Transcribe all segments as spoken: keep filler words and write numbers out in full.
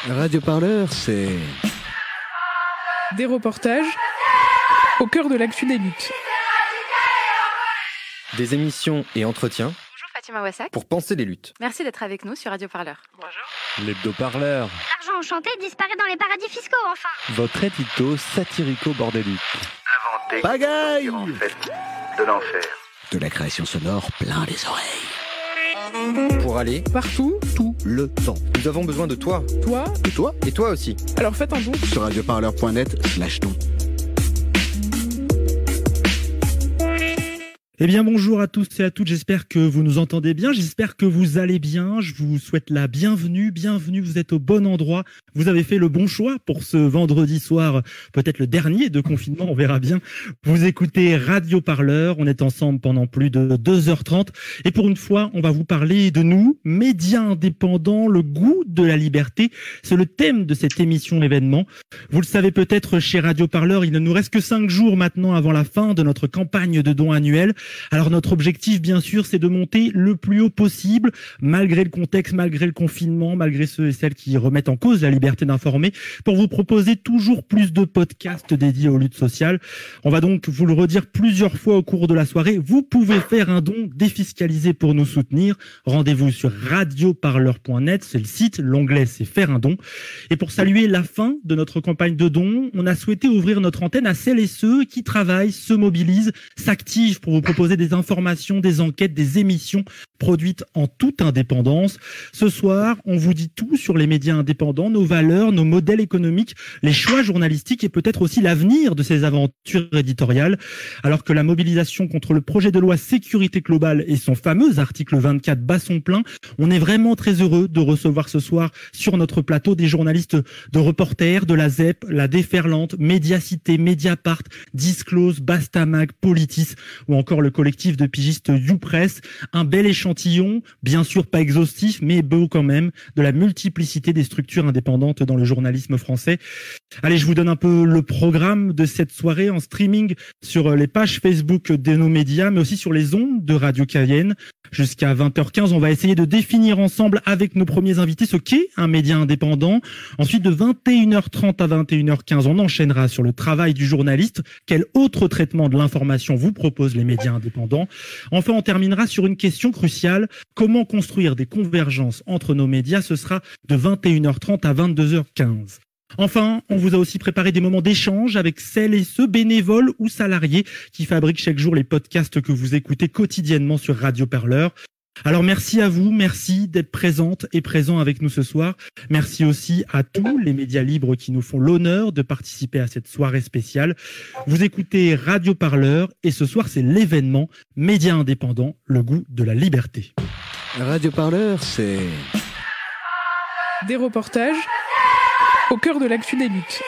Radio Parleur, c'est... Des reportages au cœur de l'actu des luttes. Des émissions et entretiens. Bonjour Fatima Wassak. Pour penser les luttes. Merci d'être avec nous sur Radio Parleur. Bonjour. L'hebdo-parleur. L'argent enchanté disparaît dans les paradis fiscaux, enfin. Votre édito satirico-bordélique. Inventer Pagaille en fait de l'enfer. De la création sonore plein les oreilles. Pour aller Partout, tout le temps. Nous avons besoin de toi. toi, Et toi, Et toi aussi. alors faites un don. sur radioparleur point net slash don. Eh bien bonjour à tous et à toutes, j'espère que vous nous entendez bien, j'espère que vous allez bien, je vous souhaite la bienvenue, bienvenue, vous êtes au bon endroit, vous avez fait le bon choix pour ce vendredi soir, peut-être le dernier de confinement, on verra bien. Vous écoutez Radio Parleur, on est ensemble pendant plus de deux heures trente et pour une fois on va vous parler de nous, médias indépendants, le goût de la liberté, c'est le thème de cette émission événement. Vous le savez peut-être chez Radio Parleur, il ne nous reste que cinq jours maintenant avant la fin de notre campagne de dons annuels. Alors notre objectif, bien sûr, c'est de monter le plus haut possible, malgré le contexte, malgré le confinement, malgré ceux et celles qui remettent en cause la liberté d'informer, pour vous proposer toujours plus de podcasts dédiés aux luttes sociales. On va donc vous le redire plusieurs fois au cours de la soirée. Vous pouvez faire un don défiscalisé pour nous soutenir. Rendez-vous sur radioparleur point net, c'est le site, l'onglet c'est faire un don. Et pour saluer la fin de notre campagne de dons, on a souhaité ouvrir notre antenne à celles et ceux qui travaillent, se mobilisent, s'activent pour vous proposer des informations, des enquêtes, des émissions produites en toute indépendance. Ce soir, on vous dit tout sur les médias indépendants, nos valeurs, nos modèles économiques, les choix journalistiques et peut-être aussi l'avenir de ces aventures éditoriales. Alors que la mobilisation contre le projet de loi sécurité globale et son fameux article vingt-quatre bat son plein, on est vraiment très heureux de recevoir ce soir sur notre plateau des journalistes de Reporter, de la Z E P, la Déferlante, Médiacité, Mediapart, Disclose, Bastamag, Politis ou encore le collectif de pigistes YouPress, un bel échantillon, bien sûr pas exhaustif, mais beau quand même, de la multiplicité des structures indépendantes dans le journalisme français. Allez, je vous donne un peu le programme de cette soirée en streaming sur les pages Facebook de nos médias, mais aussi sur les ondes de Radio Cayenne. Jusqu'à vingt heures quinze, on va essayer de définir ensemble avec nos premiers invités ce qu'est un média indépendant. Ensuite, de vingt et une heures trente à vingt et une heures quinze, on enchaînera sur le travail du journaliste. Quel autre traitement de l'information vous proposent les médias indépendants? Enfin, on terminera sur une question cruciale. Comment construire des convergences entre nos médias? Ce sera de vingt et une heures trente à vingt-deux heures quinze. Enfin, on vous a aussi préparé des moments d'échange avec celles et ceux bénévoles ou salariés qui fabriquent chaque jour les podcasts que vous écoutez quotidiennement sur Radio Parleur. Alors merci à vous, merci d'être présentes et présents avec nous ce soir. Merci aussi à tous les médias libres qui nous font l'honneur de participer à cette soirée spéciale. Vous écoutez Radio Parleur et ce soir c'est l'événement Médias indépendants, le goût de la liberté. Radio Parleur, c'est... Des reportages au cœur de l'actu des luttes.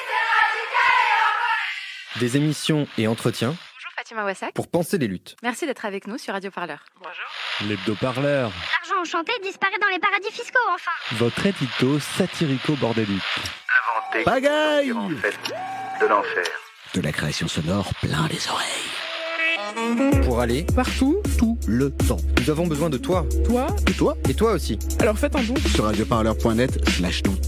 Des émissions et entretiens. Bonjour Fatima Wassak. Pour penser les luttes. Merci d'être avec nous sur Radio Parleur. Bonjour. L'hebdo-parleur. L'argent enchanté disparaît dans les paradis fiscaux, enfin. Votre édito satirico-bordélique. Inventer Pagaille en fait de l'enfer. De la création sonore plein les oreilles. Pour aller Partout, tout le temps. Nous avons besoin de toi. toi, Et toi, Et toi aussi. alors faites un don. sur radioparleur point net slash don.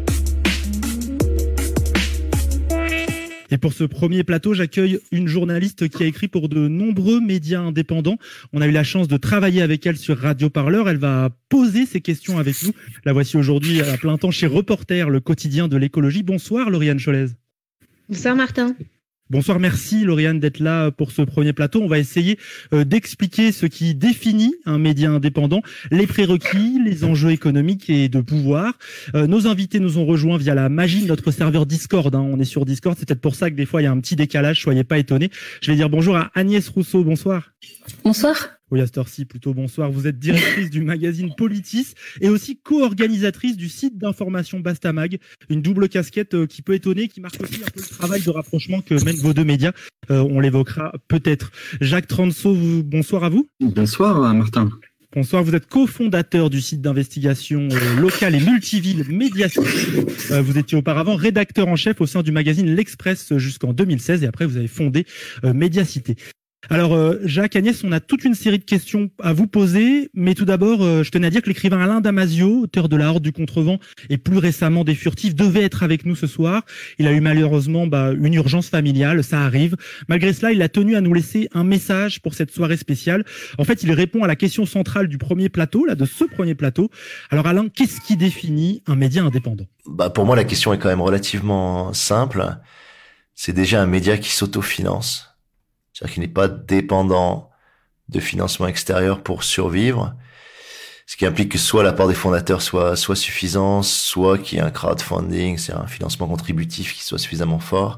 Et pour ce premier plateau, j'accueille une journaliste qui a écrit pour de nombreux médias indépendants. On a eu la chance de travailler avec elle sur Radio Parleur. Elle va poser ses questions avec nous. La voici aujourd'hui à plein temps chez Reporter, le quotidien de l'écologie. Bonsoir Lauriane Cholez. Bonsoir Martin. Bonsoir, merci Lauriane d'être là pour ce premier plateau. On va essayer euh, d'expliquer ce qui définit un média indépendant, les prérequis, les enjeux économiques et de pouvoir. Euh, nos invités nous ont rejoints via la magie de notre serveur Discord. Hein. On est sur Discord, c'est peut-être pour ça que des fois il y a un petit décalage, soyez pas étonnés. Je vais dire bonjour à Agnès Rousseau, bonsoir. Bonsoir. Oui, à cette heure-ci, plutôt bonsoir. Vous êtes directrice du magazine Politis et aussi co-organisatrice du site d'information Bastamag. Une double casquette euh, qui peut étonner, qui marque aussi un peu le travail de rapprochement que mènent vos deux médias. Euh, on l'évoquera peut-être. Jacques Transo, vous, bonsoir à vous. Bonsoir Martin. Bonsoir, vous êtes cofondateur du site d'investigation euh, locale et multiville Médiacité. Euh, vous étiez auparavant rédacteur en chef au sein du magazine L'Express jusqu'en deux mille seize et après vous avez fondé euh, Médiacité. Alors, euh, Jacques, Agnès, on a toute une série de questions à vous poser, mais tout d'abord, euh, je tenais à dire que l'écrivain Alain Damasio, auteur de La Horde du Contrevent et plus récemment des Furtifs, devait être avec nous ce soir. Il a eu malheureusement bah, une urgence familiale, ça arrive. Malgré cela, il a tenu à nous laisser un message pour cette soirée spéciale. En fait, il répond à la question centrale du premier plateau, là, de ce premier plateau. Alors Alain, qu'est-ce qui définit un média indépendant ? Bah, pour moi, la question est quand même relativement simple. C'est déjà un média qui s'autofinance. C'est-à-dire qu'il n'est pas dépendant de financement extérieur pour survivre, ce qui implique que soit l'apport des fondateurs soit soit suffisant, soit qu'il y ait un crowdfunding, c'est un financement contributif qui soit suffisamment fort.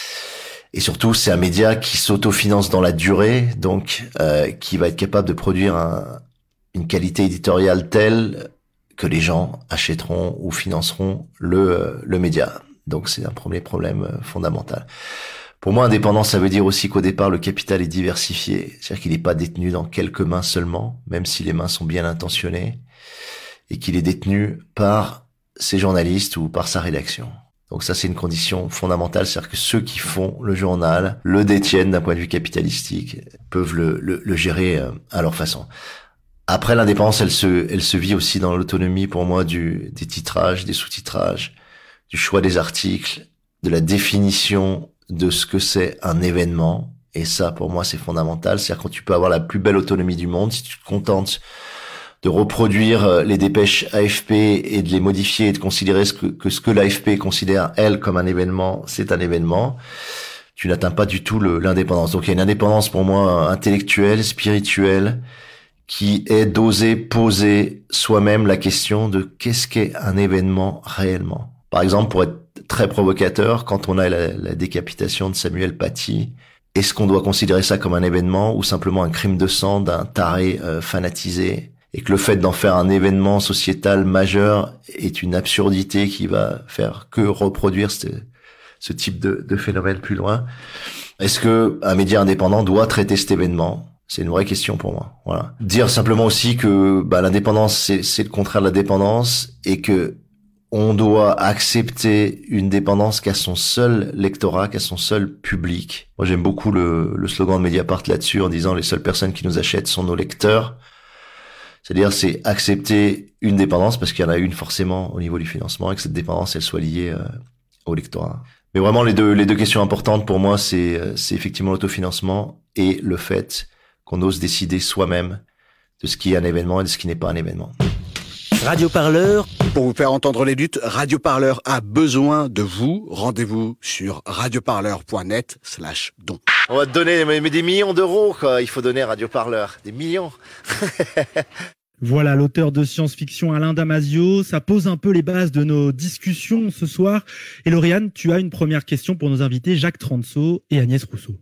Et surtout, c'est un média qui s'autofinance dans la durée, donc euh, qui va être capable de produire un, une qualité éditoriale telle que les gens achèteront ou financeront le le média. Donc c'est un premier problème fondamental. Pour moi, indépendance, ça veut dire aussi qu'au départ, le capital est diversifié. C'est-à-dire qu'il n'est pas détenu dans quelques mains seulement, même si les mains sont bien intentionnées, et qu'il est détenu par ses journalistes ou par sa rédaction. Donc ça, c'est une condition fondamentale. C'est-à-dire que ceux qui font le journal, le détiennent d'un point de vue capitalistique, peuvent le, le, le gérer à leur façon. Après, l'indépendance, elle se, elle se vit aussi dans l'autonomie, pour moi, du, des titrages, des sous-titrages, du choix des articles, de la définition de ce que c'est un événement. Et ça, pour moi, c'est fondamental. C'est-à-dire quand tu peux avoir la plus belle autonomie du monde, si tu te contentes de reproduire les dépêches A F P et de les modifier et de considérer ce que, que ce que l'A F P considère, elle, comme un événement, c'est un événement, tu n'atteins pas du tout le, l'indépendance. Donc il y a une indépendance, pour moi, intellectuelle, spirituelle, qui est d'oser poser soi-même la question de qu'est-ce qu'est un événement réellement. Par exemple, pour être très provocateur, quand on a la, la décapitation de Samuel Paty, est-ce qu'on doit considérer ça comme un événement ou simplement un crime de sang d'un taré euh, fanatisé, et que le fait d'en faire un événement sociétal majeur est une absurdité qui va faire que reproduire ce, ce type de, de phénomène plus loin? Est-ce que un média indépendant doit traiter cet événement? C'est une vraie question pour moi. Voilà. Dire simplement aussi que bah, l'indépendance, c'est, c'est le contraire de la dépendance, et que on doit accepter une dépendance qu'à son seul lectorat, qu'à son seul public. Moi, j'aime beaucoup le, le slogan de Mediapart là-dessus, en disant les seules personnes qui nous achètent sont nos lecteurs. C'est-à-dire, c'est accepter une dépendance, parce qu'il y en a une forcément au niveau du financement, et que cette dépendance, elle soit liée euh, au lectorat. Mais vraiment, les deux, les deux questions importantes pour moi, c'est, c'est effectivement l'autofinancement et le fait qu'on ose décider soi-même de ce qui est un événement et de ce qui n'est pas un événement. Radio Parleur. Pour vous faire entendre les luttes, Radio Parleur a besoin de vous. Rendez-vous sur radioparleur.net slash don. On va te donner mais, mais des millions d'euros, quoi. Il faut donner à Radio Parleur. Des millions. Voilà, l'auteur de science-fiction Alain Damasio. Ça pose un peu les bases de nos discussions ce soir. Et Lauriane, tu as une première question pour nos invités Jacques Transo et Agnès Rousseau.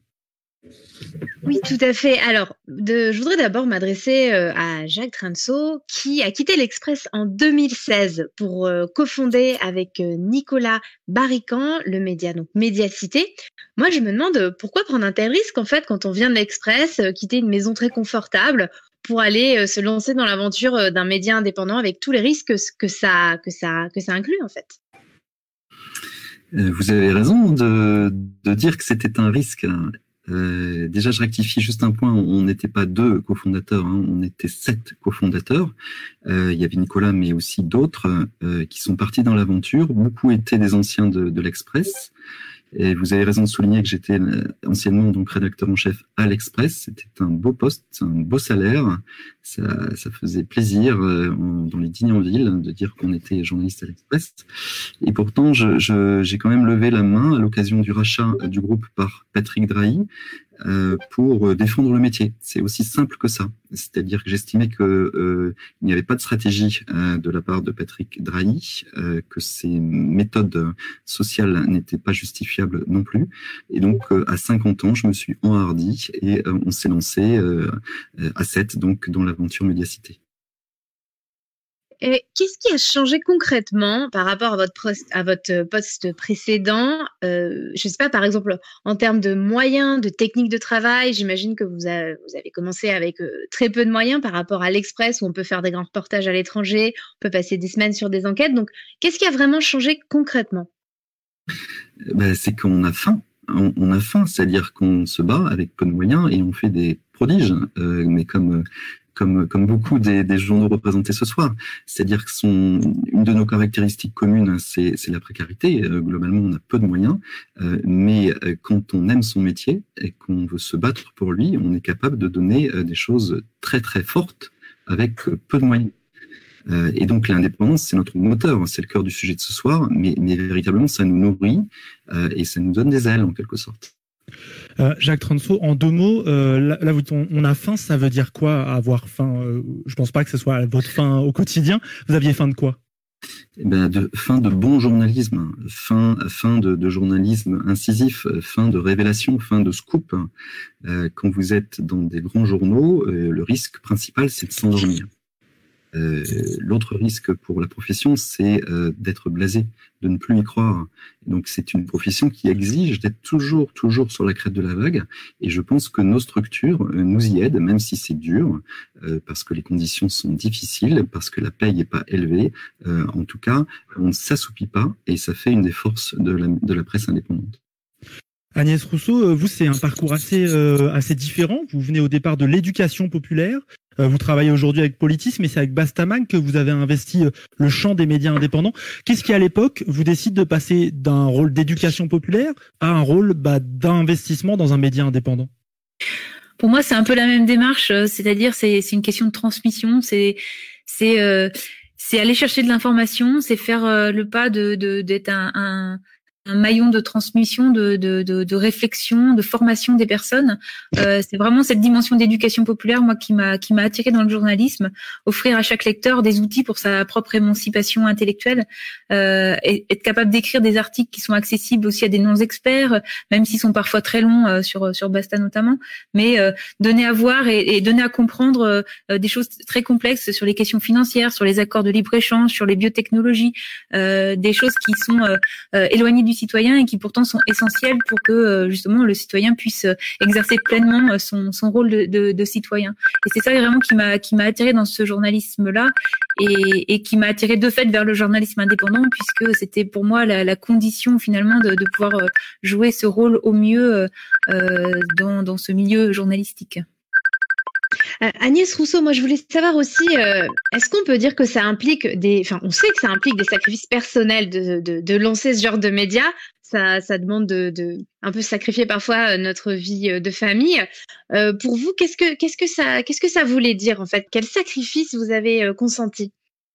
Oui, tout à fait. Alors, de, je voudrais d'abord m'adresser euh, à Jacques Transo, qui a quitté l'Express en deux mille seize pour euh, cofonder avec euh, Nicolas Barrican le média, donc Médiacité. Moi, je me demande pourquoi prendre un tel risque, en fait, quand on vient de l'Express, euh, quitter une maison très confortable pour aller euh, se lancer dans l'aventure euh, d'un média indépendant avec tous les risques que, que, ça, que, ça, que ça inclut, en fait. Vous avez raison de, de dire que c'était un risque. Euh, déjà, je rectifie juste un point. On n'était pas deux cofondateurs, hein, on était sept cofondateurs. Euh, il y avait Nicolas, mais aussi d'autres euh, qui sont partis dans l'aventure. Beaucoup étaient des anciens de, de l'Express. Et vous avez raison de souligner que j'étais anciennement donc rédacteur en chef à l'Express. C'était un beau poste, un beau salaire. Ça, ça faisait plaisir euh, en, dans les dîners en ville de dire qu'on était journaliste à l'Express. Et pourtant, je, je, j'ai quand même levé la main à l'occasion du rachat du groupe par Patrick Drahi euh, pour défendre le métier. C'est aussi simple que ça. C'est-à-dire que j'estimais que euh, il n'y avait pas de stratégie euh, de la part de Patrick Drahi, euh, que ses méthodes sociales n'étaient pas justifiables non plus. Et donc, euh, à cinquante ans, je me suis enhardi et euh, on s'est lancé euh, à sept, donc dans l'aventure Médiacité. Et qu'est-ce qui a changé concrètement par rapport à votre poste, à votre poste précédent? euh, Je ne sais pas, par exemple, en termes de moyens, de techniques de travail, j'imagine que vous avez, vous avez commencé avec euh, très peu de moyens par rapport à l'Express, où on peut faire des grands reportages à l'étranger, on peut passer des semaines sur des enquêtes. Donc, qu'est-ce qui a vraiment changé concrètement? Ben, c'est qu'on a faim. on, on a faim, c'est-à-dire qu'on se bat avec peu de moyens et on fait des prodiges, euh, mais comme comme comme beaucoup des, des journaux représentés ce soir. C'est-à-dire que son, une de nos caractéristiques communes, c'est, c'est la précarité. Euh, globalement, on a peu de moyens, euh, mais euh, quand on aime son métier et qu'on veut se battre pour lui, on est capable de donner euh, des choses très très fortes avec euh, peu de moyens. Euh, et donc l'indépendance, c'est notre moteur, c'est le cœur du sujet de ce soir, mais, mais véritablement, ça nous nourrit euh, et ça nous donne des ailes en quelque sorte. Euh, Jacques Transo, en deux mots, euh, là, là on, on a faim, ça veut dire quoi avoir faim? euh, Je pense pas que ce soit votre faim au quotidien. Vous aviez faim de quoi? Eh ben de, fin de bon journalisme, fin, fin de, de journalisme incisif, fin de révélation, fin de scoop. Euh, quand vous êtes dans des grands journaux, euh, le risque principal, c'est de s'endormir. Euh, l'autre risque pour la profession, c'est euh, d'être blasé, de ne plus y croire. Donc c'est une profession qui exige d'être toujours, toujours sur la crête de la vague. Et je pense que nos structures euh, nous y aident, même si c'est dur, euh, parce que les conditions sont difficiles, parce que la paye n'est pas élevée. Euh, en tout cas, on ne s'assoupit pas, et ça fait une des forces de la, de la presse indépendante. Agnès Rousseau, vous, c'est un parcours assez, euh, assez différent. Vous venez au départ de l'éducation populaire. Euh, vous travaillez aujourd'hui avec Politis, mais c'est avec Bastamag que vous avez investi euh, le champ des médias indépendants. Qu'est-ce qui, à l'époque, vous décide de passer d'un rôle d'éducation populaire à un rôle bah, d'investissement dans un média indépendant? Pour moi, c'est un peu la même démarche. C'est-à-dire, c'est, c'est une question de transmission. C'est, c'est, euh, c'est aller chercher de l'information. C'est faire euh, le pas de, de d'être un, un un maillon de transmission, de, de, de, de réflexion, de formation des personnes. Euh, c'est vraiment cette dimension d'éducation populaire, moi, qui m'a qui m'a attirée dans le journalisme. Offrir à chaque lecteur des outils pour sa propre émancipation intellectuelle, euh, et être capable d'écrire des articles qui sont accessibles aussi à des non-experts, même s'ils sont parfois très longs, euh, sur sur Basta notamment. Mais euh, donner à voir et, et donner à comprendre euh, des choses très complexes sur les questions financières, sur les accords de libre-échange, sur les biotechnologies, euh, des choses qui sont euh, euh, éloignées du citoyen et qui pourtant sont essentiels pour que justement le citoyen puisse exercer pleinement son, son rôle de, de, de citoyen. Et c'est ça vraiment qui m'a qui m'a attiré dans ce journalisme-là et, et qui m'a attiré de fait vers le journalisme indépendant, puisque c'était pour moi la, la condition finalement de, de pouvoir jouer ce rôle au mieux euh, dans, dans ce milieu journalistique. Euh, Agnès Rousseau, moi je voulais savoir aussi, euh, est-ce qu'on peut dire que ça implique des, enfin on sait que ça implique des sacrifices personnels de, de, de lancer ce genre de médias, ça, ça demande de, de un peu sacrifier parfois notre vie de famille. Euh, pour vous, qu'est-ce que, qu'est-ce que ça, qu'est-ce que ça voulait dire en fait? Quel sacrifice vous avez euh, consenti?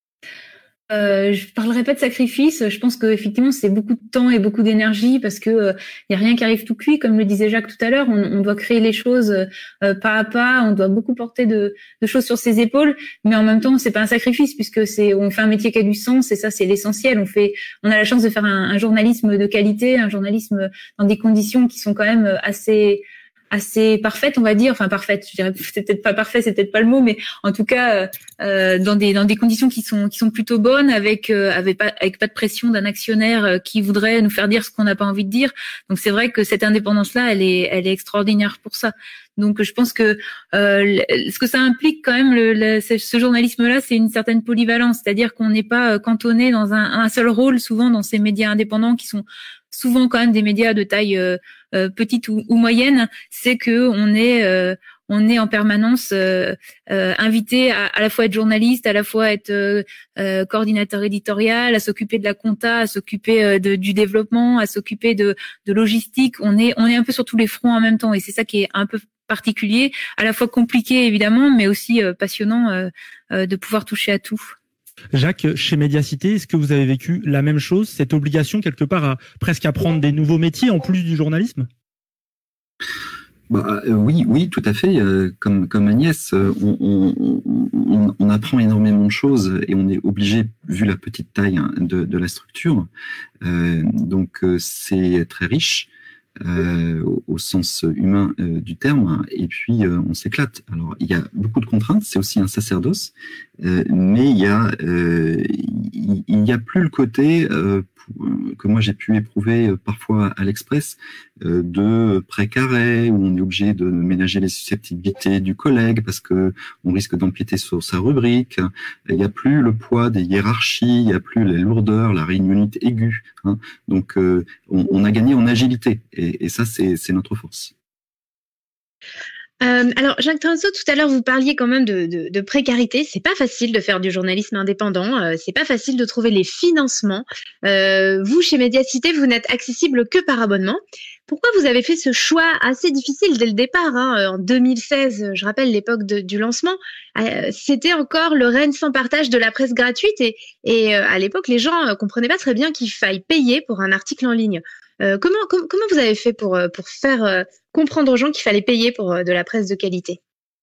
Euh, je parlerai pas de sacrifice. Je pense que effectivement c'est beaucoup de temps et beaucoup d'énergie, parce que euh, y a rien qui arrive tout cuit, comme le disait Jacques tout à l'heure. On, on doit créer les choses euh, pas à pas. On doit beaucoup porter de, de choses sur ses épaules, mais en même temps c'est pas un sacrifice, puisque c'est on fait un métier qui a du sens, et ça c'est l'essentiel. On fait, on a la chance de faire un, un journalisme de qualité, un journalisme dans des conditions qui sont quand même assez assez parfaite, on va dire, enfin parfaite, je dirais, c'est peut-être pas parfait, c'est peut-être pas le mot, mais en tout cas euh, dans des dans des conditions qui sont qui sont plutôt bonnes, avec euh, avec pas avec pas de pression d'un actionnaire euh, qui voudrait nous faire dire ce qu'on n'a pas envie de dire. Donc c'est vrai que cette indépendance-là, elle est elle est extraordinaire pour ça. Donc je pense que euh, ce que ça implique quand même, le, le, ce journalisme-là, c'est une certaine polyvalence, c'est-à-dire qu'on n'est pas cantonné dans un, un seul rôle, souvent dans ces médias indépendants qui sont souvent quand même des médias de taille euh, euh, petite ou, ou moyenne. C'est que on est euh, on est en permanence euh, euh, invité à, à la fois être journaliste, à la fois être euh, euh, coordinateur éditorial, à s'occuper de la compta, à s'occuper euh, de, du développement, à s'occuper de, de logistique. On est on est un peu sur tous les fronts en même temps, et c'est ça qui est un peu particulier, à la fois compliqué évidemment, mais aussi euh, passionnant euh, euh, de pouvoir toucher à tout. Jacques, chez Médiacité, est-ce que vous avez vécu la même chose, cette obligation quelque part à presque apprendre des nouveaux métiers en plus du journalisme? Bah, euh, oui, oui, tout à fait. Euh, comme, comme Agnès, euh, on, on, on, on apprend énormément de choses et on est obligé, vu la petite taille hein, de, de la structure. Euh, donc, euh, c'est très riche. Euh, au, au sens humain euh, du terme, et puis euh, on s'éclate. Alors il y a beaucoup de contraintes, c'est aussi un sacerdoce, euh, mais il y a euh, il, il y a plus le côté euh, que moi j'ai pu éprouver euh, parfois à l'Express, euh, de précaré, où on est obligé de ménager les susceptibilités du collègue parce que on risque d'empiéter sur sa rubrique. Il n'y a plus le poids des hiérarchies, il n'y a plus les lourdeurs, la réunionnite aiguë. Hein. Donc euh, on, on a gagné en agilité et, et ça c'est, c'est notre force. Euh, alors, Jacques Trinceau, tout à l'heure, vous parliez quand même de, de, de précarité. C'est pas facile de faire du journalisme indépendant. Euh, c'est pas facile de trouver les financements. Euh, vous, chez Médiacité, vous n'êtes accessible que par abonnement. Pourquoi vous avez fait ce choix assez difficile dès le départ, hein, en deux mille seize, je rappelle l'époque de, du lancement, euh, c'était encore le règne sans partage de la presse gratuite et, et euh, à l'époque, les gens euh, comprenaient pas très bien qu'il faille payer pour un article en ligne. Euh, comment, com- comment vous avez fait pour, pour faire euh, comprendre aux gens qu'il fallait payer pour euh, de la presse de qualité ?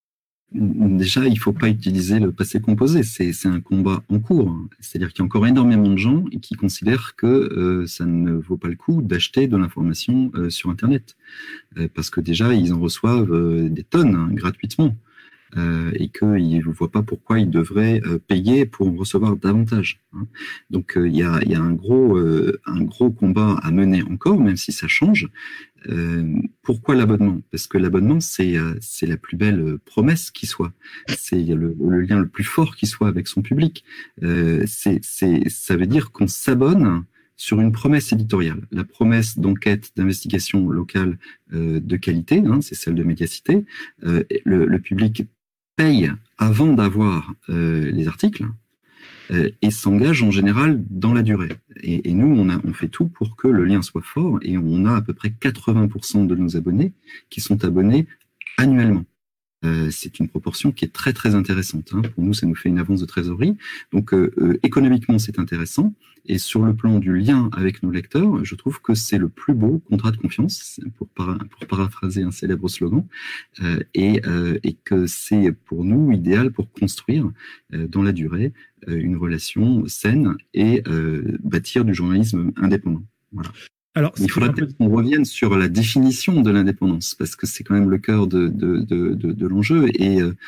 Déjà, il ne faut pas utiliser le passé composé. C'est, c'est un combat en cours. C'est-à-dire qu'il y a encore énormément de gens qui considèrent que euh, ça ne vaut pas le coup d'acheter de l'information euh, sur Internet. Euh, parce que déjà, ils en reçoivent euh, des tonnes hein, gratuitement. Euh, et qu'ils ne voient pas pourquoi ils devraient euh, payer pour en recevoir davantage. Hein. Donc il euh, y, a, y a un gros, euh, un gros combat à mener encore, même si ça change. Euh, pourquoi l'abonnement ? Parce que l'abonnement, c'est, euh, c'est la plus belle promesse qui soit. C'est le, le lien le plus fort qui soit avec son public. Euh, c'est, c'est, ça veut dire qu'on s'abonne sur une promesse éditoriale. La promesse d'enquête, d'investigation locale euh, de qualité, hein, c'est celle de Médiacité. Euh, le, le public paye avant d'avoir euh, les articles euh, et s'engage en général dans la durée. Et, et nous, on, a, on fait tout pour que le lien soit fort et on a à peu près quatre-vingts pour cent de nos abonnés qui sont abonnés annuellement. Euh, c'est une proportion qui est très très intéressante. Hein. Pour nous, ça nous fait une avance de trésorerie. Donc euh, euh, économiquement, c'est intéressant. Et sur le plan du lien avec nos lecteurs, je trouve que c'est le plus beau contrat de confiance, pour, para- pour paraphraser un célèbre slogan, euh, et, euh, et que c'est pour nous idéal pour construire euh, dans la durée euh, une relation saine et euh, bâtir du journalisme indépendant. Voilà. Alors, il faudrait peut-être qu'on revienne sur la définition de l'indépendance, parce que c'est quand même le cœur de, de, de, de, de l'enjeu. Et euh,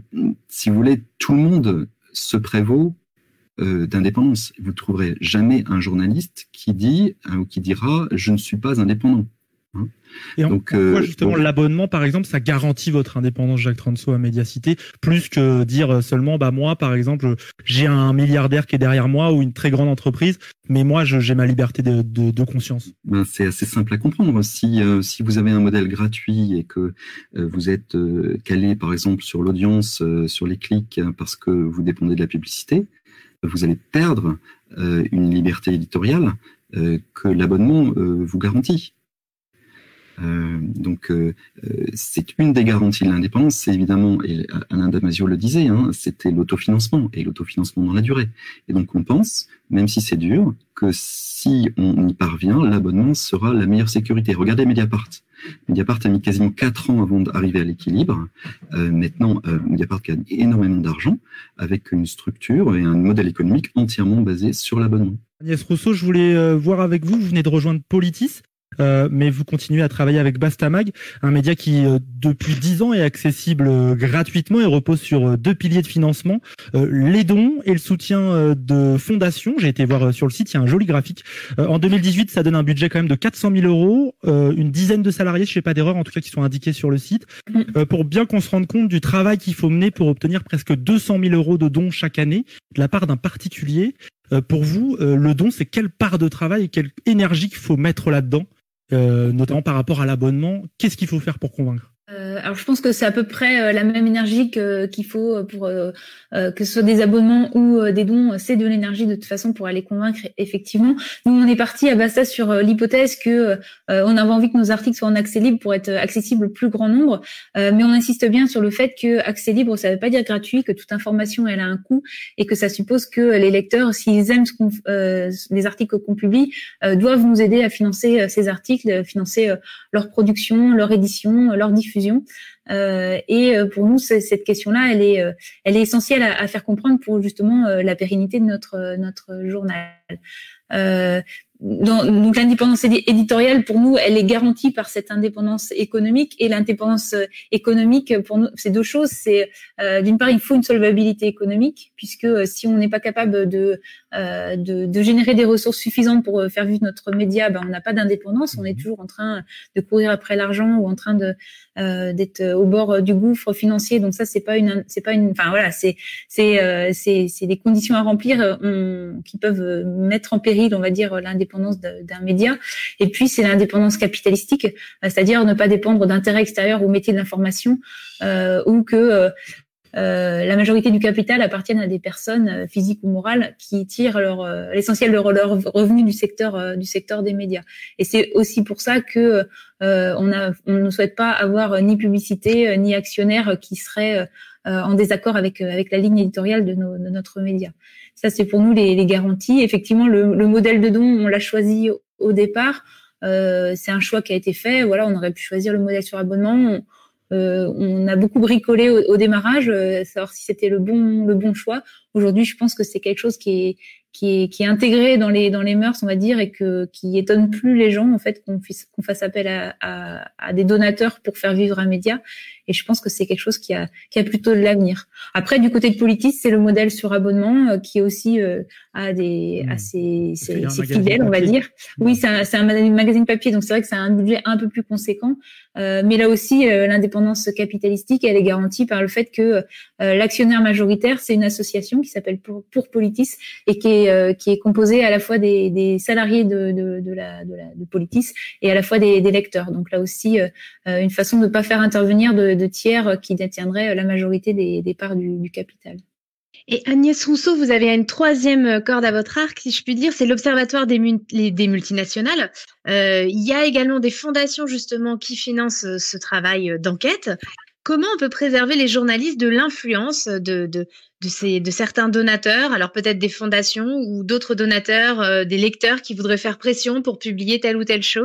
si vous voulez, tout le monde se prévaut euh, d'indépendance. Vous ne trouverez jamais un journaliste qui dit hein, ou qui dira « je ne suis pas indépendant ». Hein. Et donc, pourquoi euh, justement donc, l'abonnement, par exemple, ça garantit votre indépendance, Jacques Trinceau, à Médiacité, plus que dire seulement, bah moi, par exemple, j'ai un milliardaire qui est derrière moi ou une très grande entreprise, mais moi, je, j'ai ma liberté de, de, de conscience. Ben, c'est assez simple à comprendre. Si euh, si vous avez un modèle gratuit et que euh, vous êtes euh, calé, par exemple, sur l'audience, euh, sur les clics, hein, parce que vous dépendez de la publicité, vous allez perdre euh, une liberté éditoriale euh, que l'abonnement euh, vous garantit. Euh, donc, euh, c'est une des garanties de l'indépendance, c'est évidemment, et Alain Damasio le disait, hein, c'était l'autofinancement, et l'autofinancement dans la durée. Et donc, on pense, même si c'est dur, que si on y parvient, l'abonnement sera la meilleure sécurité. Regardez Mediapart. Mediapart a mis quasiment quatre ans avant d'arriver à l'équilibre. Euh, maintenant, euh, Mediapart gagne énormément d'argent, avec une structure et un modèle économique entièrement basé sur l'abonnement. Agnès Rousseau, je voulais euh, voir avec vous, vous venez de rejoindre Politis. Euh, mais vous continuez à travailler avec Bastamag, un média qui euh, depuis dix ans est accessible euh, gratuitement et repose sur euh, deux piliers de financement, euh, les dons et le soutien euh, de fondations. J'ai été voir euh, sur le site, il y a un joli graphique. Euh, en deux mille dix-huit, ça donne un budget quand même de quatre cent mille euros, euh, une dizaine de salariés, je ne fais pas d'erreur, en tout cas qui sont indiqués sur le site, euh, pour bien qu'on se rende compte du travail qu'il faut mener pour obtenir presque deux cent mille euros de dons chaque année de la part d'un particulier. Euh, pour vous, euh, le don, c'est quelle part de travail et quelle énergie qu'il faut mettre là-dedans? Euh, notamment par rapport à l'abonnement, qu'est-ce qu'il faut faire pour convaincre ? Euh, alors je pense que c'est à peu près euh, la même énergie que, qu'il faut pour euh, euh, que ce soit des abonnements ou euh, des dons, c'est de l'énergie de toute façon pour aller convaincre effectivement. Nous on est parti à Basta sur euh, l'hypothèse que euh, on avait envie que nos articles soient en accès libre pour être accessibles au plus grand nombre, euh, mais on insiste bien sur le fait que accès libre ça veut pas dire gratuit, que toute information elle a un coût et que ça suppose que les lecteurs s'ils aiment ce qu'on, euh, les articles qu'on publie euh, doivent nous aider à financer euh, ces articles, financer euh, leur production, leur édition, leur diffusion. Euh, et pour nous, cette question-là, elle est, elle est essentielle à, à faire comprendre pour justement la pérennité de notre notre journal. Euh, Dans, donc l'indépendance éditoriale pour nous elle est garantie par cette indépendance économique et l'indépendance économique pour nous c'est deux choses, c'est euh, d'une part il faut une solvabilité économique puisque euh, si on n'est pas capable de euh, de, de générer des ressources suffisantes pour faire vivre notre média, ben, on n'a pas d'indépendance, on est toujours en train de courir après l'argent ou en train de euh, d'être au bord du gouffre financier. Donc ça, c'est pas une, c'est pas une, enfin voilà, c'est c'est euh, c'est c'est des conditions à remplir on, qui peuvent mettre en péril, on va dire, l'indépendance de, d'un média. Et puis c'est l'indépendance capitalistique, c'est-à-dire ne pas dépendre d'intérêts extérieurs au métier de l'information, euh, ou que euh, Euh, la majorité du capital appartiennent à des personnes euh, physiques ou morales qui tirent leur euh, l'essentiel de leur revenu du secteur euh, du secteur des médias. Et c'est aussi pour ça que euh, on a on ne souhaite pas avoir euh, ni publicité euh, ni actionnaire qui seraient euh, en désaccord avec euh, avec la ligne éditoriale de, nos, de notre média. Ça, c'est pour nous les, les garanties. Effectivement, le, le modèle de don, on l'a choisi au, au départ. Euh, c'est un choix qui a été fait. Voilà, on aurait pu choisir le modèle sur abonnement. On, Euh, on a beaucoup bricolé au, au démarrage, euh, savoir si c'était le bon le bon choix. Aujourd'hui, je pense que c'est quelque chose qui est qui est qui est intégré dans les dans les mœurs, on va dire, et que qui étonne plus les gens en fait qu'on fasse qu'on fasse appel à, à à des donateurs pour faire vivre un média. Et je pense que c'est quelque chose qui a qui a plutôt de l'avenir. Après, du côté de Politis, c'est le modèle sur abonnement euh, qui est aussi euh, a des mmh. assez c'est c'est fidèle, on va dire. Oui, c'est un c'est un magazine papier, donc c'est vrai que c'est un budget un peu plus conséquent. Euh, mais là aussi, euh, l'indépendance capitalistique, elle est garantie par le fait que euh, l'actionnaire majoritaire, c'est une association qui s'appelle Pour, pour Politis et qui est euh, qui est composée à la fois des, des salariés de, de, de la de la de Politis et à la fois des, des lecteurs. Donc là aussi, euh, une façon de ne pas faire intervenir de, de tiers qui détiendraient la majorité des, des parts du, du capital. Et Agnès Rousseau, vous avez une troisième corde à votre arc, si je puis dire, c'est l'Observatoire des, mu- des multinationales. Euh, il y a également des fondations justement qui financent ce travail d'enquête. Comment on peut préserver les journalistes de l'influence de, de, de, ces, de certains donateurs, alors peut-être des fondations ou d'autres donateurs, euh, des lecteurs qui voudraient faire pression pour publier telle ou telle chose ?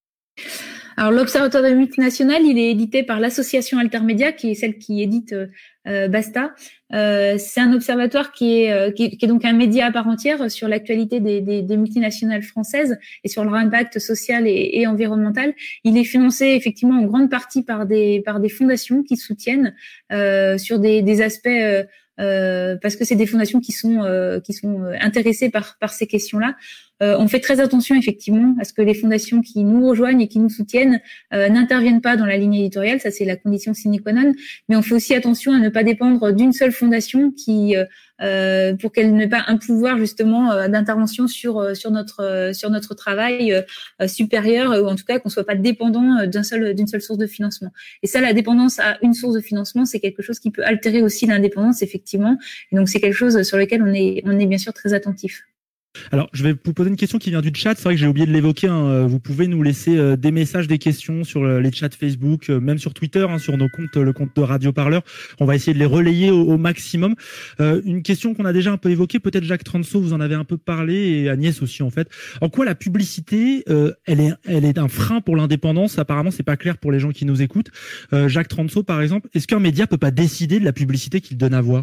Alors l'Observatoire des multinationales, il est édité par l'association Altermédia, qui est celle qui édite euh, Basta. Euh, c'est un observatoire qui est, euh, qui est qui est donc un média à part entière sur l'actualité des, des, des multinationales françaises et sur leur impact social et, et environnemental. Il est financé effectivement en grande partie par des par des fondations qui soutiennent euh, sur des, des aspects euh, euh, parce que c'est des fondations qui sont euh, qui sont intéressées par par ces questions-là. Euh, on fait très attention effectivement à ce que les fondations qui nous rejoignent et qui nous soutiennent euh, n'interviennent pas dans la ligne éditoriale, ça c'est la condition sine qua non, mais on fait aussi attention à ne pas dépendre d'une seule fondation qui euh, pour qu'elle n'ait pas un pouvoir justement euh, d'intervention sur sur notre euh, sur notre travail euh, supérieur, ou en tout cas qu'on soit pas dépendant d'un seul d'une seule source de financement. Et ça, la dépendance à une source de financement, c'est quelque chose qui peut altérer aussi l'indépendance effectivement. Et donc c'est quelque chose sur lequel on est on est bien sûr très attentif. Alors, je vais vous poser une question qui vient du chat. C'est vrai que j'ai oublié de l'évoquer. Hein. Vous pouvez nous laisser euh, des messages, des questions sur les chats Facebook, euh, même sur Twitter, hein, sur nos comptes, le compte de Radio Parleur. On va essayer de les relayer au, au maximum. Euh, une question qu'on a déjà un peu évoquée, peut-être Jacques Transo, vous en avez un peu parlé, et Agnès aussi en fait. En quoi la publicité, euh, elle est, elle est un frein pour l'indépendance ? Apparemment, c'est pas clair pour les gens qui nous écoutent. Euh, Jacques Transo, par exemple, est-ce qu'un média peut pas décider de la publicité qu'il donne à voir ?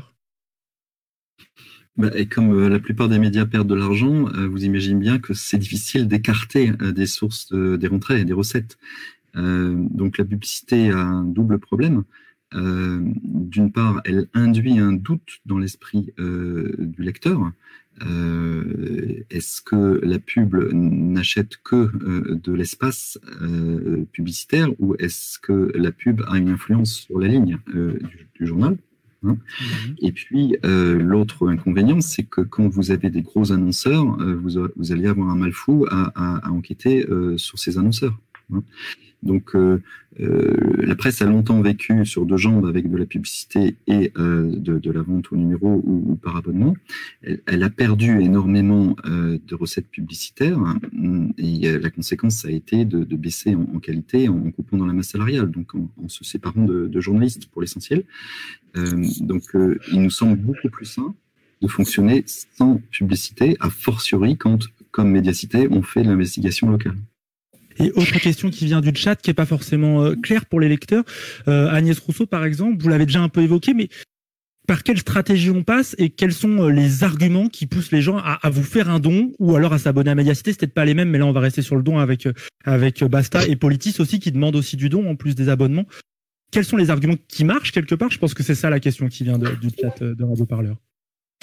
Et comme la plupart des médias perdent de l'argent, vous imaginez bien que c'est difficile d'écarter des sources, des rentrées, des recettes. Donc la publicité a un double problème. D'une part, elle induit un doute dans l'esprit du lecteur. Est-ce que la pub n'achète que de l'espace publicitaire, ou est-ce que la pub a une influence sur la ligne du, du journal ? Hein. Mmh. Et puis euh, l'autre inconvénient, c'est que quand vous avez des gros annonceurs, euh, vous, vous allez avoir un mal fou à, à, à enquêter euh, sur ces annonceurs. Hein. Donc euh, euh, la presse a longtemps vécu sur deux jambes avec de la publicité et euh, de, de la vente au numéro ou, ou par abonnement. Elle, elle a perdu énormément euh, de recettes publicitaires, hein, et euh, la conséquence ça a été de, de baisser en, en qualité en, en coupant dans la masse salariale, donc en, en se séparant de, de journalistes pour l'essentiel. Euh, donc euh, il nous semble beaucoup plus sain de fonctionner sans publicité, a fortiori quand, comme Médiacité, on fait de l'investigation locale. Et autre question qui vient du chat, qui est pas forcément euh, claire pour les lecteurs. Euh, Agnès Rousseau, par exemple, vous l'avez déjà un peu évoqué, mais par quelle stratégie on passe et quels sont les arguments qui poussent les gens à, à vous faire un don ou alors à s'abonner à Médiacité ? C'est peut-être pas les mêmes, mais là on va rester sur le don avec avec Basta et Politis aussi, qui demandent aussi du don en plus des abonnements. Quels sont les arguments qui marchent quelque part ? Je pense que c'est ça la question qui vient de, du chat de Radio Parleur.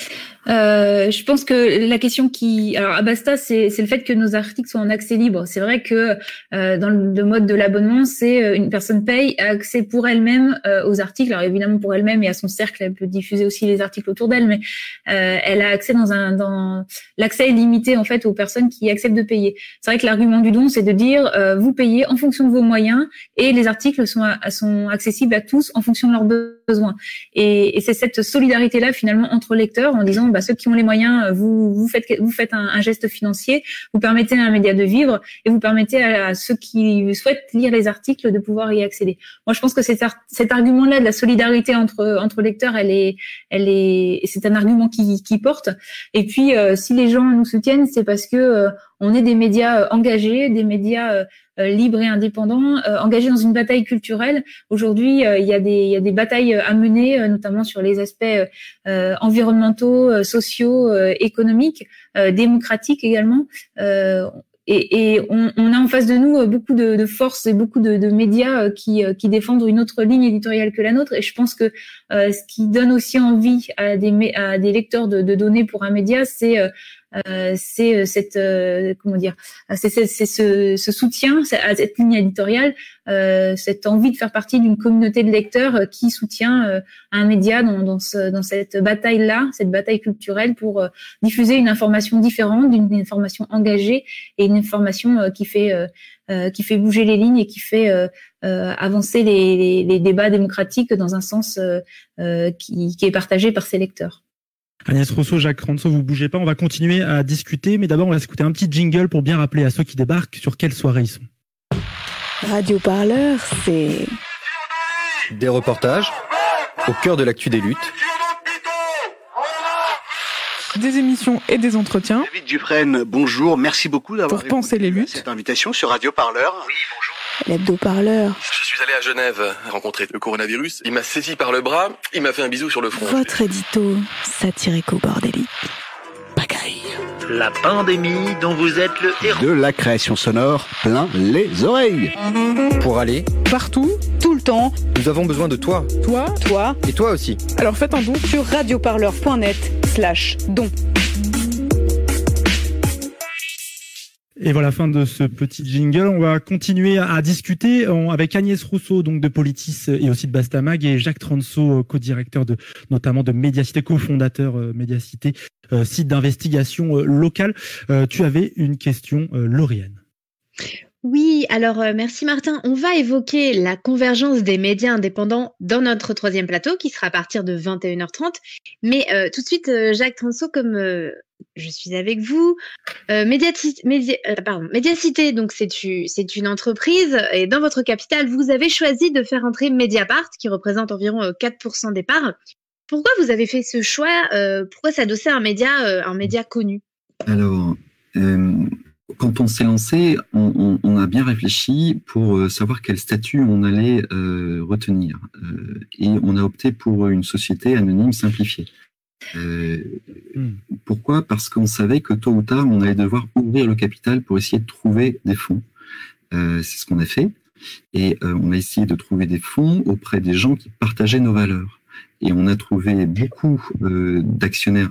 Euh, je pense que la question qui, alors à Basta, c'est, c'est le fait que nos articles soient en accès libre. C'est vrai que euh, dans le, le mode de l'abonnement, c'est euh, une personne paye a accès pour elle-même euh, aux articles. Alors évidemment pour elle-même et à son cercle, elle peut diffuser aussi les articles autour d'elle, mais euh, elle a accès dans un, dans l'accès est limité en fait aux personnes qui acceptent de payer. C'est vrai que l'argument du don, c'est de dire euh, vous payez en fonction de vos moyens et les articles sont sont accessibles à tous en fonction de leurs besoins. Et, et c'est cette solidarité-là finalement entre lecteurs en disant bah, ceux qui ont les moyens, vous vous faites vous faites un, un geste financier, vous permettez à un média de vivre et vous permettez à, à ceux qui souhaitent lire les articles de pouvoir y accéder. Moi, je pense que cet, ar- cet argument-là de la solidarité entre entre lecteurs, elle est elle est c'est un argument qui qui porte. Et puis euh, si les gens nous soutiennent, c'est parce que euh, on est des médias euh, engagés, des médias euh, euh, libres et indépendants, euh, engagés dans une bataille culturelle. Aujourd'hui, euh, il y a des il y a des batailles à mener, euh, notamment sur les aspects euh, environnementaux, euh, sociaux, euh, économiques, euh, démocratiques également. Euh, Et, et on, on a en face de nous beaucoup de, de forces et beaucoup de, de médias qui, qui défendent une autre ligne éditoriale que la nôtre. Et je pense que euh, ce qui donne aussi envie à des, à des lecteurs de, de donner pour un média, c'est euh, c'est cette euh, comment dire, c'est, c'est, c'est ce, ce soutien à cette ligne éditoriale, euh, cette envie de faire partie d'une communauté de lecteurs qui soutient euh, un média dans, dans, ce, dans cette bataille-là, cette bataille culturelle pour euh, diffuser une information différente, une information engagée et une information euh, qui fait euh, euh, qui fait bouger les lignes et qui fait euh, euh, avancer les, les, les débats démocratiques dans un sens euh, euh, qui, qui est partagé par ses lecteurs. Agnès Rousseau, Jacques Transo, vous bougez pas, on va continuer à discuter, mais d'abord on va écouter un petit jingle pour bien rappeler à ceux qui débarquent sur quelle soirée ils sont. Radio Parleur, c'est des reportages au cœur de l'actu des luttes, des émissions et des entretiens. David Dufresne, bonjour, merci beaucoup d'avoir pour penser les luttes. Cette invitation sur Radio Parleur. Oui, bonjour. L'hebdo-parleur. Je suis allé à Genève rencontrer le coronavirus. Il m'a saisi par le bras, il m'a fait un bisou sur le front. Votre édito satirico-bordélique. Pagaille. La pandémie dont vous êtes le héros. De la création sonore plein les oreilles. Pour aller partout, tout le temps, nous avons besoin de toi. Toi, toi et toi aussi. Alors faites un don sur radioparleur.net slash don. Et voilà, fin de ce petit jingle. On va continuer à discuter avec Agnès Rousseau, donc de Politis et aussi de Bastamag, et Jacques Transo, co-directeur de, notamment de Médiacité, cofondateur euh, Médiacité, euh, site d'investigation euh, locale. Euh, tu avais une question, euh, Lauriane. Oui, alors euh, merci Martin. On va évoquer la convergence des médias indépendants dans notre troisième plateau qui sera à partir de vingt et une heures trente. Mais euh, tout de suite, euh, Jacques Transo, comme euh, je suis avec vous, euh, Médiati- Médi- euh, pardon, Médiacité, donc c'est, u- c'est une entreprise et dans votre capitale, vous avez choisi de faire entrer Mediapart qui représente environ euh, quatre pour cent des parts. Pourquoi vous avez fait ce choix euh, Pourquoi s'adosser à un média, euh, un média connu ? Alors, euh, quand on s'est lancé, on, on, on a bien réfléchi pour euh, savoir quel statut on allait euh, retenir. Euh, et on a opté pour une société anonyme simplifiée. Euh, mmh. Pourquoi ? Parce qu'on savait que tôt ou tard, on allait devoir ouvrir le capital pour essayer de trouver des fonds. Euh, c'est ce qu'on a fait. Et euh, on a essayé de trouver des fonds auprès des gens qui partageaient nos valeurs. Et on a trouvé beaucoup euh, d'actionnaires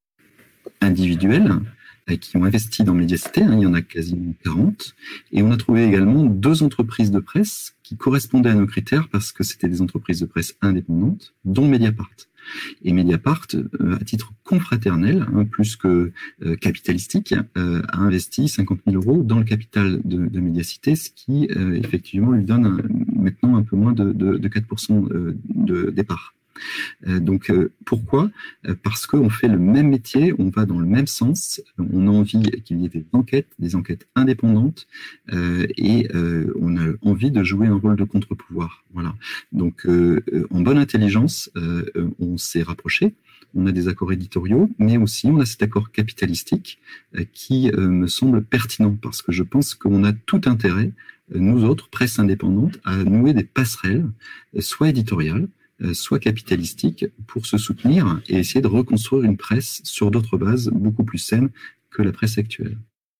individuels qui ont investi dans Médiacité, hein, il y en a quasiment quarante, et on a trouvé également deux entreprises de presse qui correspondaient à nos critères parce que c'était des entreprises de presse indépendantes, dont Mediapart. Et Mediapart, euh, à titre confraternel, hein, plus que euh, capitalistique, euh, a investi cinquante mille euros dans le capital de, de Médiacité, ce qui euh, effectivement lui donne un, maintenant un peu moins de, de, de quatre pour cent euh, de départ. Euh, donc euh, pourquoi ? euh, Parce qu'on fait le même métier, on va dans le même sens, on a envie qu'il y ait des enquêtes, des enquêtes indépendantes, euh, et euh, on a envie de jouer un rôle de contre-pouvoir. Voilà. Donc euh, en bonne intelligence, euh, on s'est rapprochés. On a des accords éditoriaux, mais aussi on a cet accord capitalistique euh, qui euh, me semble pertinent parce que je pense qu'on a tout intérêt, euh, nous autres, presse indépendante, à nouer des passerelles, euh, soit éditoriales, soit capitalistique, pour se soutenir et essayer de reconstruire une presse sur d'autres bases beaucoup plus saines que la presse actuelle.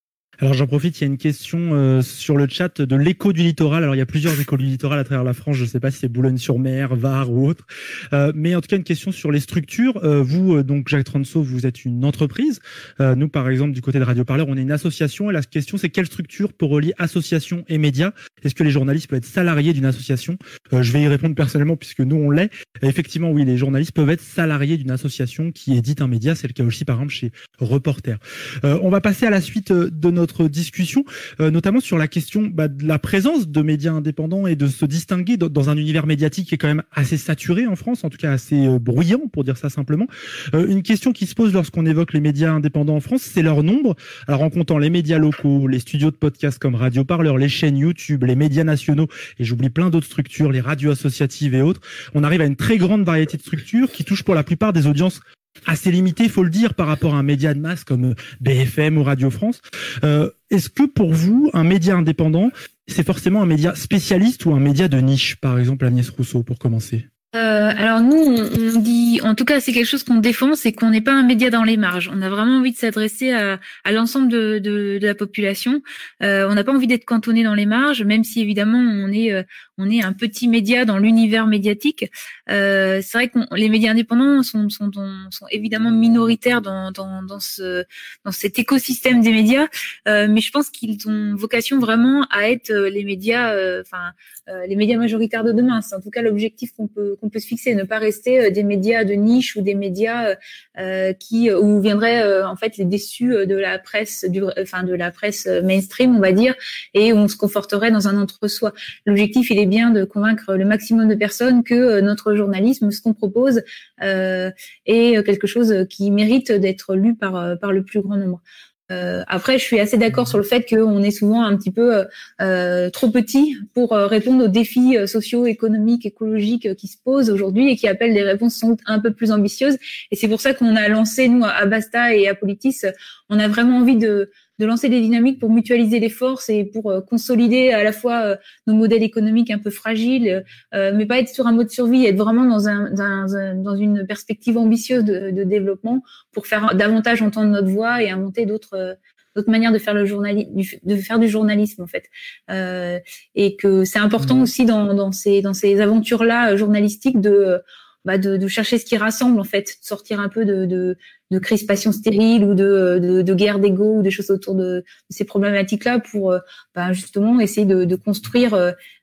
Alors j'en profite, il y a une question euh, sur le chat de l'écho du littoral. Alors il y a plusieurs échos du littoral à travers la France, je ne sais pas si c'est Boulogne-sur-Mer, Var ou autre. Euh, mais en tout cas une question sur les structures. Euh, vous, euh, donc Jacques Transo, vous êtes une entreprise. Euh, nous par exemple du côté de Radio Parleur, on est une association. Et la question c'est quelle structure peut relier association et médias? Est-ce que les journalistes peuvent être salariés d'une association? euh, Je vais y répondre personnellement puisque nous on l'est. Et effectivement oui, les journalistes peuvent être salariés d'une association qui édite un média. C'est le cas aussi par exemple chez Reporter. Euh, on va passer à la suite de notre discussion, euh, notamment sur la question bah, de la présence de médias indépendants et de se distinguer dans, dans un univers médiatique qui est quand même assez saturé en France, en tout cas assez euh, bruyant pour dire ça simplement. Euh, une question qui se pose lorsqu'on évoque les médias indépendants en France, c'est leur nombre. Alors en comptant les médias locaux, les studios de podcasts comme Radio Parleur, les chaînes YouTube, les médias nationaux, et j'oublie plein d'autres structures, les radios associatives et autres, on arrive à une très grande variété de structures qui touchent pour la plupart des audiences assez limité, faut le dire, par rapport à un média de masse comme B F M ou Radio France. Euh, est-ce que pour vous, un média indépendant, c'est forcément un média spécialiste ou un média de niche, par exemple Agnès Rousseau, pour commencer? Euh, alors nous, on, on dit, en tout cas, c'est quelque chose qu'on défend, c'est qu'on n'est pas un média dans les marges. On a vraiment envie de s'adresser à, à l'ensemble de, de, de la population. Euh, on n'a pas envie d'être cantonné dans les marges, même si évidemment on est, euh, on est un petit média dans l'univers médiatique. Euh, c'est vrai que les médias indépendants sont, sont, sont évidemment minoritaires dans, dans, dans ce, dans cet écosystème des médias, euh, mais je pense qu'ils ont vocation vraiment à être les médias, enfin, euh, les médias majoritaires de demain. C'est en tout cas l'objectif qu'on peut qu'on peut se fixer, ne pas rester des médias de niche ou des médias euh, qui où viendraient euh, en fait les déçus de la presse du enfin de la presse mainstream, on va dire, et où on se conforterait dans un entre-soi. L'objectif, il est bien de convaincre le maximum de personnes que euh, notre journalisme, ce qu'on propose, euh, est quelque chose qui mérite d'être lu par par le plus grand nombre. Euh, après, je suis assez d'accord sur le fait qu'on est souvent un petit peu euh, trop petit pour euh, répondre aux défis euh, sociaux, économiques, écologiques euh, qui se posent aujourd'hui et qui appellent des réponses sans doute un peu plus ambitieuses. Et c'est pour ça qu'on a lancé, nous, à Basta et à Politis, on a vraiment envie de, de lancer des dynamiques pour mutualiser les forces et pour euh, consolider à la fois euh, nos modèles économiques un peu fragiles, euh, mais pas être sur un mode survie, être vraiment dans, un, dans, un, dans une perspective ambitieuse de, de développement pour faire davantage entendre notre voix et inventer d'autres euh, d'autres manières de faire le journalisme, de faire du journalisme en fait, euh, et que c'est important mmh. aussi dans, dans ces dans ces aventures-là journalistiques de bah de, de chercher ce qui rassemble en fait, de sortir un peu de, de, de crispation stérile ou de, de, de guerre d'ego ou des choses autour de, de ces problématiques-là pour bah, justement essayer de, de construire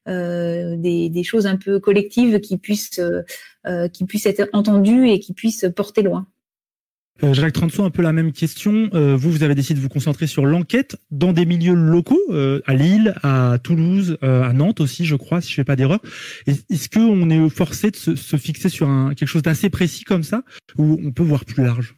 euh, des, des choses un peu collectives qui puissent euh, qui puissent être entendues et qui puissent porter loin. Euh, Jacques Transo, un peu la même question. Euh, vous, vous avez décidé de vous concentrer sur l'enquête dans des milieux locaux, euh, à Lille, à Toulouse, euh, à Nantes aussi, je crois, si je fais pas d'erreur. Est-ce qu'on est forcé de se, se fixer sur un, quelque chose d'assez précis comme ça, ou on peut voir plus large?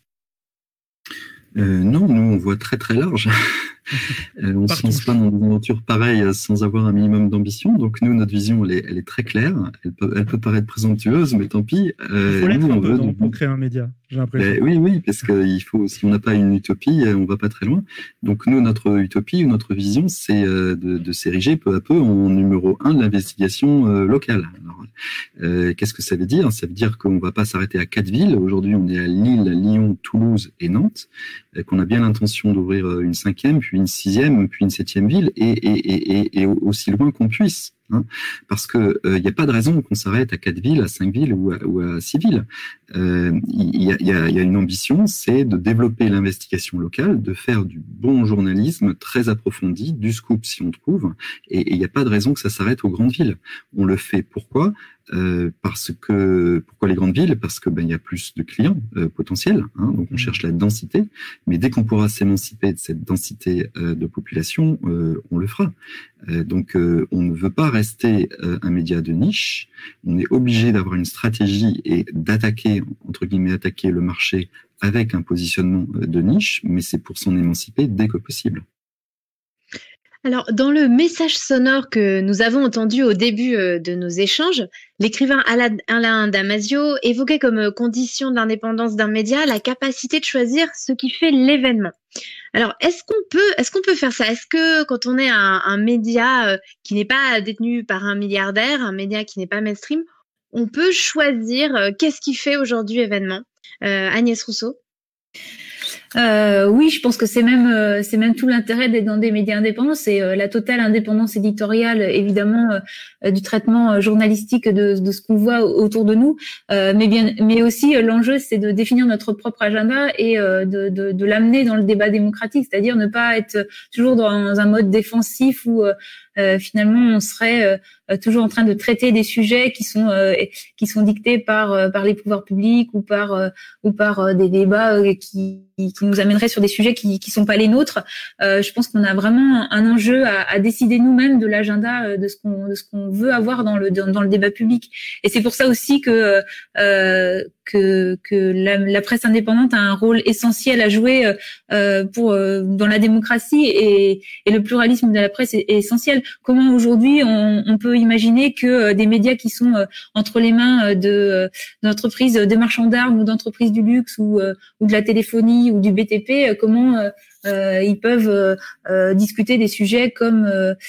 Euh, non, nous on voit très très large. euh, on ne se lance pas dans des aventures pareilles sans avoir un minimum d'ambition. Donc nous, notre vision, elle est, elle est très claire. Elle peut, elle peut paraître présomptueuse, mais tant pis. Euh, Il faut l'être nous, un on peu veut dans, donc... pour créer un média, j'ai l'impression. Ben, oui, oui, parce que il faut, si on n'a pas une utopie, on va pas très loin. Donc nous, notre utopie ou notre vision, c'est de, de s'ériger peu à peu en numéro un de l'investigation euh, locale. Alors, euh, qu'est-ce que ça veut dire? Ça veut dire qu'on va pas s'arrêter à quatre villes. Aujourd'hui, on est à Lille, Lyon, Toulouse et Nantes. Qu'on a bien l'intention d'ouvrir une cinquième, puis une sixième, puis une septième ville, et, et, et, et aussi loin qu'on puisse. Hein, parce que il euh, n'y a pas de raison qu'on s'arrête à quatre villes, à cinq villes ou à, ou à six villes. Il euh, y, y, a, y a une ambition, c'est de développer l'investigation locale, de faire du bon journalisme très approfondi, du scoop si on trouve, et il n'y a pas de raison que ça s'arrête aux grandes villes. On le fait pourquoi? Euh, parce que pourquoi les grandes villes? Parce que ben il y a plus de clients euh, potentiels, hein, donc on cherche la densité. Mais dès qu'on pourra s'émanciper de cette densité euh, de population, euh, on le fera. Euh, donc euh, on ne veut pas rester euh, un média de niche. On est obligé d'avoir une stratégie et d'attaquer entre guillemets attaquer le marché avec un positionnement de niche, mais c'est pour s'en émanciper dès que possible. Alors, dans le message sonore que nous avons entendu au début de nos échanges, l'écrivain Alain Damasio évoquait comme condition de l'indépendance d'un média la capacité de choisir ce qui fait l'événement. Alors, est-ce qu'on peut, est-ce qu'on peut faire ça? Est-ce que quand on est un, un média qui n'est pas détenu par un milliardaire, un média qui n'est pas mainstream, on peut choisir qu'est-ce qui fait aujourd'hui événement? euh, Agnès Rousseau? Euh, oui, je pense que c'est même euh, c'est même tout l'intérêt d'être dans des médias indépendants, c'est euh, la totale indépendance éditoriale, évidemment, euh, du traitement euh, journalistique de, de ce qu'on voit autour de nous, euh, mais bien, mais aussi euh, l'enjeu, c'est de définir notre propre agenda et euh, de, de, de l'amener dans le débat démocratique, c'est-à-dire ne pas être toujours dans un mode défensif où euh, euh, finalement on serait euh, toujours en train de traiter des sujets qui sont euh, qui sont dictés par euh, par les pouvoirs publics ou par euh, ou par euh, des débats euh, qui qui nous amèneraient sur des sujets qui qui sont pas les nôtres. Euh, je pense qu'on a vraiment un enjeu à, à décider nous-mêmes de l'agenda de ce qu'on de ce qu'on veut avoir dans le dans, dans le débat public. Et c'est pour ça aussi que euh, que que la, la presse indépendante a un rôle essentiel à jouer euh, pour euh, dans la démocratie et et le pluralisme de la presse est, est essentiel. Comment aujourd'hui on, on peut imaginer que euh, des médias qui sont euh, entre les mains de euh, d'entreprises de marchands d'armes ou d'entreprises du luxe ou euh, ou de la téléphonie ou du B T P, euh, comment euh, Euh, ils peuvent euh, euh, discuter des sujets comme,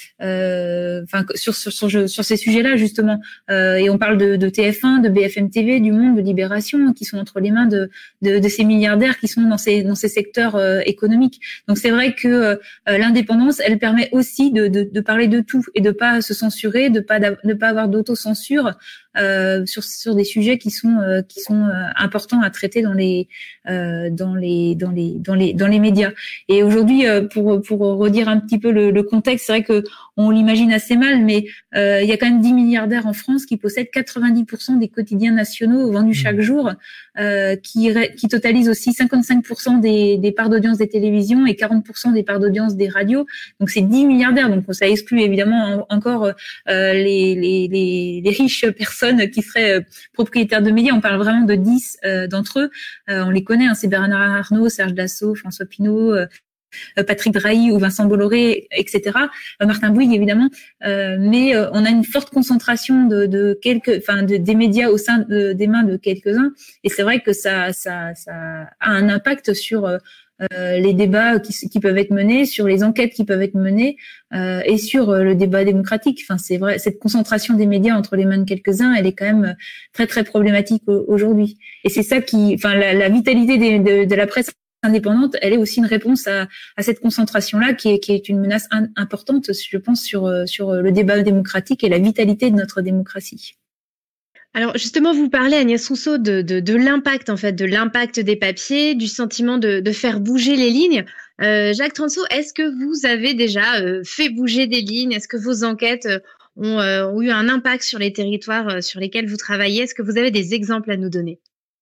euh, enfin, euh, sur, sur sur sur ces sujets-là justement. Euh, et on parle de, de T F un, de B F M T V, du Monde, de Libération, qui sont entre les mains de de, de ces milliardaires qui sont dans ces dans ces secteurs euh, économiques. Donc c'est vrai que euh, l'indépendance, elle permet aussi de, de de parler de tout et de pas se censurer, de pas de pas avoir d'autocensure euh, sur sur des sujets qui sont euh, qui sont euh, importants à traiter dans les euh, dans les dans les dans les dans les médias. Et aujourd'hui, pour pour redire un petit peu le, le contexte, c'est vrai que on l'imagine assez mal, mais euh, il y a quand même dix milliardaires en France qui possèdent quatre-vingt-dix pour cent des quotidiens nationaux vendus chaque jour, euh, qui qui totalisent aussi cinquante-cinq pour cent des, des parts d'audience des télévisions et quarante pour cent des parts d'audience des radios. Donc c'est dix milliardaires. Donc ça exclut évidemment encore euh, les, les les les riches personnes qui seraient propriétaires de médias. On parle vraiment de dix euh, d'entre eux. Euh, on les connaît, hein, c'est Bernard Arnault, Serge Dassault, François Pinault, euh, Patrick Drahi ou Vincent Bolloré, et cetera. Euh, Martin Bouygues évidemment, euh, mais euh, on a une forte concentration de, de quelques, enfin de, des médias au sein de, des mains de quelques-uns, et c'est vrai que ça, ça, ça a un impact sur euh, les débats qui, qui peuvent être menés, sur les enquêtes qui peuvent être menées euh, et sur euh, le débat démocratique. Enfin, c'est vrai, cette concentration des médias entre les mains de quelques-uns, elle est quand même très très problématique aujourd'hui. Et c'est ça qui, enfin, la, la vitalité des, de, de la presse indépendante, elle est aussi une réponse à, à cette concentration-là qui est, qui est une menace in, importante, je pense, sur, sur le débat démocratique et la vitalité de notre démocratie. Alors justement, vous parlez, Agnès Rousseau, de, de, de l'impact, en fait, de l'impact des papiers, du sentiment de, de faire bouger les lignes. Euh, Jacques Transo, est-ce que vous avez déjà euh, fait bouger des lignes? Est-ce que vos enquêtes ont, euh, ont eu un impact sur les territoires euh, sur lesquels vous travaillez? Est-ce que vous avez des exemples à nous donner?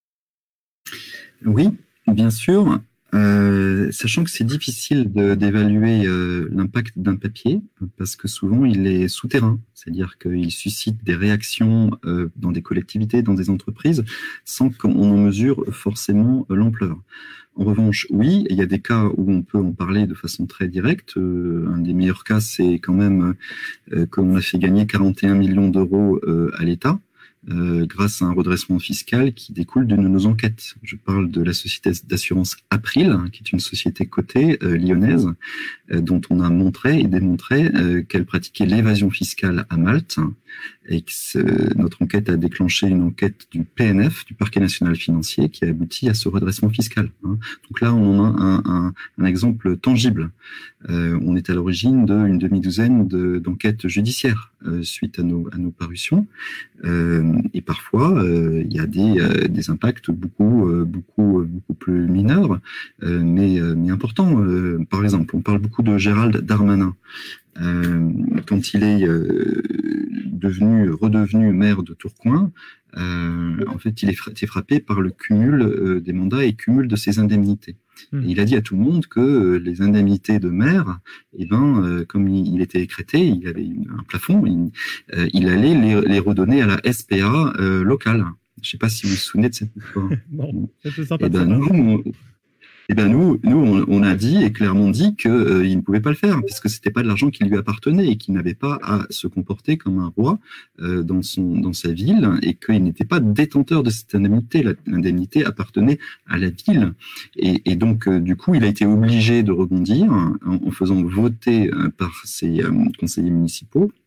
Oui, bien sûr. Euh, sachant que c'est difficile de, d'évaluer euh, l'impact d'un papier, parce que souvent il est souterrain, c'est-à-dire qu'il suscite des réactions euh, dans des collectivités, dans des entreprises, sans qu'on en mesure forcément euh, l'ampleur. En revanche, oui, il y a des cas où on peut en parler de façon très directe. Euh, un des meilleurs cas, c'est quand même euh, qu'on a fait gagner quarante et un millions d'euros euh, à l'État. Euh, grâce à un redressement fiscal qui découle de nos enquêtes. Je parle de la société d'assurance April, qui est une société cotée euh, lyonnaise, euh, dont on a montré et démontré euh, qu'elle pratiquait l'évasion fiscale à Malte, et que ce, notre enquête a déclenché une enquête du P N F, du Parquet national financier, qui a abouti à ce redressement fiscal. Hein. Donc là, on en a un, un, un exemple tangible. Euh, on est à l'origine d'une demi-douzaine de, d'enquêtes judiciaires euh, suite à nos, à nos parutions. Euh, et parfois, euh, il y a des, euh, des impacts beaucoup, euh, beaucoup, beaucoup plus mineurs, euh, mais, euh, mais importants. Euh, par exemple, on parle beaucoup de Gérald Darmanin. Euh, quand il est euh, devenu, redevenu maire de Tourcoing, euh, en fait, il est été frappé par le cumul euh, des mandats et cumul de ses indemnités. Mmh. Et il a dit à tout le monde que euh, les indemnités de maire, eh ben, euh, comme il, il était écrété, il avait une, un plafond, il, euh, il allait les, les redonner à la S P A euh, locale. Je ne sais pas si vous vous souvenez de cette histoire. Non, c'est sympa. Eh ben, nous, Eh ben nous, nous, on, on a dit et clairement dit que euh, il ne pouvait pas le faire parce que c'était pas de l'argent qui lui appartenait et qu'il n'avait pas à se comporter comme un roi euh, dans son dans sa ville et qu'il n'était pas détenteur de cette indemnité. L'indemnité appartenait à la ville et, et donc euh, du coup, il a été obligé de rebondir en, en faisant voter euh, par ses euh, conseillers municipaux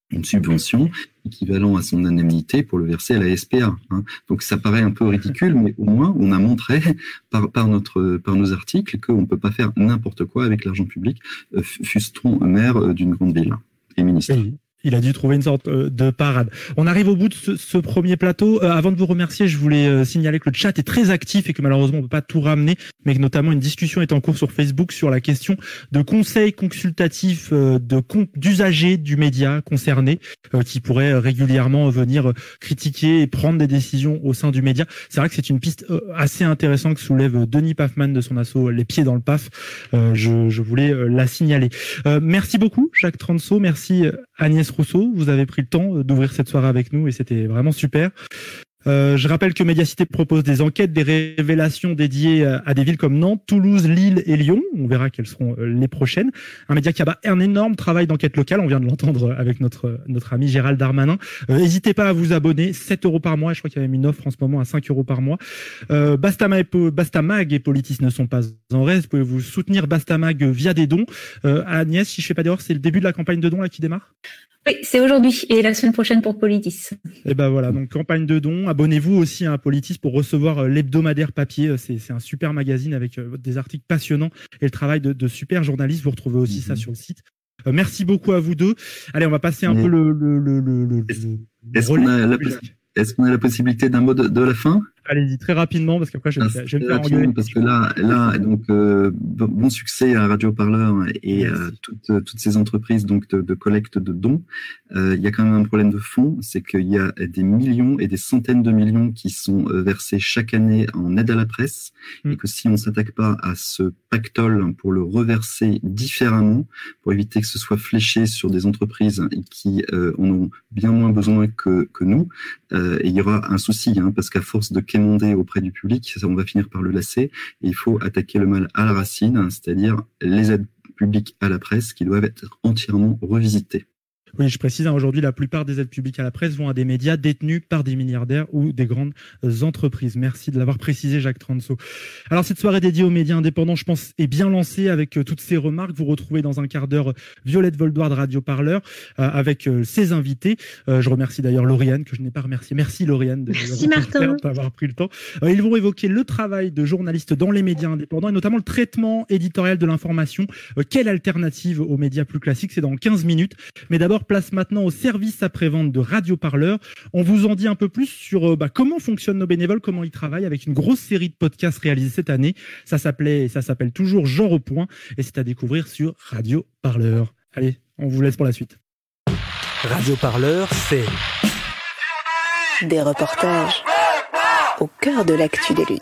une subvention équivalent à son indemnité pour le verser à la S P A. Hein. Donc ça paraît un peu ridicule, mais au moins on a montré par, par, notre, par nos articles qu'on ne peut pas faire n'importe quoi avec l'argent public, euh, fût-on maire d'une grande ville et ministre. Oui. Il a dû trouver une sorte de parade. On arrive au bout de ce, ce premier plateau. Euh, avant de vous remercier, je voulais euh, signaler que le chat est très actif et que malheureusement on peut pas tout ramener, mais que notamment une discussion est en cours sur Facebook sur la question de conseils consultatifs euh, de d'usagers du média concerné euh, qui pourraient régulièrement venir critiquer et prendre des décisions au sein du média. C'est vrai que c'est une piste euh, assez intéressante que soulève Denis Pafman de son asso Les Pieds dans le Paf. Euh, je, je voulais euh, la signaler. Euh, merci beaucoup Jacques Transo, merci Agnès Rousseau, vous avez pris le temps d'ouvrir cette soirée avec nous et c'était vraiment super. Euh, je rappelle que Médiacité propose des enquêtes, des révélations dédiées à des villes comme Nantes, Toulouse, Lille et Lyon. On verra quelles seront les prochaines. Un média qui a un énorme travail d'enquête locale. On vient de l'entendre avec notre notre ami Gérald Darmanin. Euh, n'hésitez pas à vous abonner. sept euros par mois. Je crois qu'il y a même une offre en ce moment à cinq euros par mois. Euh, Bastamag et, Bastamag et Politis ne sont pas en reste. Vous pouvez vous soutenir Bastamag via des dons. Euh, Agnès, si je fais pas d'erreur, c'est le début de la campagne de dons là qui démarre? Oui, c'est aujourd'hui et la semaine prochaine pour Politis. Et ben voilà, donc campagne de dons. Abonnez-vous aussi à Politis pour recevoir l'hebdomadaire papier. C'est, c'est un super magazine avec des articles passionnants et le travail de, de super journalistes. Vous retrouvez aussi mmh. ça sur le site. Euh, merci beaucoup à vous deux. Allez, on va passer un mmh. peu le, le, le, le, le, est-ce, le est-ce qu'on a la, est-ce qu'on a la possibilité d'un mot de, de la fin? Allez-y, très rapidement, parce qu'après, je vais, je vais me faire engueuler. Parce que là, là, donc, euh, bon succès à Radio Parleur et euh, toutes, toutes ces entreprises donc de, de collecte de dons. Euh, il y a quand même un problème de fond, c'est qu'il y a des millions et des centaines de millions qui sont versés chaque année en aide à la presse, mmh. et que si on ne s'attaque pas à ce pactole pour le reverser différemment, pour éviter que ce soit fléché sur des entreprises qui euh, en ont bien moins besoin que, que nous, euh, et il y aura un souci, hein, parce qu'à force de quémander auprès du public, on va finir par le lasser, et il faut attaquer le mal à la racine, c'est-à-dire les aides publiques à la presse qui doivent être entièrement revisitées. Oui, je précise, hein, aujourd'hui, la plupart des aides publiques à la presse vont à des médias détenus par des milliardaires ou des grandes entreprises. Merci de l'avoir précisé, Jacques Transo. Alors, cette soirée dédiée aux médias indépendants, je pense, est bien lancée avec euh, toutes ces remarques. Vous retrouvez dans un quart d'heure Violette Voldoir de Radio Parleur euh, avec euh, ses invités. Euh, je remercie d'ailleurs Lauriane, que je n'ai pas remercié. Merci Lauriane de Merci Martin. d'avoir pris le temps. Euh, ils vont évoquer le travail de journalistes dans les médias indépendants et notamment le traitement éditorial de l'information. Euh, quelle alternative aux médias plus classiques? C'est dans quinze minutes. Mais d'abord, place maintenant au service après-vente de Radio Parleur. On vous en dit un peu plus sur euh, bah, comment fonctionnent nos bénévoles, comment ils travaillent avec une grosse série de podcasts réalisés cette année. Ça s'appelait, ça s'appelle toujours Genre au point et c'est à découvrir sur Radio Parleur. Allez, on vous laisse pour la suite. Radio Parleur, c'est des reportages au cœur de l'actu des luttes.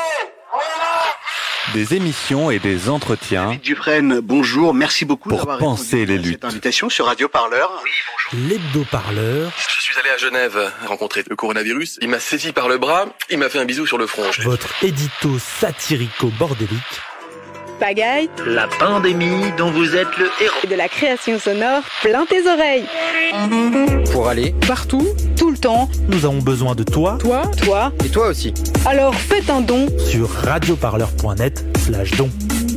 Des émissions et des entretiens. David Dufresne, bonjour, merci beaucoup pour d'avoir penser les luttes. Cette invitation sur Radio Parleur. Oui, bonjour. L'hebdo-parleur. Je suis allé à Genève rencontrer le coronavirus. Il m'a saisi par le bras, il m'a fait un bisou sur le front. Votre édito satirico-bordélique. Pagaille. La pandémie dont vous êtes le héros. Et de la création sonore plein tes oreilles. Pour aller partout, tout le temps, nous avons besoin de toi. Toi. Toi. Et toi aussi. Alors faites un don sur radioparleur.net slash don.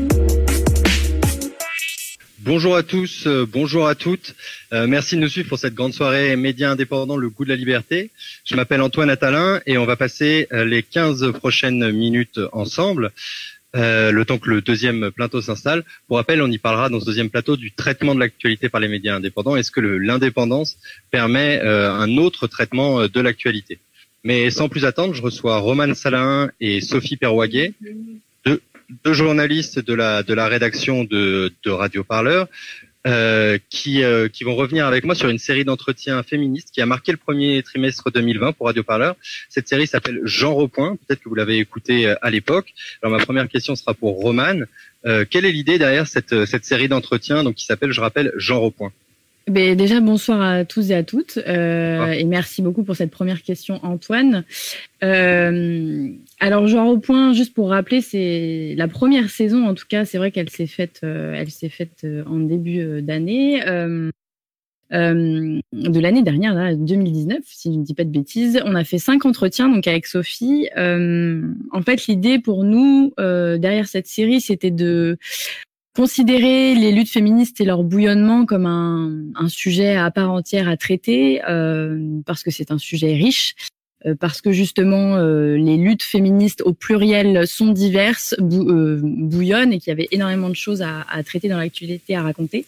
Bonjour à tous, euh, bonjour à toutes. Euh, merci de nous suivre pour cette grande soirée médias indépendants, le goût de la liberté. Je m'appelle Antoine Attalin et on va passer euh, les quinze prochaines minutes ensemble. Euh, le temps que le deuxième plateau s'installe. Pour rappel, on y parlera dans ce deuxième plateau du traitement de l'actualité par les médias indépendants. Est-ce que le, l'indépendance permet euh, un autre traitement euh, de l'actualité? Mais sans plus attendre, je reçois Romane Salahin et Sophie Perwaguet, deux, deux journalistes de la, de la rédaction de, de Radio Parleur, euh, qui, euh, qui vont revenir avec moi sur une série d'entretiens féministes qui a marqué le premier trimestre deux mille vingt pour Radio Parleur. Cette série s'appelle Genre au point. Peut-être que vous l'avez écoutée à l'époque. Alors ma première question sera pour Romane. Euh, quelle est l'idée derrière cette, cette série d'entretiens, donc qui s'appelle, je rappelle, Genre au point? Ben déjà, bonsoir à tous et à toutes, euh, ah. et merci beaucoup pour cette première question, Antoine. Euh, alors, Genre au point, juste pour rappeler, c'est la première saison, en tout cas, c'est vrai qu'elle s'est faite, euh, elle s'est faite en début d'année, euh, euh, de l'année dernière, là, deux mille dix-neuf, si je ne dis pas de bêtises. On a fait cinq entretiens, donc avec Sophie. Euh, en fait, l'idée pour nous euh, derrière cette série, c'était de considérer les luttes féministes et leur bouillonnement comme un, un sujet à part entière à traiter, euh, parce que c'est un sujet riche, euh, parce que justement euh, les luttes féministes au pluriel sont diverses, bou- euh, bouillonnent et qu'il y avait énormément de choses à, à traiter dans l'actualité, à raconter.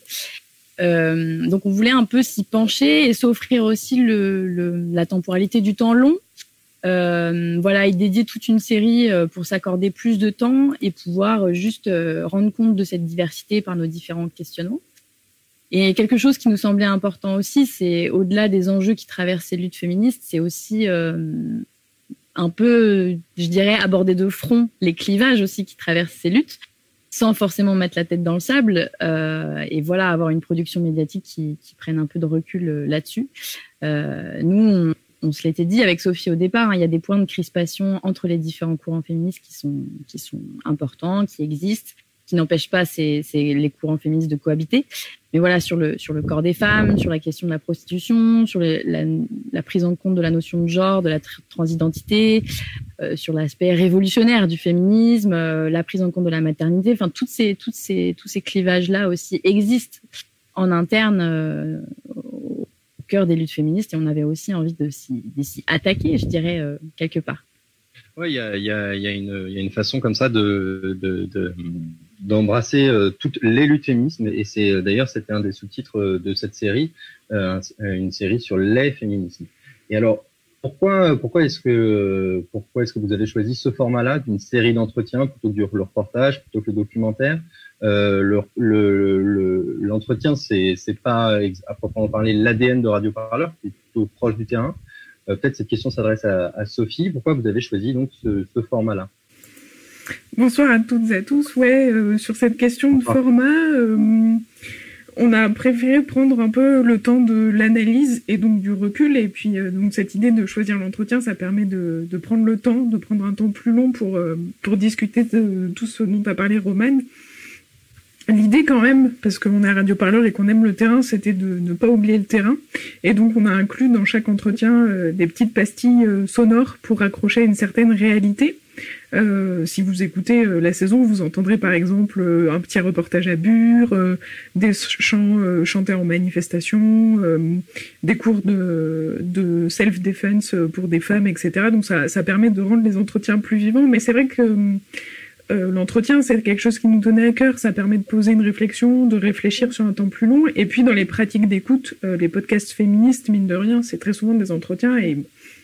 Euh, donc on voulait un peu s'y pencher et s'offrir aussi le, le, la temporalité du temps long. Euh, voilà, y dédier toute une série pour s'accorder plus de temps et pouvoir juste rendre compte de cette diversité par nos différents questionnements. Et quelque chose qui nous semblait important aussi, c'est au-delà des enjeux qui traversent ces luttes féministes, c'est aussi euh, un peu, je dirais, aborder de front les clivages aussi qui traversent ces luttes, sans forcément mettre la tête dans le sable, euh, et voilà, avoir une production médiatique qui, qui prenne un peu de recul là-dessus. Euh, nous, on, on se l'était dit avec Sophie au départ, hein, il y a des points de crispation entre les différents courants féministes qui sont, qui sont importants, qui existent, qui n'empêchent pas ces, ces, les courants féministes de cohabiter. Mais voilà, sur le, sur le corps des femmes, sur la question de la prostitution, sur les, la, la prise en compte de la notion de genre, de la tr- transidentité, euh, sur l'aspect révolutionnaire du féminisme, euh, la prise en compte de la maternité, enfin, toutes ces, toutes ces, tous ces clivages-là aussi existent en interne euh, au cœur des luttes féministes et on avait aussi envie de s'y, de s'y attaquer, je dirais, euh, quelque part. Oui, il y a, y, a, y, a une, y a une façon comme ça de, de, de, d'embrasser euh, toutes les luttes féministes, et c'est d'ailleurs c'était un des sous-titres de cette série, euh, une série sur les féminismes. Et alors, pourquoi, pourquoi est-ce que, pourquoi est-ce que vous avez choisi ce format-là d'une série d'entretiens plutôt que du le reportage, plutôt que le documentaire? Euh, le, le, le, l'entretien, c'est, c'est pas à proprement parler l'A D N de Radio Parleur, c'est plutôt proche du terrain. Euh, peut-être cette question s'adresse à, à Sophie. Pourquoi vous avez choisi donc ce, ce format-là? Bonsoir à toutes et à tous. Ouais, euh, sur cette question de format, euh, on a préféré prendre un peu le temps de l'analyse et donc du recul. Et puis euh, donc cette idée de choisir l'entretien, ça permet de, de prendre le temps, de prendre un temps plus long pour euh, pour discuter de tout ce dont a parlé Romane. L'idée quand même, parce qu'on est à Radio Parleur et qu'on aime le terrain, c'était de ne pas oublier le terrain. Et donc on a inclus dans chaque entretien euh, des petites pastilles euh, sonores pour raccrocher à une certaine réalité. Euh, si vous écoutez euh, la saison, vous entendrez par exemple euh, un petit reportage à Bure, euh, des chants euh, chantés en manifestation, euh, des cours de, de self-defense pour des femmes, et cetera. Donc ça, ça permet de rendre les entretiens plus vivants. Mais c'est vrai que Euh, l'entretien, c'est quelque chose qui nous tenait à cœur. Ça permet de poser une réflexion, de réfléchir sur un temps plus long. Et puis, dans les pratiques d'écoute, euh, les podcasts féministes, mine de rien, c'est très souvent des entretiens et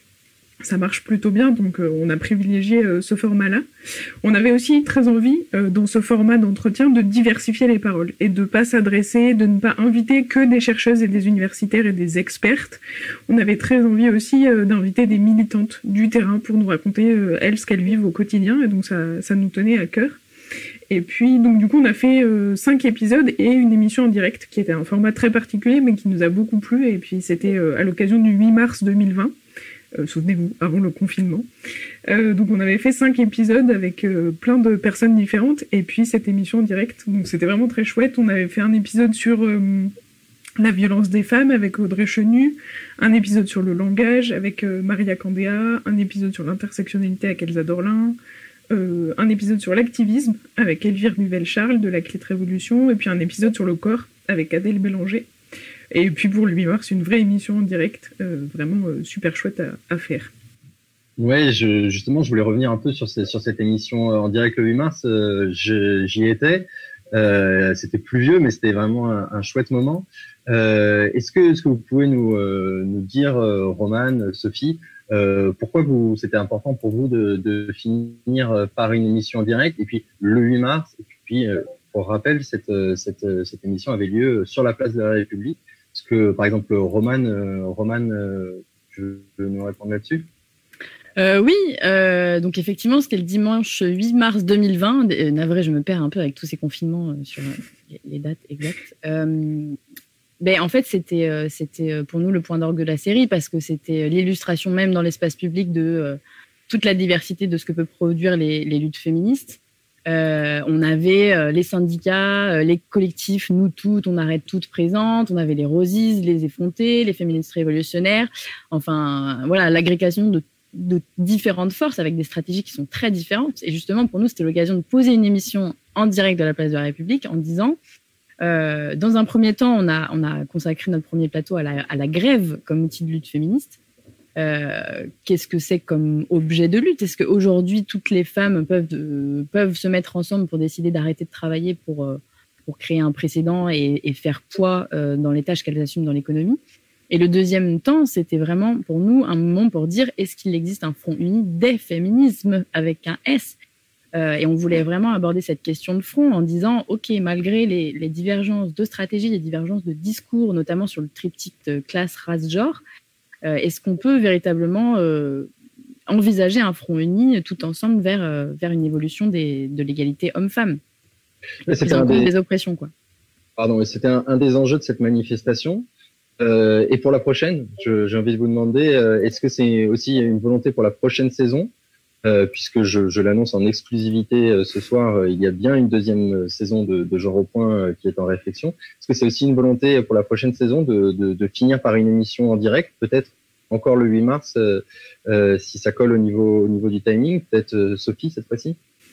ça marche plutôt bien. Donc, euh, on a privilégié euh, ce format-là. On avait aussi très envie, euh, dans ce format d'entretien, de diversifier les paroles et de pas s'adresser, de ne pas inviter que des chercheuses et des universitaires et des expertes. On avait très envie aussi euh, d'inviter des militantes du terrain pour nous raconter, euh, elles, ce qu'elles vivent au quotidien. Et donc, ça, ça nous tenait à cœur. Et puis, donc, du coup, on a fait euh, cinq épisodes et une émission en direct qui était un format très particulier, mais qui nous a beaucoup plu. Et puis, c'était euh, à l'occasion du huit mars deux mille vingt. Euh, souvenez-vous, avant le confinement. Euh, donc on avait fait cinq épisodes avec euh, plein de personnes différentes et puis cette émission en direct. Donc c'était vraiment très chouette. On avait fait un épisode sur euh, la violence des femmes avec Audrey Chenu, un épisode sur le langage avec euh, Maria Candéa, un épisode sur l'intersectionnalité avec Elsa Dorlin, euh, un épisode sur l'activisme avec Elvire Duvel-Charles de la Clé de Révolution et puis un épisode sur le corps avec Adèle Bélanger. Et puis pour le huit mars, une vraie émission en direct, euh, vraiment euh, super chouette à, à faire. Ouais, je, justement, je voulais revenir un peu sur, ce, sur cette émission en direct le huit mars. Euh, je, j'y étais. Euh, c'était pluvieux, mais c'était vraiment un, un chouette moment. Euh, est-ce que, est-ce que vous pouvez nous, euh, nous dire, euh, Romane, Sophie, euh, pourquoi vous, c'était important pour vous de, de finir par une émission en direct et puis le huit mars, et puis euh, pour rappel, cette, cette, cette émission avait lieu sur la place de la République. Est-ce que, par exemple, Romane, euh, Romane, euh, tu veux nous répondre là-dessus? Euh, oui, euh, donc effectivement, c'était le dimanche huit mars deux mille vingt. Euh, navré, je me perds un peu avec tous ces confinements euh, sur euh, les dates exactes. Euh, ben, en fait, c'était, euh, c'était pour nous le point d'orgue de la série parce que c'était l'illustration même dans l'espace public de euh, toute la diversité de ce que peuvent produire les, les luttes féministes. Euh, on avait euh, les syndicats, euh, les collectifs, nous toutes, on arrête toutes présentes. On avait les Rosies, les effrontés, les féministes révolutionnaires. Enfin, voilà, l'agrégation de, de différentes forces avec des stratégies qui sont très différentes. Et justement, pour nous, c'était l'occasion de poser une émission en direct de la place de la République en disant, euh, dans un premier temps, on a, on a consacré notre premier plateau à la, à la grève comme outil de lutte féministe. Euh, qu'est-ce que c'est comme objet de lutte? Est-ce qu'aujourd'hui, toutes les femmes peuvent, euh, peuvent se mettre ensemble pour décider d'arrêter de travailler pour, euh, pour créer un précédent et, et faire poids euh, dans les tâches qu'elles assument dans l'économie? Et le deuxième temps, c'était vraiment pour nous un moment pour dire est-ce qu'il existe un front uni des féminismes avec un S? euh, Et on voulait vraiment aborder cette question de front en disant ok, malgré les, les divergences de stratégie, les divergences de discours, notamment sur le triptyque de classe, race, genre, euh, est-ce qu'on peut véritablement euh, envisager un front uni tout ensemble vers, euh, vers une évolution des, de l'égalité homme-femme, c'était un des... des... des oppressions, quoi. Pardon, c'était un, un des enjeux de cette manifestation. Euh, et pour la prochaine, je, j'ai envie de vous demander, euh, est-ce que c'est aussi une volonté pour la prochaine saison, euh, puisque je, je l'annonce en exclusivité euh, ce soir, euh, il y a bien une deuxième saison de, de Genre au Point euh, qui est en réflexion. Est-ce que c'est aussi une volonté pour la prochaine saison de, de, de finir par une émission en direct, peut-être encore le huit mars, euh, euh, si ça colle au niveau, au niveau du timing, peut-être euh, Sophie cette fois-ci?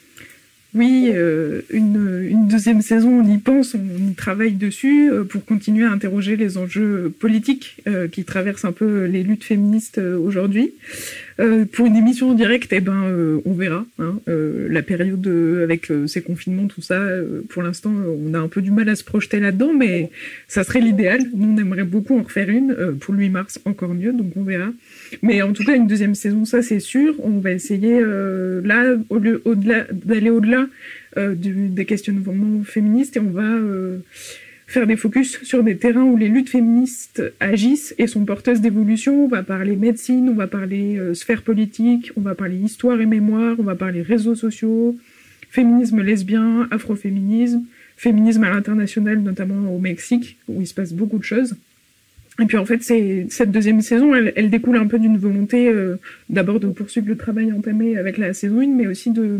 Oui, euh, une, une deuxième saison, on y pense, on y travaille dessus euh, pour continuer à interroger les enjeux politiques euh, qui traversent un peu les luttes féministes euh, aujourd'hui. Euh, pour une émission en direct, eh ben, euh, on verra. Hein, euh, la période euh, avec euh, ces confinements, tout ça, euh, pour l'instant, euh, on a un peu du mal à se projeter là-dedans, mais ça serait l'idéal. Nous, on aimerait beaucoup en refaire une. Euh, pour le huit mars, encore mieux, donc on verra. Mais en tout cas, une deuxième saison, ça c'est sûr. On va essayer, euh, là, au lieu, au-delà, d'aller au-delà euh, du, des questionnements féministes, et on va... Euh, faire des focus sur des terrains où les luttes féministes agissent et sont porteuses d'évolution. On va parler médecine, on va parler euh, sphère politique, on va parler histoire et mémoire, on va parler réseaux sociaux, féminisme lesbien, afroféminisme, féminisme à l'international, notamment au Mexique, où il se passe beaucoup de choses. Et puis en fait, c'est, cette deuxième saison, elle, elle découle un peu d'une volonté euh, d'abord de poursuivre le travail entamé avec la saison un, mais aussi de...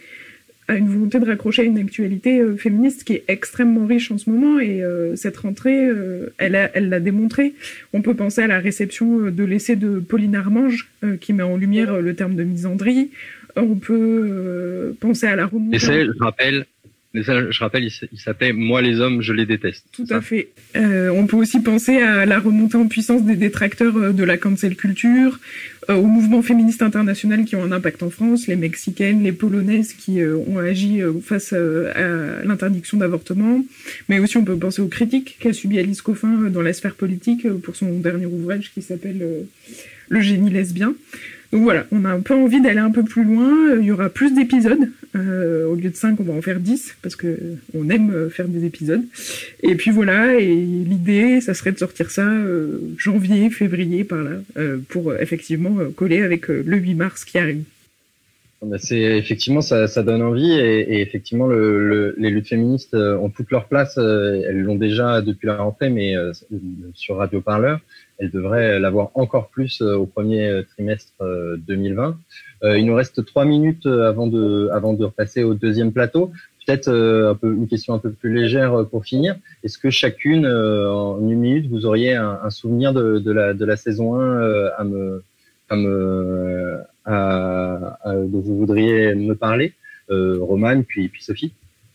à une volonté de raccrocher à une actualité euh, féministe qui est extrêmement riche en ce moment, et euh, cette rentrée, euh, elle, a, elle l'a démontré. On peut penser à la réception euh, de l'essai de Pauline Armange, euh, qui met en lumière euh, le terme de misandrie. On peut euh, penser à la remontée... L'essai, je rappelle, l'essai, je rappelle, il, il s'appelait « Moi les hommes, je les déteste ». Tout à fait. Euh, on peut aussi penser à la remontée en puissance des détracteurs de la cancel culture, euh, au mouvement féministe international qui ont un impact en France, les Mexicaines, les Polonaises qui euh, ont agi euh, face euh, à l'interdiction d'avortement, mais aussi on peut penser aux critiques qu'a subi Alice Coffin euh, dans la sphère politique euh, pour son dernier ouvrage qui s'appelle euh, « Le génie lesbien ». Donc voilà, on a un peu envie d'aller un peu plus loin. Il y aura plus d'épisodes. Euh, au lieu de cinq, on va en faire dix, parce que on aime faire des épisodes. Et puis voilà, et l'idée, ça serait de sortir ça euh, janvier, février, par là, euh, pour effectivement coller avec euh, le huit mars qui arrive. C'est effectivement, ça, ça donne envie, et, et effectivement, le, le, les luttes féministes ont toute leur place. Elles l'ont déjà depuis la rentrée, mais euh, sur Radio Parleur. Elle devrait l'avoir encore plus au premier trimestre deux mille vingt. Euh, il nous reste trois minutes avant de, avant de repasser au deuxième plateau. Peut-être euh, un peu, une question un peu plus légère pour finir. Est-ce que chacune, euh, en une minute, vous auriez un, un souvenir de, de, la, de la saison un euh, à me, à me, à, à, dont vous voudriez me parler, euh, Romane, puis, puis Sophie?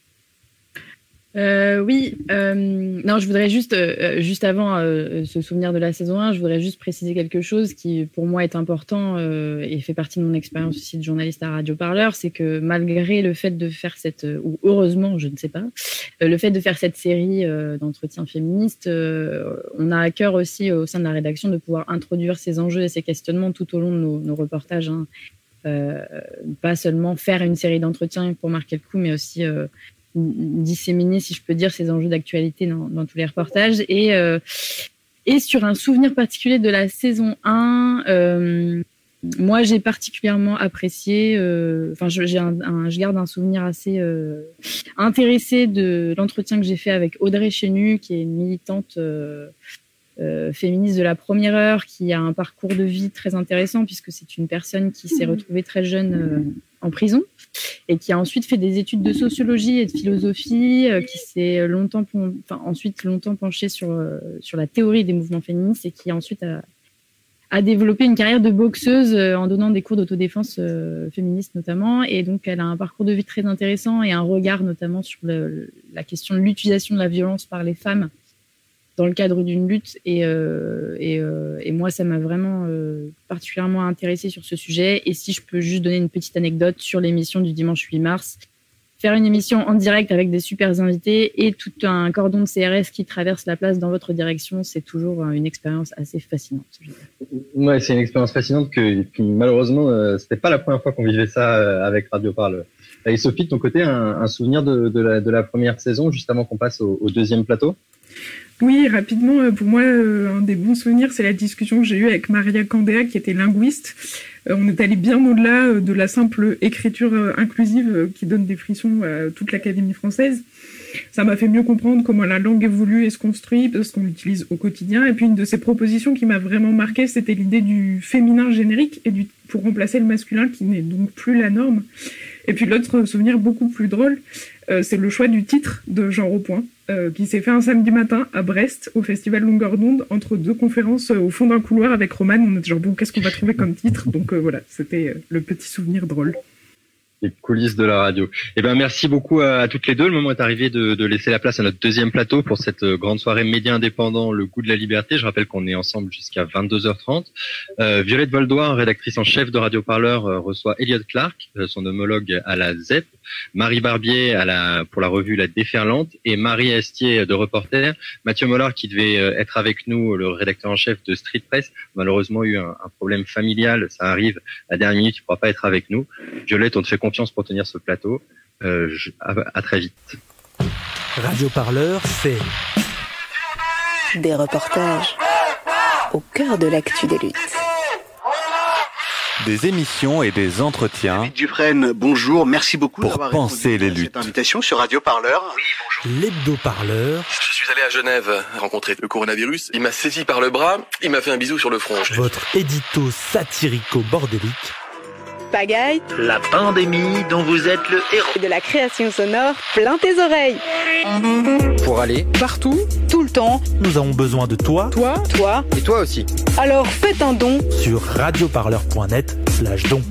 Euh, oui, euh, non, je voudrais juste, euh, juste avant euh, ce souvenir de la saison un, je voudrais juste préciser quelque chose qui, pour moi, est important euh, et fait partie de mon expérience aussi de journaliste à Radio Parleur, c'est que malgré le fait de faire cette, ou heureusement, je ne sais pas, euh, le fait de faire cette série euh, d'entretiens féministes, euh, on a à cœur aussi au sein de la rédaction de pouvoir introduire ces enjeux et ces questionnements tout au long de nos, nos reportages. Hein. Euh, pas seulement faire une série d'entretiens pour marquer le coup, mais aussi euh, disséminer, si je peux dire, ces enjeux d'actualité dans, dans tous les reportages. Et, euh, et sur un souvenir particulier de la saison un, euh, moi, j'ai particulièrement apprécié, enfin, euh, j'ai un, un, je garde un souvenir assez euh, intéressé de l'entretien que j'ai fait avec Audrey Chenu, qui est une militante euh, euh, féministe de la première heure, qui a un parcours de vie très intéressant, puisque c'est une personne qui s'est retrouvée très jeune euh, en prison, et qui a ensuite fait des études de sociologie et de philosophie, euh, qui s'est longtemps, enfin, ensuite longtemps penchée sur, euh, sur la théorie des mouvements féministes, et qui ensuite a, a développé une carrière de boxeuse euh, en donnant des cours d'autodéfense euh, féministe notamment. Et donc, elle a un parcours de vie très intéressant et un regard notamment sur le, la question de l'utilisation de la violence par les femmes dans le cadre d'une lutte. Et, euh, et, euh, et moi, ça m'a vraiment euh, particulièrement intéressée sur ce sujet. Et si je peux juste donner une petite anecdote sur l'émission du dimanche huit mars, faire une émission en direct avec des super invités et tout un cordon de C R S qui traverse la place dans votre direction, c'est toujours une expérience assez fascinante. Ouais, c'est une expérience fascinante que puis, malheureusement, euh, c'était pas la première fois qu'on vivait ça euh, avec Radio Parleur. Et Sophie, de ton côté, un, un souvenir de, de, la, de la première saison, juste avant qu'on passe au, au deuxième plateau? Oui, rapidement, pour moi, un des bons souvenirs, c'est la discussion que j'ai eue avec Maria Candéa, qui était linguiste. On est allé bien au-delà de la simple écriture inclusive qui donne des frissons à toute l'Académie française. Ça m'a fait mieux comprendre comment la langue évolue et se construit, parce qu'on l'utilise au quotidien. Et puis, une de ces propositions qui m'a vraiment marquée, c'était l'idée du féminin générique et du, pour remplacer le masculin, qui n'est donc plus la norme. Et puis, l'autre souvenir beaucoup plus drôle, euh, c'est le choix du titre de Jean Raupoint, euh, qui s'est fait un samedi matin à Brest, au Festival Longueur d'onde, entre deux conférences euh, au fond d'un couloir avec Romane. On était genre, bon, qu'est-ce qu'on va trouver comme titre? Donc euh, voilà, c'était euh, le petit souvenir drôle. Les coulisses de la radio. Eh ben, merci beaucoup à, à toutes les deux. Le moment est arrivé de, de laisser la place à notre deuxième plateau pour cette euh, grande soirée média indépendant, le goût de la liberté. Je rappelle qu'on est ensemble jusqu'à vingt-deux heures trente. Euh, Violette Voldoir, rédactrice en chef de Radio Parleur, euh, reçoit Elliot Clark, euh, son homologue à la Z E P, Marie Barbier à la, pour la revue La Déferlante, et Marie Astier de Reporter. Mathieu Mollard, qui devait euh, être avec nous, le rédacteur en chef de Street Press, malheureusement eu un, un problème familial. Ça arrive à la dernière minute, il ne pourra pas être avec nous. Violette, on te fait confiance pour tenir ce plateau. Euh, je, à, à très vite. Radio Parleur, c'est des reportages au cœur de l'actu des luttes. Des émissions et des entretiens. Dufresne, bonjour, merci beaucoup pour d'avoir penser les à luttes. cette invitation sur Radio Parleur. Oui, bonjour. L'hebdo-parleur. Je suis allé à Genève rencontrer le coronavirus. Il m'a saisi par le bras, il m'a fait un bisou sur le front. Votre édito satirico-bordélique. Pagaille, La pandémie dont vous êtes le héros. et de la création sonore plein tes oreilles. Pour aller Partout, tout le temps. nous avons besoin de toi, Toi, toi. et toi aussi. Alors faites un don. Sur radioparleur.net slash don.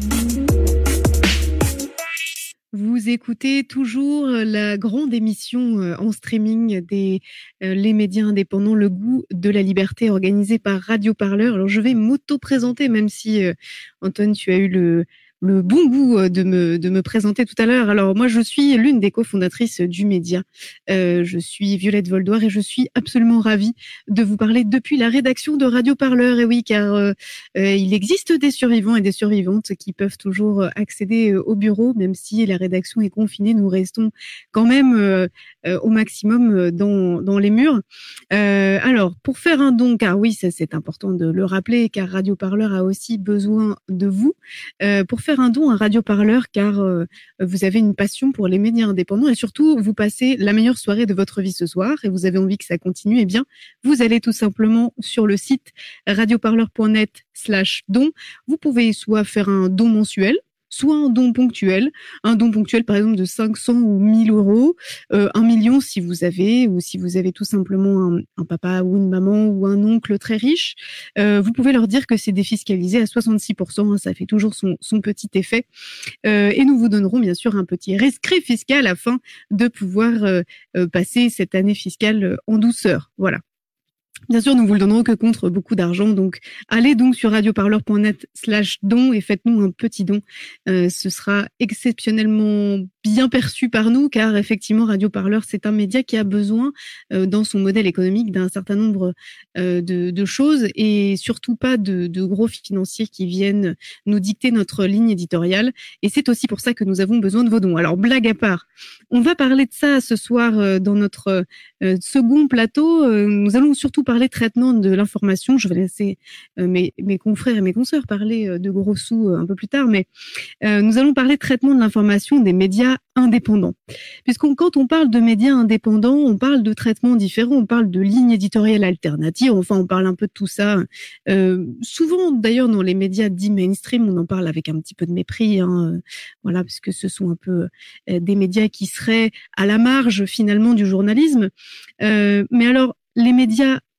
Vous écoutez toujours la grande émission en streaming des euh, les médias indépendants, le goût de la liberté, organisée par Radio Parleur. Alors je vais m'auto-présenter, même si euh, Antoine, tu as eu le le bon goût de me de me présenter tout à l'heure. Alors moi, je suis l'une des cofondatrices du média. Euh, je suis Violette Voldoir et je suis absolument ravie de vous parler depuis la rédaction de Radio Parleur. Et oui, car euh, euh, il existe des survivants et des survivantes qui peuvent toujours accéder au bureau, même si la rédaction est confinée. Nous restons quand même euh, euh, au maximum dans dans les murs. Euh, alors, pour faire un don, car oui, ça c'est important de le rappeler, car Radio Parleur a aussi besoin de vous. Euh, pour faire un don à Radio Parleur, car euh, vous avez une passion pour les médias indépendants et surtout vous passez la meilleure soirée de votre vie ce soir et vous avez envie que ça continue, eh bien vous allez tout simplement sur le site radioparleur.net slash don. Vous pouvez soit faire un don mensuel, soit un don ponctuel, un don ponctuel par exemple de cinq cents ou mille euros, euh, un million si vous avez, ou si vous avez tout simplement un, un papa ou une maman ou un oncle très riche, euh, vous pouvez leur dire que c'est défiscalisé à soixante-six pour cent, hein, ça fait toujours son, son petit effet, euh, et nous vous donnerons bien sûr un petit rescrit fiscal afin de pouvoir euh, euh, passer cette année fiscale en douceur. Voilà. Bien sûr, nous vous le donnerons que contre beaucoup d'argent. Donc, allez donc sur radioparleur.net slash don et faites-nous un petit don. Euh, ce sera exceptionnellement bien perçu par nous, car effectivement, Radio Parleur, c'est un média qui a besoin, euh, dans son modèle économique, d'un certain nombre euh, de, de choses et surtout pas de, de gros financiers qui viennent nous dicter notre ligne éditoriale. Et c'est aussi pour ça que nous avons besoin de vos dons. Alors, blague à part, on va parler de ça ce soir euh, dans notre euh, second plateau. Euh, nous allons surtout parler traitement de l'information. Je vais laisser euh, mes, mes confrères et mes consoeurs parler euh, de gros sous euh, un peu plus tard, mais euh, nous allons parler traitement de l'information des médias indépendants. Puisqu'on, quand on parle de médias indépendants, on parle de traitements différents, on parle de lignes éditoriales alternatives, enfin on parle un peu de tout ça. Euh, souvent d'ailleurs dans les médias dits mainstream, on en parle avec un petit peu de mépris, hein, voilà, puisque ce sont un peu euh, des médias qui seraient à la marge finalement du journalisme. Euh, mais alors les médias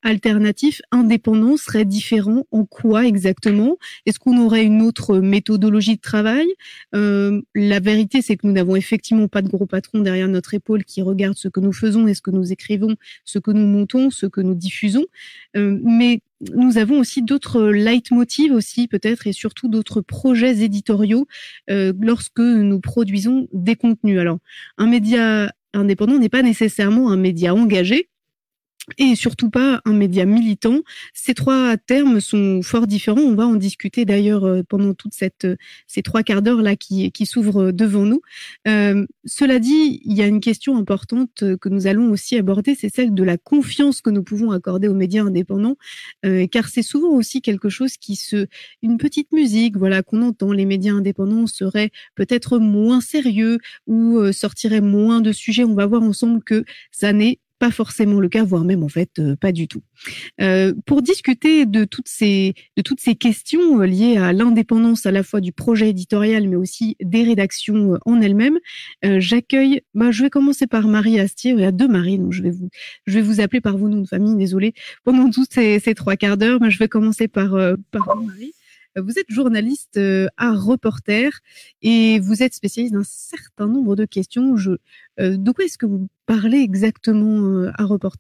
alternatif, indépendant, serait différent en quoi exactement? Est-ce qu'on aurait une autre méthodologie de travail? euh, La vérité, c'est que nous n'avons effectivement pas de gros patron derrière notre épaule qui regarde ce que nous faisons et ce que nous écrivons, ce que nous montons, ce que nous diffusons. Euh, mais nous avons aussi d'autres leitmotivs aussi peut-être et surtout d'autres projets éditoriaux euh, lorsque nous produisons des contenus. Alors, un média indépendant n'est pas nécessairement un média engagé et surtout pas un média militant. Ces trois termes sont fort différents. On va en discuter d'ailleurs pendant toute cette ces trois quarts d'heure là qui qui s'ouvrent devant nous. Euh, cela dit, il y a une question importante que nous allons aussi aborder, c'est celle de la confiance que nous pouvons accorder aux médias indépendants, euh, car c'est souvent aussi quelque chose qui se une petite musique, voilà, qu'on entend. Les médias indépendants seraient peut-être moins sérieux ou euh, sortiraient moins de sujets. On va voir ensemble que ça n'est pas forcément le cas, voire même en fait euh, pas du tout. Euh, pour discuter de toutes ces de toutes ces questions euh, liées à l'indépendance à la fois du projet éditorial mais aussi des rédactions euh, en elles-mêmes, euh, j'accueille. Bah, je vais commencer par Marie Astier. Il y a deux Marie, donc je vais vous je vais vous appeler par vos noms de famille. Désolée pendant tous ces, ces trois quarts d'heure. Mais je vais commencer par euh, par vous, Marie. Vous êtes journaliste à Reporter et vous êtes spécialiste d'un certain nombre de questions. Je, euh, de quoi est-ce que vous parlez exactement à Reporter ?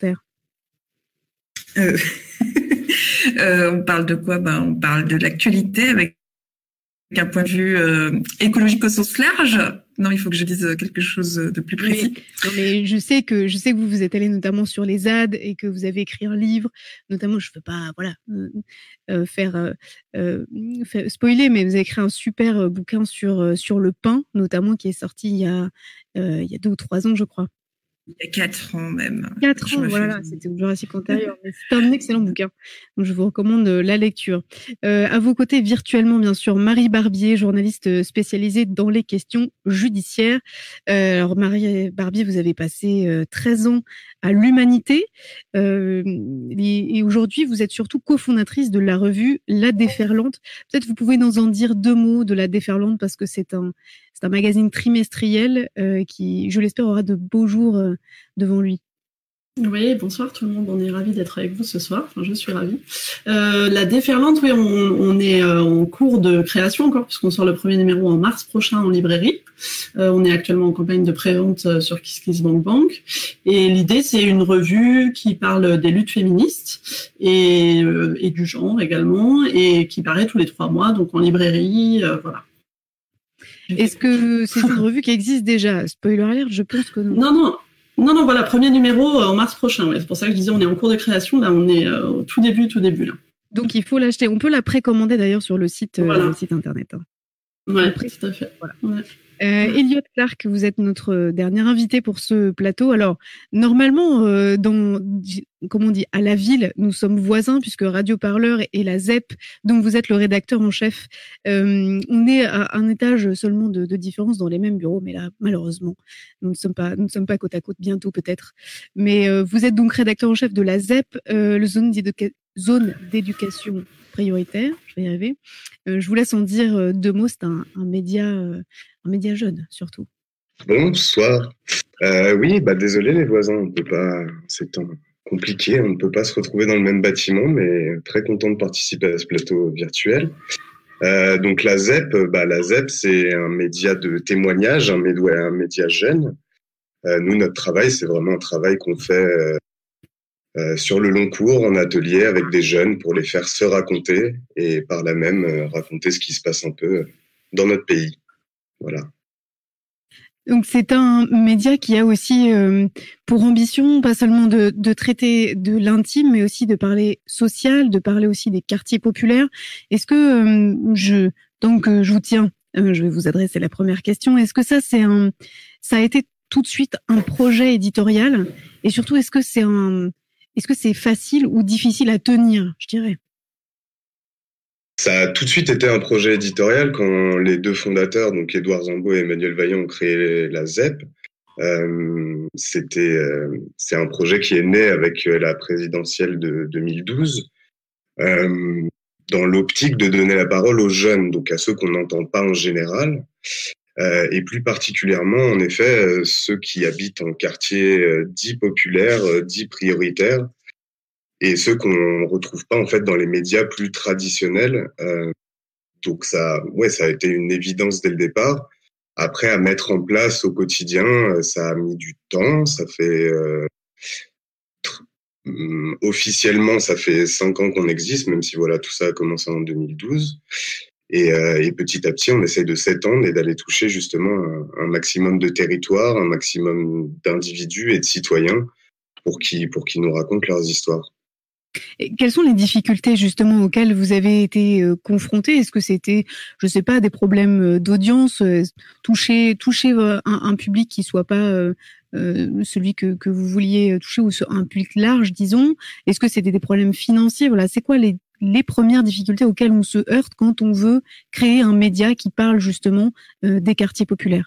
euh, euh, On parle de quoi ? Ben, on parle de l'actualité avec un point de vue euh, écologique au sens large. Non, il faut que je dise quelque chose de plus précis. Mais, non, mais je sais que je sais que vous vous êtes allé notamment sur les Z A D et que vous avez écrit un livre. Notamment, je ne veux pas voilà euh, euh, faire, euh, faire spoiler, mais vous avez écrit un super bouquin sur sur le pain, notamment qui est sorti il y a euh, il y a deux ou trois ans, je crois. Il y a quatre ans même. Quatre ans, voilà, fais... c'était au Jurassique antérieur. C'est un excellent bouquin, donc je vous recommande la lecture. Euh, à vos côtés, virtuellement bien sûr, Marie Barbier, journaliste spécialisée dans les questions judiciaires. Euh, alors Marie Barbier, vous avez passé euh, treize ans à l'Humanité euh, et, et aujourd'hui vous êtes surtout cofondatrice de la revue La Déferlante. Peut-être vous pouvez nous en dire deux mots de La Déferlante parce que c'est un c'est un magazine trimestriel euh, qui, je l'espère, aura de beaux jours euh, devant lui. Oui, bonsoir tout le monde, on est ravis d'être avec vous ce soir, enfin je suis ravie. Euh, la Déferlante, oui, on, on est euh, en cours de création encore, puisqu'on sort le premier numéro en mars prochain en librairie. Euh, on est actuellement en campagne de pré-vente euh, sur KissKissBankBank. Et l'idée, c'est une revue qui parle des luttes féministes et, euh, et du genre également, et qui paraît tous les trois mois, donc en librairie, euh, voilà. Est-ce que c'est une revue qui existe déjà ? Spoiler alert, je pense que non. Non, non. Non, non, voilà, premier numéro euh, en mars prochain. Ouais. C'est pour ça que je disais, on est en cours de création. Là, on est euh, au tout début, tout début. Là. Donc, il faut l'acheter. On peut la précommander d'ailleurs sur le site, voilà. euh, le site internet. Hein. Ouais, Après, tout à fait. Voilà. Ouais. Euh, Elliot Clark, vous êtes notre dernier invité pour ce plateau. Alors, normalement, euh, dans, comment on dit, à la ville, nous sommes voisins puisque Radio Parleur et la Z E P, dont vous êtes le rédacteur en chef, euh, on est à un étage seulement de, de différence dans les mêmes bureaux, mais là, malheureusement, nous ne sommes pas, nous ne sommes pas côte à côte, bientôt peut-être. Mais euh, vous êtes donc rédacteur en chef de la Z E P, euh, le zone d'éducation, zone d'éducation prioritaire. Je vais y arriver. Euh, je vous laisse en dire euh, deux mots. C'est un, un média. Euh, Un média jeune, surtout. Bonsoir. Euh, oui, bah désolé les voisins, on peut pas. C'est temps compliqué, on ne peut pas se retrouver dans le même bâtiment, mais très content de participer à ce plateau virtuel. Euh, donc la Z E P, bah la Z E P, c'est un média de témoignage, un média, un média jeune. Euh, nous, notre travail, c'est vraiment un travail qu'on fait euh, euh, sur le long cours, en atelier, avec des jeunes pour les faire se raconter et par là même euh, raconter ce qui se passe un peu dans notre pays. Voilà. Donc c'est un média qui a aussi euh, pour ambition, pas seulement de, de traiter de l'intime, mais aussi de parler social, de parler aussi des quartiers populaires. Est-ce que euh, je, donc euh, je vous tiens, euh, je vais vous adresser la première question. Est-ce que ça c'est un, ça a été tout de suite un projet éditorial, et surtout est-ce que c'est un, est-ce que c'est facile ou difficile à tenir, je dirais? Ça a tout de suite été un projet éditorial quand les deux fondateurs, donc Édouard Zambo et Emmanuel Vaillant, ont créé la Z E P. Euh, c'était, euh, c'est un projet qui est né avec la présidentielle de deux mille douze, euh, dans l'optique de donner la parole aux jeunes, donc à ceux qu'on n'entend pas en général, euh, et plus particulièrement, en effet, euh, ceux qui habitent en quartiers euh, dits populaires, euh, dits prioritaires, et ceux qu'on retrouve pas en fait dans les médias plus traditionnels. Euh, donc ça, ouais, ça a été une évidence dès le départ. Après, à mettre en place au quotidien, ça a mis du temps. Ça fait euh, tr- officiellement, ça fait cinq ans qu'on existe, même si voilà, tout ça a commencé en deux mille douze. Et, euh, et petit à petit, on essaie de s'étendre et d'aller toucher justement un, un maximum de territoires, un maximum d'individus et de citoyens pour qu'ils pour qu'ils nous racontent leurs histoires. Et quelles sont les difficultés justement auxquelles vous avez été euh, confrontés? Est-ce que c'était, je sais pas, des problèmes d'audience, euh, toucher toucher un, un public qui soit pas euh, euh, celui que que vous vouliez toucher, ou un public large, disons? Est-ce que c'était des problèmes financiers? Voilà, c'est quoi les les premières difficultés auxquelles on se heurte quand on veut créer un média qui parle justement euh, des quartiers populaires?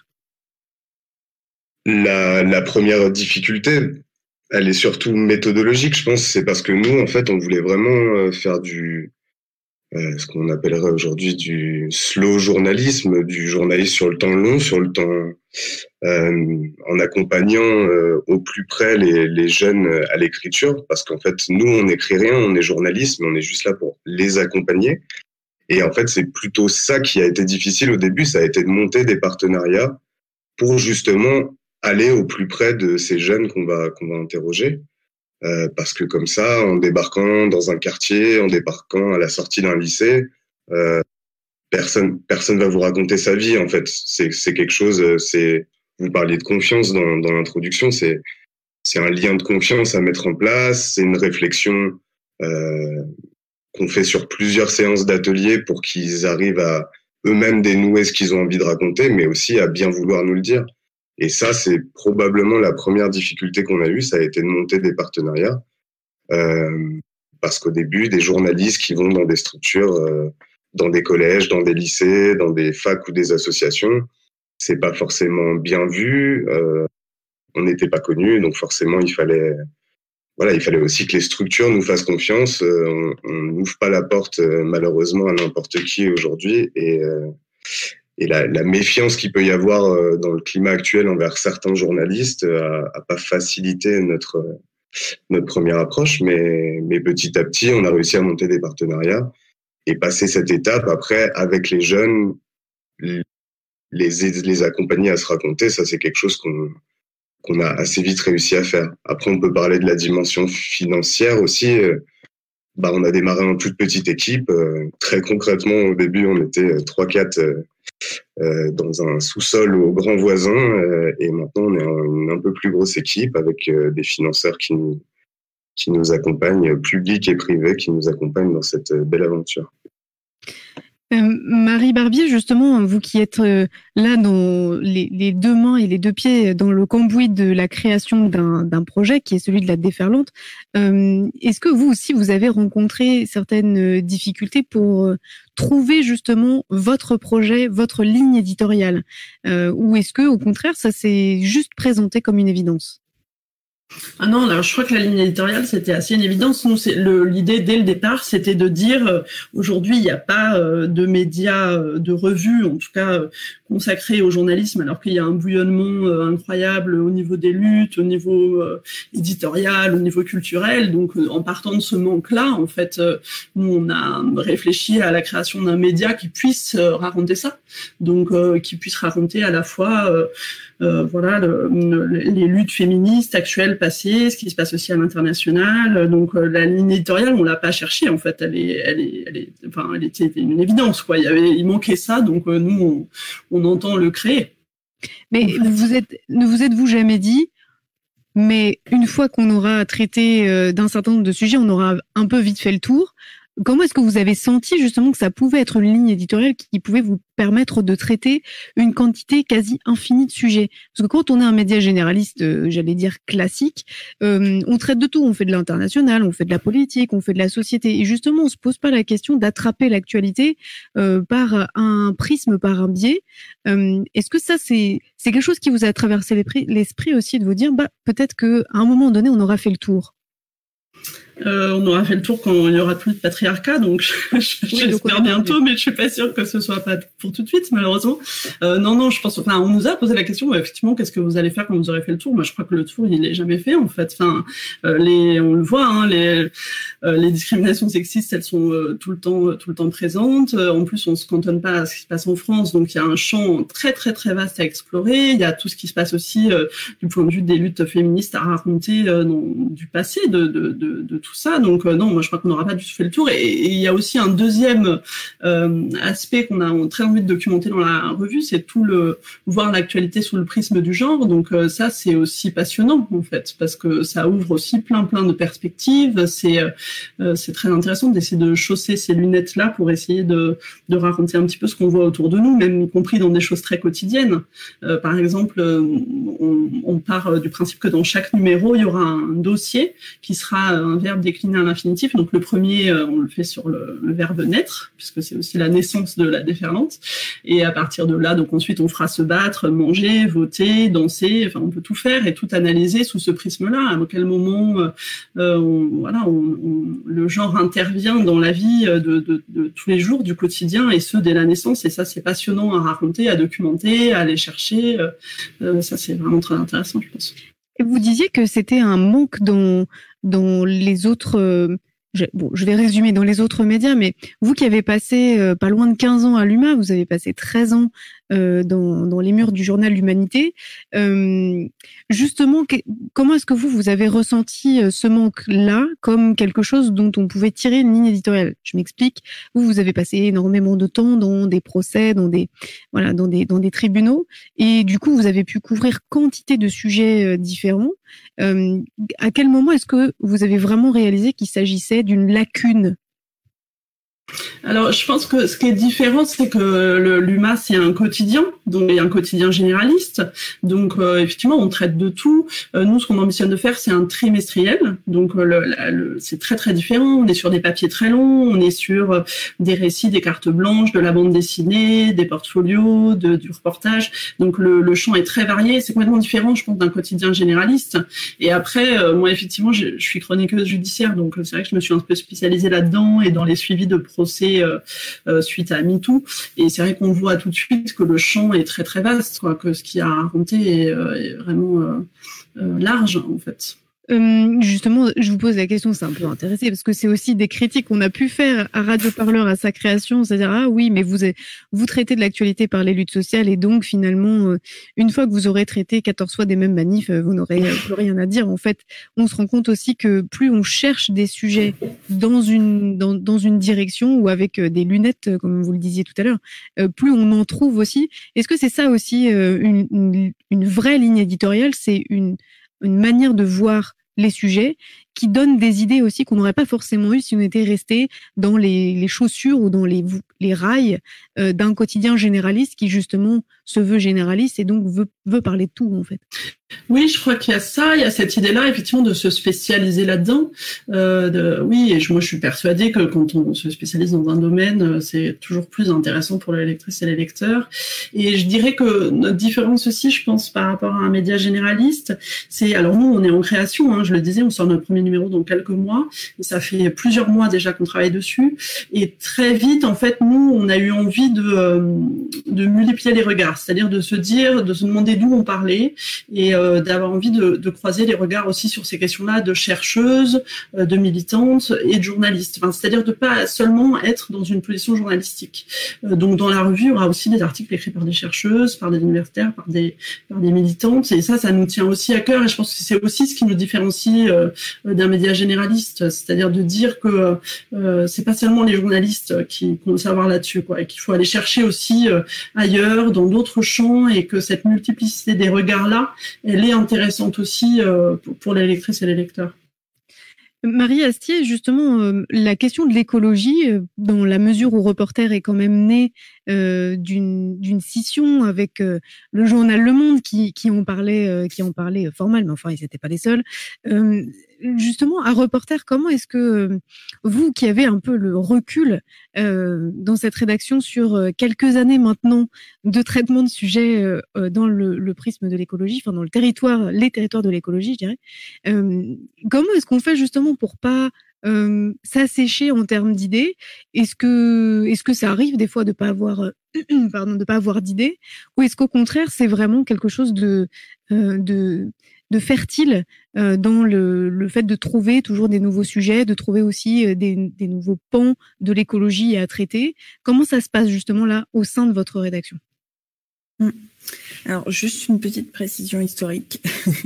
La, la première difficulté, elle est surtout méthodologique, je pense. C'est parce que nous, en fait, on voulait vraiment faire du, euh, ce qu'on appellerait aujourd'hui du slow journalisme, du journalisme sur le temps long, sur le temps, euh, en accompagnant euh, au plus près les, les jeunes à l'écriture. Parce qu'en fait, nous, on n'écrit rien, on est journaliste, mais on est juste là pour les accompagner. Et en fait, c'est plutôt ça qui a été difficile au début, ça a été de monter des partenariats pour justement aller au plus près de ces jeunes qu'on va qu'on va interroger, euh, parce que comme ça, en débarquant dans un quartier, en débarquant à la sortie d'un lycée, euh, personne personne va vous raconter sa vie. En fait, c'est c'est quelque chose. C'est vous parliez de confiance dans dans l'introduction. C'est c'est un lien de confiance à mettre en place. C'est une réflexion euh, qu'on fait sur plusieurs séances d'ateliers pour qu'ils arrivent à eux-mêmes dénouer ce qu'ils ont envie de raconter, mais aussi à bien vouloir nous le dire. Et ça, c'est probablement la première difficulté qu'on a eue, ça a été de monter des partenariats. Euh, parce qu'au début, des journalistes qui vont dans des structures, euh, dans des collèges, dans des lycées, dans des facs ou des associations, c'est pas forcément bien vu. Euh, on n'était pas connus, donc forcément, il fallait, voilà, il fallait aussi que les structures nous fassent confiance. Euh, on n'ouvre pas la porte, euh, malheureusement, à n'importe qui aujourd'hui. Et euh, Et la, la méfiance qu'il peut y avoir dans le climat actuel envers certains journalistes a, a pas facilité notre notre première approche, mais mais petit à petit, on a réussi à monter des partenariats et passer cette étape. Après, avec les jeunes, les les accompagner à se raconter, ça c'est quelque chose qu'on qu'on a assez vite réussi à faire. Après, on peut parler de la dimension financière aussi. Bah, on a démarré en toute petite équipe. Euh, très concrètement, au début, on était trois quatre euh, euh, dans un sous-sol aux grands voisins. Euh, et maintenant, on est une un peu plus grosse équipe avec euh, des financeurs qui nous, qui nous accompagnent, publics et privés, qui nous accompagnent dans cette euh, belle aventure. Euh, Marie Barbier, justement, vous qui êtes euh, là dans les, les deux mains et les deux pieds dans le cambouis de la création d'un, d'un projet qui est celui de la Déferlante, euh, est-ce que vous aussi vous avez rencontré certaines difficultés pour euh, trouver justement votre projet, votre ligne éditoriale, euh, ou est-ce que au contraire ça s'est juste présenté comme une évidence? Ah non, alors je crois que la ligne éditoriale, c'était assez une évidence. Nous, c'est le, l'idée dès le départ, c'était de dire euh, aujourd'hui, il n'y a pas euh, de médias, euh, de revues, en tout cas euh, consacrées au journalisme, alors qu'il y a un bouillonnement euh, incroyable au niveau des luttes, au niveau euh, éditorial, au niveau culturel. Donc, euh, en partant de ce manque-là, en fait, euh, nous, on a réfléchi à la création d'un média qui puisse euh, raconter ça, donc euh, qui puisse raconter à la fois euh, euh, voilà le, le, les luttes féministes actuelles, passées, ce qui se passe aussi à l'international. Donc euh, la ligne éditoriale, on l'a pas cherchée en fait, elle est, elle est, elle est, enfin, elle était une évidence quoi. Il y avait, il manquait ça, donc euh, nous on, on entend le créer. Mais vous êtes, ne vous êtes-vous jamais dit, mais une fois qu'on aura traité euh, d'un certain nombre de sujets, on aura un peu vite fait le tour. Comment est-ce que vous avez senti justement que ça pouvait être une ligne éditoriale qui pouvait vous permettre de traiter une quantité quasi infinie de sujets? Parce que quand on est un média généraliste, euh, j'allais dire classique, euh, on traite de tout. On fait de l'international, on fait de la politique, on fait de la société. Et justement, on se pose pas la question d'attraper l'actualité euh, par un prisme, par un biais. Euh, est-ce que ça, c'est c'est quelque chose qui vous a traversé l'esprit aussi, de vous dire, bah peut-être que à un moment donné, on aura fait le tour? Euh, on aura fait le tour quand il y aura plus de patriarcat, donc j'espère bientôt, mais je suis pas sûre que ce soit pas pour tout de suite, malheureusement. Euh, non, non, je pense. Enfin, on nous a posé la question. Ouais, effectivement, qu'est-ce que vous allez faire quand vous aurez fait le tour? Moi, je crois que le tour, il est jamais fait, en fait. Enfin, euh, les, on le voit, hein, les, euh, les discriminations sexistes, elles sont euh, tout le temps, tout le temps présentes. Euh, en plus, on se cantonne pas à ce qui se passe en France, donc il y a un champ très, très, très vaste à explorer. Il y a tout ce qui se passe aussi euh, du point de vue des luttes féministes à raconter euh, dans, du passé, de, de, de, de tout ça. Donc euh, non, moi je crois qu'on n'aura pas du tout fait le tour. Et, et il y a aussi un deuxième euh, aspect qu'on a très envie de documenter dans la revue, c'est tout le voir l'actualité sous le prisme du genre. Donc euh, ça c'est aussi passionnant en fait, parce que ça ouvre aussi plein plein de perspectives. C'est euh, c'est très intéressant d'essayer de chausser ces lunettes là pour essayer de de raconter un petit peu ce qu'on voit autour de nous, même y compris dans des choses très quotidiennes. Euh, par exemple, on, on part du principe que dans chaque numéro il y aura un dossier qui sera un verbe décliné à l'infinitif. Donc le premier, on le fait sur le, le verbe naître, puisque c'est aussi la naissance de la déferlante. Et à partir de là, donc ensuite on fera se battre, manger, voter, danser. Enfin, on peut tout faire et tout analyser sous ce prisme-là. À quel moment, euh, on, voilà, on, on, le genre intervient dans la vie de, de, de tous les jours, du quotidien, et ce dès la naissance. Et ça, c'est passionnant à raconter, à documenter, à aller chercher. Euh, ça, c'est vraiment très intéressant, je pense. Et vous disiez que c'était un manque dans dans les autres. Euh, je, bon, je vais résumer dans les autres médias, mais vous qui avez passé euh, pas loin de quinze ans à l'U M A, vous avez passé treize ans euh, dans dans les murs du journal L'Humanité. Euh, justement, que, comment est-ce que vous vous avez ressenti euh, ce manque-là comme quelque chose dont on pouvait tirer une ligne éditoriale? Je m'explique. Vous vous avez passé énormément de temps dans des procès, dans des voilà, dans des dans des tribunaux, et du coup vous avez pu couvrir quantité de sujets euh, différents. Euh, à quel moment est-ce que vous avez vraiment réalisé qu'il s'agissait d'une lacune? Alors, je pense que ce qui est différent, c'est que le, l'U M A, c'est un quotidien, donc il y a un quotidien généraliste. Donc, euh, effectivement, on traite de tout. Euh, nous, ce qu'on ambitionne de faire, c'est un trimestriel. Donc, euh, le, le, c'est très, très différent. On est sur des papiers très longs, on est sur euh, des récits, des cartes blanches, de la bande dessinée, des portfolios, de, du reportage. Donc, le, le champ est très varié. C'est complètement différent, je pense, d'un quotidien généraliste. Et après, euh, moi, effectivement, je, je suis chroniqueuse judiciaire, donc c'est vrai que je me suis un peu spécialisée là-dedans et dans les suivis de procès euh, euh, suite à MeToo. Et c'est vrai qu'on voit tout de suite que le champ est très très vaste, quoi, que ce qu'il y a à raconter est, euh, est vraiment euh, euh, large en fait. Euh, justement, je vous pose la question, c'est un peu intéressé, parce que c'est aussi des critiques qu'on a pu faire à Radio Parleur à sa création, c'est-à-dire, ah oui, mais vous vous traitez de l'actualité par les luttes sociales, et donc finalement, une fois que vous aurez traité quatorze fois des mêmes manifs, vous n'aurez plus rien à dire. En fait, on se rend compte aussi que plus on cherche des sujets dans une dans, dans une direction ou avec des lunettes, comme vous le disiez tout à l'heure, plus on en trouve aussi. Est-ce que c'est ça aussi une, une, une vraie ligne éditoriale? C'est une une manière de voir les sujets qui donne des idées aussi qu'on n'aurait pas forcément eues si on était resté dans les, les chaussures ou dans les, les rails euh, d'un quotidien généraliste qui justement se veut généraliste et donc veut, veut parler de tout en fait. Oui, je crois qu'il y a ça, il y a cette idée-là effectivement de se spécialiser là-dedans. Euh, de, oui, et je, moi je suis persuadée que quand on se spécialise dans un domaine, c'est toujours plus intéressant pour les lectrices et les lecteurs. Et je dirais que notre différence aussi, je pense, par rapport à un média généraliste, c'est, alors nous on est en création, hein, je le disais, on sort notre premier numéro dans quelques mois, et ça fait plusieurs mois déjà qu'on travaille dessus, et très vite en fait nous on a eu envie de euh, de multiplier les regards, c'est-à-dire de se dire, de se demander d'où on parlait, et euh, d'avoir envie de, de croiser les regards aussi sur ces questions-là de chercheuses, euh, de militantes et de journalistes, enfin, c'est-à-dire de pas seulement être dans une position journalistique. Euh, donc dans la revue il y aura aussi des articles écrits par des chercheuses, par des universitaires, par des par des militantes, et ça ça nous tient aussi à cœur, et je pense que c'est aussi ce qui nous différencie euh, d'un média généraliste, c'est-à-dire de dire que euh, c'est pas seulement les journalistes qui, qui ont le savoir là-dessus, quoi, et qu'il faut aller chercher aussi euh, ailleurs, dans d'autres champs, et que cette multiplicité des regards-là, elle est intéressante aussi euh, pour, pour les lectrices et les lecteurs. Marie Astier, justement, euh, la question de l'écologie, euh, dans la mesure où Reporter est quand même né euh, d'une d'une scission avec euh, le journal Le Monde qui qui en parlait euh, qui en parlait formellement, mais enfin ils n'étaient pas les seuls. Euh, justement, à Reporter, comment est-ce que euh, vous, qui avez un peu le recul euh, dans cette rédaction sur euh, quelques années maintenant de traitement de sujets euh, dans le, le prisme de l'écologie, enfin dans le territoire, les territoires de l'écologie, je dirais, euh, comment est-ce qu'on fait justement pour pas euh, s'assécher en termes d'idées? Est-ce que, est-ce que ça arrive des fois de pas avoir, euh, pardon, de pas avoir d'idées, ou est-ce qu'au contraire c'est vraiment quelque chose de, euh, de, de fertile euh, dans le, le fait de trouver toujours des nouveaux sujets, de trouver aussi euh, des, des nouveaux pans de l'écologie à traiter? Comment ça se passe justement là au sein de votre rédaction? Alors, juste une petite précision historique.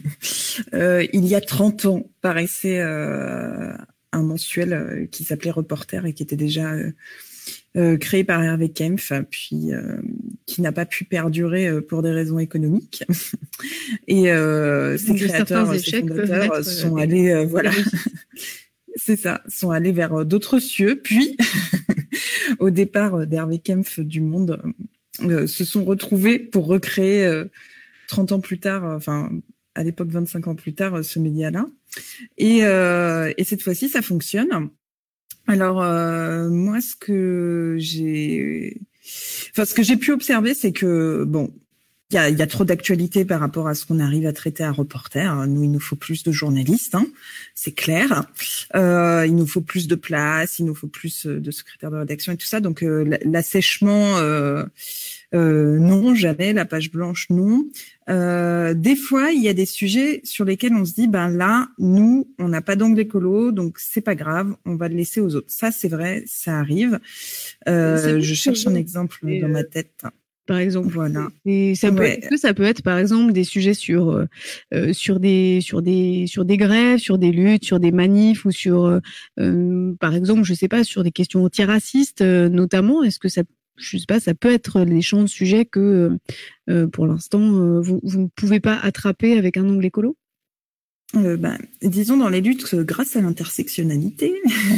euh, il y a trente ans, paraissait euh, un mensuel euh, qui s'appelait Reporter et qui était déjà euh, euh, créé par Hervé Kempf, puis euh, qui n'a pas pu perdurer euh, pour des raisons économiques. Et euh, ses créateurs, ses fondateurs sont des... allés, euh, voilà, c'est ça, sont allés vers d'autres cieux. Puis, au départ d'Hervé Kempf du Monde, Euh, se sont retrouvés pour recréer euh, trente ans plus tard, euh, enfin à l'époque vingt-cinq ans plus tard, euh, ce média-là. Et, euh, et cette fois-ci, ça fonctionne. Alors euh, moi, ce que j'ai, enfin ce que j'ai pu observer, c'est que bon, il y a, y a trop d'actualité par rapport à ce qu'on arrive à traiter à Reporter. Nous, il nous faut plus de journalistes, hein, c'est clair. Euh, il nous faut plus de place, il nous faut plus de secrétaires de rédaction et tout ça. Donc euh, l'assèchement, euh, euh, non, jamais. La page blanche, non. Euh, des fois, il y a des sujets sur lesquels on se dit, ben là, nous, on n'a pas d'angle écolo, donc c'est pas grave, on va le laisser aux autres. Ça, c'est vrai, ça arrive. Euh, je cherche un exemple dans ma tête. Par exemple, voilà. Et ça peut ouais. être, est-ce que ça peut être, par exemple, des sujets sur euh, sur des sur des sur des grèves, sur des luttes, sur des manifs, ou sur, euh, par exemple, je sais pas, sur des questions antiracistes, euh, notamment. Est-ce que ça, je sais pas, ça peut être les champs de sujets que, euh, pour l'instant, euh, vous vous ne pouvez pas attraper avec un angle écolo? Euh, ben, disons dans les luttes, grâce à l'intersectionnalité,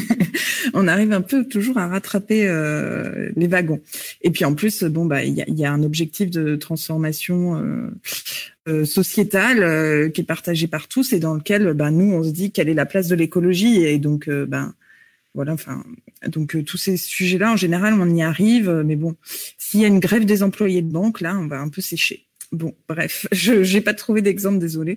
on arrive un peu toujours à rattraper euh, les wagons. Et puis en plus, bon bah il y a, y a un objectif de transformation euh, euh, sociétale euh, qui est partagé par tous et dans lequel bah nous on se dit quelle est la place de l'écologie et donc euh, ben voilà, enfin donc euh, tous ces sujets-là en général on y arrive, mais bon s'il y a une grève des employés de banque là on va un peu sécher. Bon, bref, je j'ai pas trouvé d'exemple, désolé.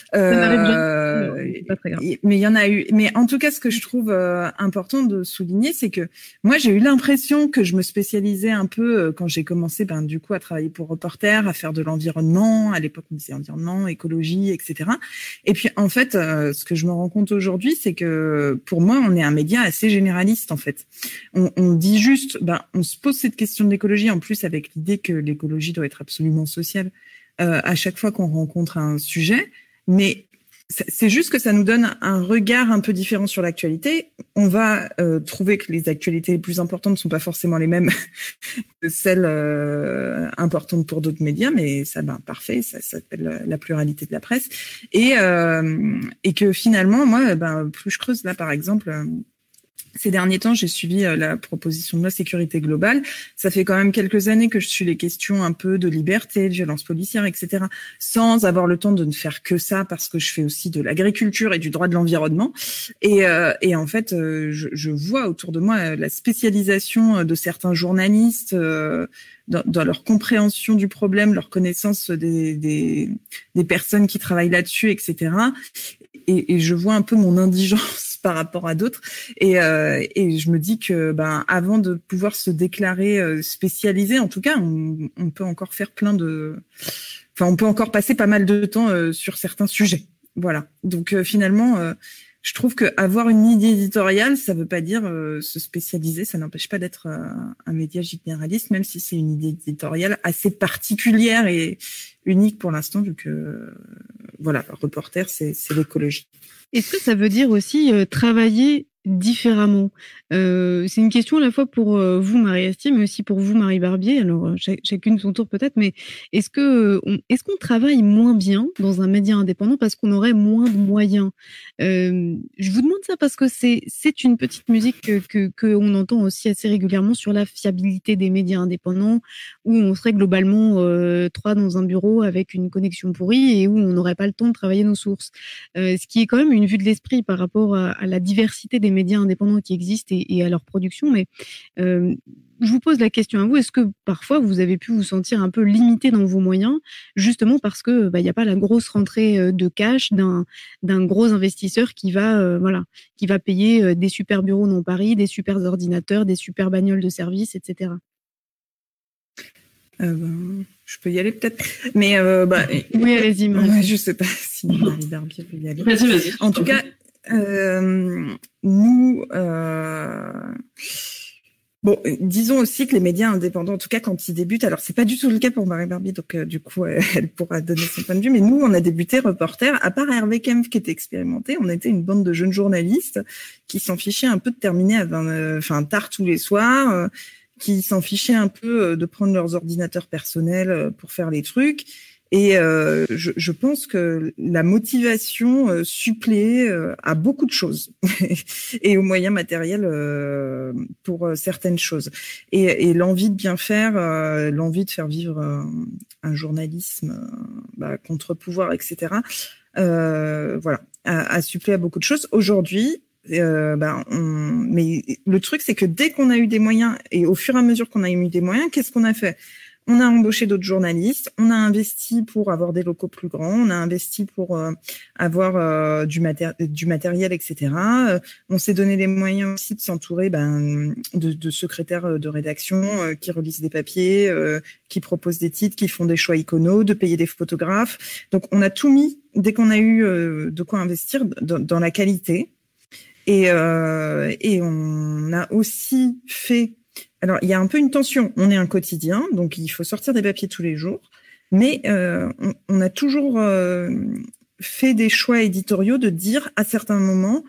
Euh, pas très grave. Mais il y en a eu. Mais en tout cas, ce que je trouve euh, important de souligner, c'est que moi, j'ai eu l'impression que je me spécialisais un peu euh, quand j'ai commencé, ben du coup, à travailler pour Reporter, à faire de l'environnement. À l'époque, on disait environnement, écologie, et cetera. Et puis, en fait, euh, ce que je me rends compte aujourd'hui, c'est que pour moi, on est un média assez généraliste, en fait. On, on dit juste, ben, on se pose cette question de l'écologie, en plus avec l'idée que l'écologie doit être absolument sociale. Euh, à chaque fois qu'on rencontre un sujet, mais c'est juste que ça nous donne un regard un peu différent sur l'actualité. On va euh, trouver que les actualités les plus importantes ne sont pas forcément les mêmes que celles euh, importantes pour d'autres médias, mais ça, ben parfait, ça, ça s'appelle la pluralité de la presse. Et, euh, et que finalement, moi, ben plus je creuse là, par exemple. Euh, Ces derniers temps, j'ai suivi la proposition de loi sécurité globale. Ça fait quand même quelques années que je suis les questions un peu de liberté, de violence policière, et cetera, sans avoir le temps de ne faire que ça, parce que je fais aussi de l'agriculture et du droit de l'environnement. Et, euh, et en fait, euh, je, je vois autour de moi la spécialisation de certains journalistes euh, dans, dans leur compréhension du problème, leur connaissance des, des, des personnes qui travaillent là-dessus, et cetera. Et, et je vois un peu mon indigence par rapport à d'autres et, euh, et je me dis que ben avant de pouvoir se déclarer euh, spécialisé, en tout cas on, on peut encore faire plein de enfin on peut encore passer pas mal de temps euh, sur certains sujets, voilà. Donc euh, finalement euh, je trouve que avoir une idée éditoriale, ça veut pas dire euh, se spécialiser, ça n'empêche pas d'être euh, un média généraliste, même si c'est une idée éditoriale assez particulière et unique pour l'instant, vu que euh, voilà, Reporter c'est c'est l'écologie. Est-ce que ça veut dire aussi euh, travailler différemment? euh, C'est une question à la fois pour euh, vous, Marie-Astier, mais aussi pour vous, Marie Barbier. Alors, ch- chacune son tour peut-être, mais est-ce que on, est-ce qu'on travaille moins bien dans un média indépendant parce qu'on aurait moins de moyens? euh, Je vous demande ça parce que c'est c'est une petite musique que, que, que on entend aussi assez régulièrement sur la fiabilité des médias indépendants, où on serait globalement euh, trois dans un bureau avec une connexion pourrie et où on n'aurait pas le temps de travailler nos sources. Euh, ce qui est quand même une vue de l'esprit par rapport à, à la diversité des médias indépendants qui existent et, et à leur production, mais euh, je vous pose la question à vous, est-ce que parfois vous avez pu vous sentir un peu limité dans vos moyens, justement parce que bah, y a pas la grosse rentrée de cash d'un d'un gros investisseur qui va euh, voilà qui va payer euh, des super bureaux dans Paris, des super ordinateurs, des super bagnoles de service, et cetera. Euh, ben, je peux y aller peut-être, mais euh, bah, oui, allez-y. Ouais, je sais pas si Marie Barbier peut y aller. Vas-y, vas-y. En tout cas, euh, nous. Euh... Bon, disons aussi que les médias indépendants, en tout cas quand ils débutent, alors c'est pas du tout le cas pour Marie Barbier, donc euh, du coup euh, elle pourra donner son point de vue, mais nous on a débuté reporter, à part Hervé Kempf qui était expérimenté, on était une bande de jeunes journalistes qui s'en fichaient un peu de terminer à vingt, euh, enfin tard tous les soirs, euh, qui s'en fichaient un peu euh, de prendre leurs ordinateurs personnels euh, pour faire les trucs. Et euh, je, je pense que la motivation euh, supplée euh, à beaucoup de choses et aux moyens matériels euh, pour euh, certaines choses. Et, et l'envie de bien faire, euh, l'envie de faire vivre euh, un journalisme euh, bah, contre-pouvoir, et cetera. Euh, voilà, a, a suppléé à beaucoup de choses. Aujourd'hui, euh, bah, on... mais le truc, c'est que dès qu'on a eu des moyens et au fur et à mesure qu'on a eu des moyens, qu'est-ce qu'on a fait ? On a embauché d'autres journalistes, on a investi pour avoir des locaux plus grands, on a investi pour euh, avoir euh, du, maté- du matériel, et cetera. Euh, on s'est donné les moyens aussi de s'entourer ben, de, de secrétaires de rédaction euh, qui relisent des papiers, euh, qui proposent des titres, qui font des choix iconos, de payer des photographes. Donc on a tout mis, dès qu'on a eu euh, de quoi investir, dans, dans la qualité. Et, euh, et on a aussi fait... Alors, il y a un peu une tension. On est un quotidien, donc il faut sortir des papiers tous les jours. Mais euh, on, on a toujours euh, fait des choix éditoriaux de dire à certains moments,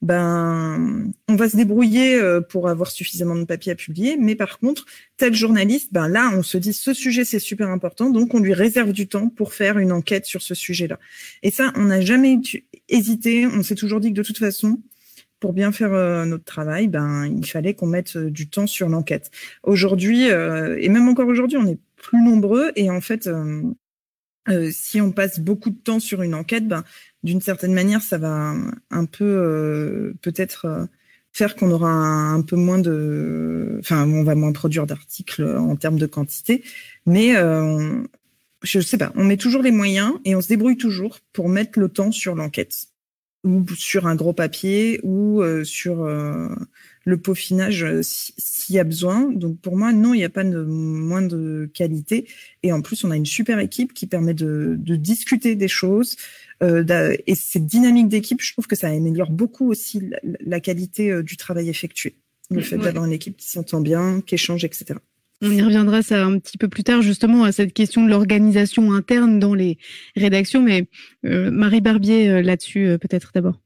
ben, on va se débrouiller pour avoir suffisamment de papiers à publier. Mais par contre, tel journaliste, ben là, on se dit ce sujet c'est super important, donc on lui réserve du temps pour faire une enquête sur ce sujet-là. Et ça, on n'a jamais hésité. On s'est toujours dit que de toute façon, pour bien faire euh, notre travail, ben il fallait qu'on mette euh, du temps sur l'enquête. Aujourd'hui, euh, et même encore aujourd'hui, on est plus nombreux et en fait, euh, euh, si on passe beaucoup de temps sur une enquête, ben d'une certaine manière, ça va un peu euh, peut-être euh, faire qu'on aura un, un peu moins de, enfin, on va moins produire d'articles en termes de quantité, mais euh, on, je sais pas, on met toujours les moyens et on se débrouille toujours pour mettre le temps sur l'enquête, ou sur un gros papier, ou euh, sur euh, le peaufinage euh, s'il y a besoin. Donc pour moi, non, il n'y a pas de moins de qualité. Et en plus, on a une super équipe qui permet de, de discuter des choses. Euh, et cette dynamique d'équipe, je trouve que ça améliore beaucoup aussi la, la qualité euh, du travail effectué. Le fait ouais. d'avoir une équipe qui s'entend bien, qui échange, et cetera. On y reviendra ça un petit peu plus tard, justement, à cette question de l'organisation interne dans les rédactions. Mais euh, Marie Barbier, euh, là-dessus, euh, peut-être d'abord.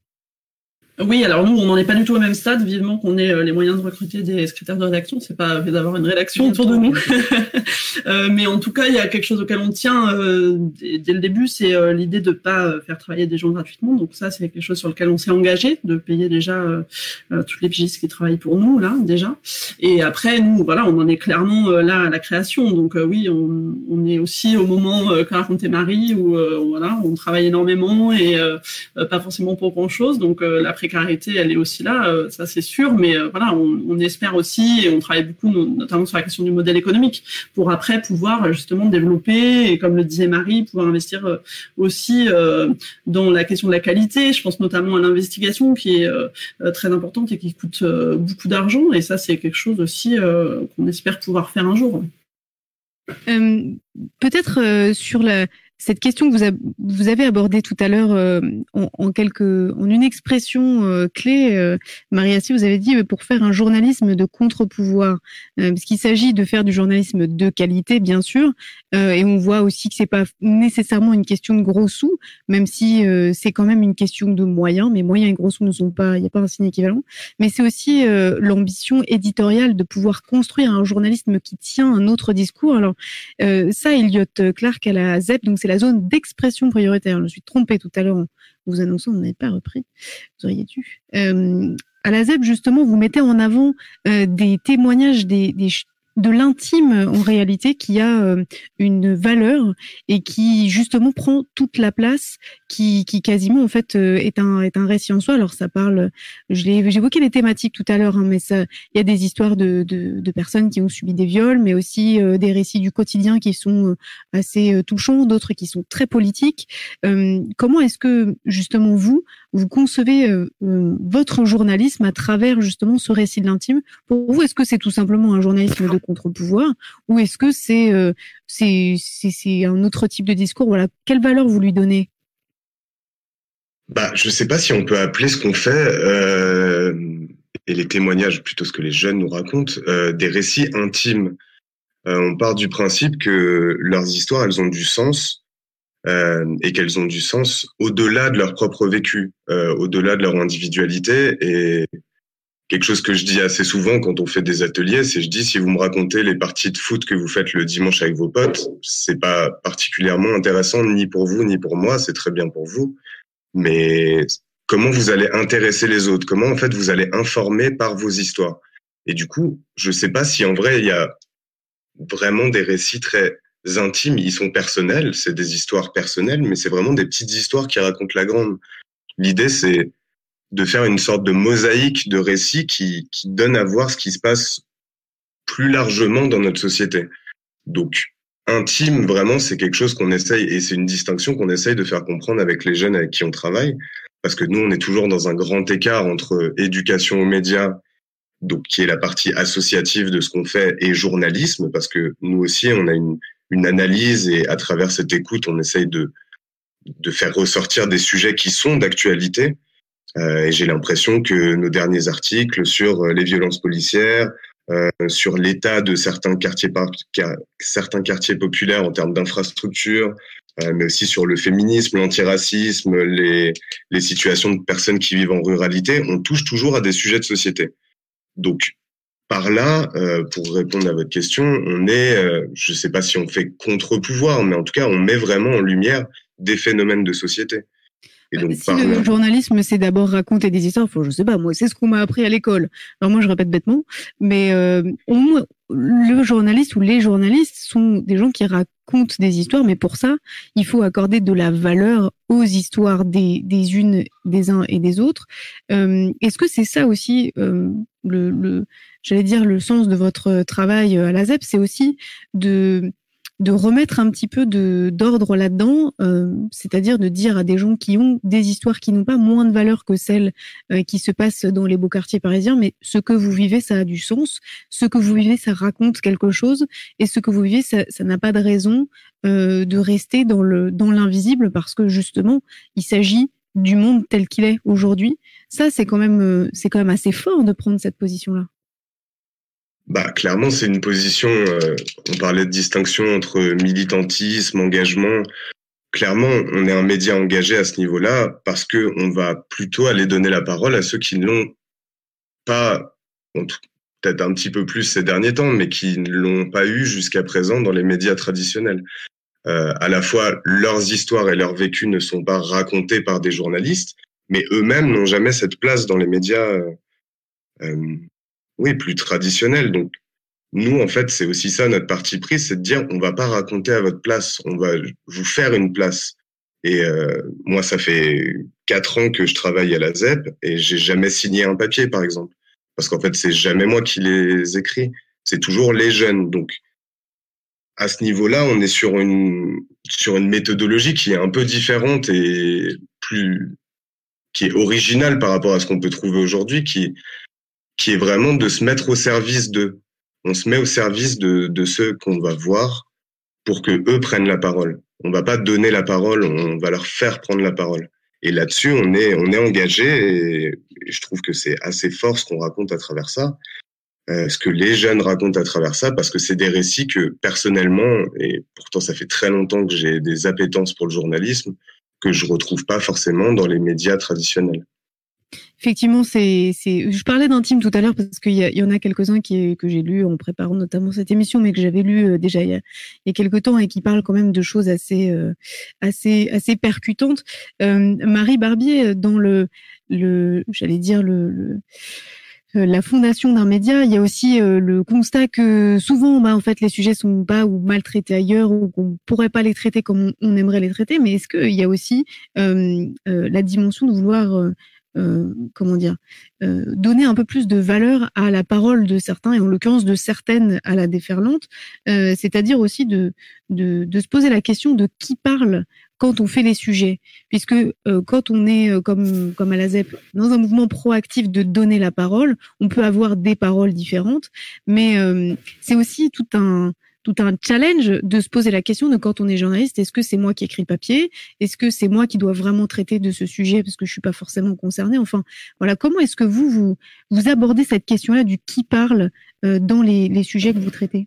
Oui, alors nous, on n'en est pas du tout au même stade. Vivement qu'on ait les moyens de recruter des secrétaires de rédaction. C'est pas d'avoir une rédaction autour de nous. euh, mais en tout cas, il y a quelque chose auquel on tient euh, dès le début, c'est euh, l'idée de pas faire travailler des gens gratuitement. Donc ça, c'est quelque chose sur lequel on s'est engagé, de payer déjà euh, euh, toutes les pigistes qui travaillent pour nous, là, déjà. Et après, nous, voilà, on en est clairement euh, là à la création. Donc euh, oui, on, on est aussi au moment euh, qu'a raconté Marie, où euh, voilà, on travaille énormément et euh, pas forcément pour grand-chose. Donc euh, la précarité, elle est aussi là, euh, ça c'est sûr, mais euh, voilà, on, on espère aussi, et on travaille beaucoup, notamment sur la question du modèle économique, pour après pouvoir justement développer, et comme le disait Marie, pouvoir investir euh, aussi euh, dans la question de la qualité. Je pense notamment à l'investigation qui est euh, très importante et qui coûte euh, beaucoup d'argent, et ça c'est quelque chose aussi euh, qu'on espère pouvoir faire un jour. Euh, peut-être euh, sur la cette question que vous, a, vous avez abordée tout à l'heure euh, en, en quelques, en une expression euh, clé, euh, Marie-Assi, vous avez dit euh, pour faire un journalisme de contre-pouvoir, euh, parce qu'il s'agit de faire du journalisme de qualité, bien sûr, euh, et on voit aussi que c'est pas nécessairement une question de gros sous, même si euh, c'est quand même une question de moyens, mais moyens et gros sous ne sont pas, il n'y a pas un signe équivalent, mais c'est aussi euh, l'ambition éditoriale de pouvoir construire un journalisme qui tient un autre discours. Alors euh, ça, Elliot Clark à la Z E P, donc c'est la zone d'expression prioritaire. Je me suis trompée tout à l'heure en vous annonçant, vous n'avez pas repris. Vous auriez dû. Euh, à la Z E P, justement, vous mettez en avant euh, des témoignages des, des, de l'intime, en réalité, qui a euh, une valeur et qui, justement, prend toute la place qui, qui quasiment en fait euh, est un est un récit en soi. Alors ça parle, je l'ai j'évoquais les thématiques tout à l'heure, hein, mais ça, il y a des histoires de, de de personnes qui ont subi des viols, mais aussi euh, des récits du quotidien qui sont euh, assez euh, touchants, d'autres qui sont très politiques. Euh, comment est-ce que justement vous vous concevez euh, euh, votre journalisme à travers justement ce récit de l'intime? Pour vous, est-ce que c'est tout simplement un journalisme de contre-pouvoir, ou est-ce que c'est euh, c'est c'est c'est un autre type de discours? Voilà, quelle valeur vous lui donnez? Bah, je sais pas si on peut appeler ce qu'on fait euh, et les témoignages, plutôt ce que les jeunes nous racontent, euh, des récits intimes. Euh, on part du principe que leurs histoires, elles ont du sens euh, et qu'elles ont du sens au-delà de leur propre vécu, euh, au-delà de leur individualité. Et quelque chose que je dis assez souvent quand on fait des ateliers, c'est je dis si vous me racontez les parties de foot que vous faites le dimanche avec vos potes, c'est pas particulièrement intéressant ni pour vous ni pour moi, c'est très bien pour vous. Mais comment vous allez intéresser les autres? Comment, en fait, vous allez informer par vos histoires? Et du coup, je sais pas si, en vrai, il y a vraiment des récits très intimes. Ils sont personnels, c'est des histoires personnelles, mais c'est vraiment des petites histoires qui racontent la grande. L'idée, c'est de faire une sorte de mosaïque de récits qui, qui donne à voir ce qui se passe plus largement dans notre société. Donc, intime, vraiment, c'est quelque chose qu'on essaye, et c'est une distinction qu'on essaye de faire comprendre avec les jeunes avec qui on travaille, parce que nous, on est toujours dans un grand écart entre éducation aux médias, donc qui est la partie associative de ce qu'on fait, et journalisme, parce que nous aussi, on a une, une analyse, et à travers cette écoute, on essaye de, de faire ressortir des sujets qui sont d'actualité. Euh, et j'ai l'impression que nos derniers articles sur les violences policières, Euh, sur l'état de certains quartiers par, car, certains quartiers populaires en termes d'infrastructures, euh, mais aussi sur le féminisme, l'antiracisme, les, les situations de personnes qui vivent en ruralité, on touche toujours à des sujets de société. Donc, par là, euh, pour répondre à votre question, on est, euh, je ne sais pas si on fait contre-pouvoir, mais en tout cas, on met vraiment en lumière des phénomènes de société. Et donc, si le là... journalisme, c'est d'abord raconter des histoires, faut, je sais pas, moi, c'est ce qu'on m'a appris à l'école. Alors moi, je répète bêtement, mais euh, on, le journaliste ou les journalistes sont des gens qui racontent des histoires, mais pour ça, il faut accorder de la valeur aux histoires des, des unes, des uns et des autres. Euh, est-ce que c'est ça aussi, euh, le, le, j'allais dire, le sens de votre travail à la Z E P, c'est aussi de de remettre un petit peu de d'ordre là-dedans, euh, c'est-à-dire de dire à des gens qui ont des histoires qui n'ont pas moins de valeur que celles euh, qui se passent dans les beaux quartiers parisiens, mais ce que vous vivez, ça a du sens, ce que vous vivez, ça raconte quelque chose, et ce que vous vivez, ça, ça n'a pas de raison euh, de rester dans le dans l'invisible, parce que justement, il s'agit du monde tel qu'il est aujourd'hui. Ça, c'est quand même euh, c'est quand même assez fort de prendre cette position-là. Bah, clairement, c'est une position, euh, on parlait de distinction entre militantisme, engagement. Clairement, on est un média engagé à ce niveau-là parce que on va plutôt aller donner la parole à ceux qui ne l'ont pas, peut-être un petit peu plus ces derniers temps, mais qui ne l'ont pas eu jusqu'à présent dans les médias traditionnels. Euh, à la fois, leurs histoires et leurs vécus ne sont pas racontés par des journalistes, mais eux-mêmes n'ont jamais cette place dans les médias euh, euh, oui, plus traditionnel. Donc, nous, en fait, c'est aussi ça notre parti pris, c'est de dire, on va pas raconter à votre place, on va vous faire une place. Et euh, moi, ça fait quatre ans que je travaille à la Z E P et j'ai jamais signé un papier, par exemple. Parce qu'en fait, c'est jamais moi qui les écris, c'est toujours les jeunes. Donc, à ce niveau-là, on est sur une, sur une méthodologie qui est un peu différente et plus, qui est originale par rapport à ce qu'on peut trouver aujourd'hui, qui qui est vraiment de se mettre au service d'eux. On se met au service de, de ceux qu'on va voir pour que eux prennent la parole. On va pas donner la parole, on va leur faire prendre la parole. Et là-dessus, on est, on est engagé et, et je trouve que c'est assez fort ce qu'on raconte à travers ça, euh, ce que les jeunes racontent à travers ça, parce que c'est des récits que personnellement, et pourtant ça fait très longtemps que j'ai des appétences pour le journalisme, que je retrouve pas forcément dans les médias traditionnels. Effectivement, c'est, c'est. Je parlais d'intime tout à l'heure parce qu'il y, y en a quelques-uns qui que j'ai lus en préparant notamment cette émission, mais que j'avais lu euh, déjà il y, a, il y a quelques temps et qui parlent quand même de choses assez, euh, assez, assez percutantes. Euh, Marie Barbier, dans le, le, j'allais dire le, le euh, la fondation d'un média, il y a aussi euh, le constat que souvent, bah, en fait, les sujets sont pas ou mal traités ailleurs ou qu'on pourrait pas les traiter comme on, on aimerait les traiter. Mais est-ce qu'il y a aussi euh, euh, la dimension de vouloir euh, Euh, comment dire, euh, donner un peu plus de valeur à la parole de certains, et en l'occurrence de certaines à la déferlante, euh, c'est-à-dire aussi de, de, de se poser la question de qui parle quand on fait les sujets, puisque euh, quand on est euh, comme comme à la Z E P dans un mouvement proactif de donner la parole, on peut avoir des paroles différentes, mais euh, c'est aussi tout un tout un challenge de se poser la question de quand on est journaliste, est-ce que c'est moi qui écris le papier? Est-ce que c'est moi qui dois vraiment traiter de ce sujet parce que je suis pas forcément concernée? Enfin, voilà, comment est-ce que vous, vous, vous abordez cette question-là du qui parle euh, dans les, les sujets que vous traitez?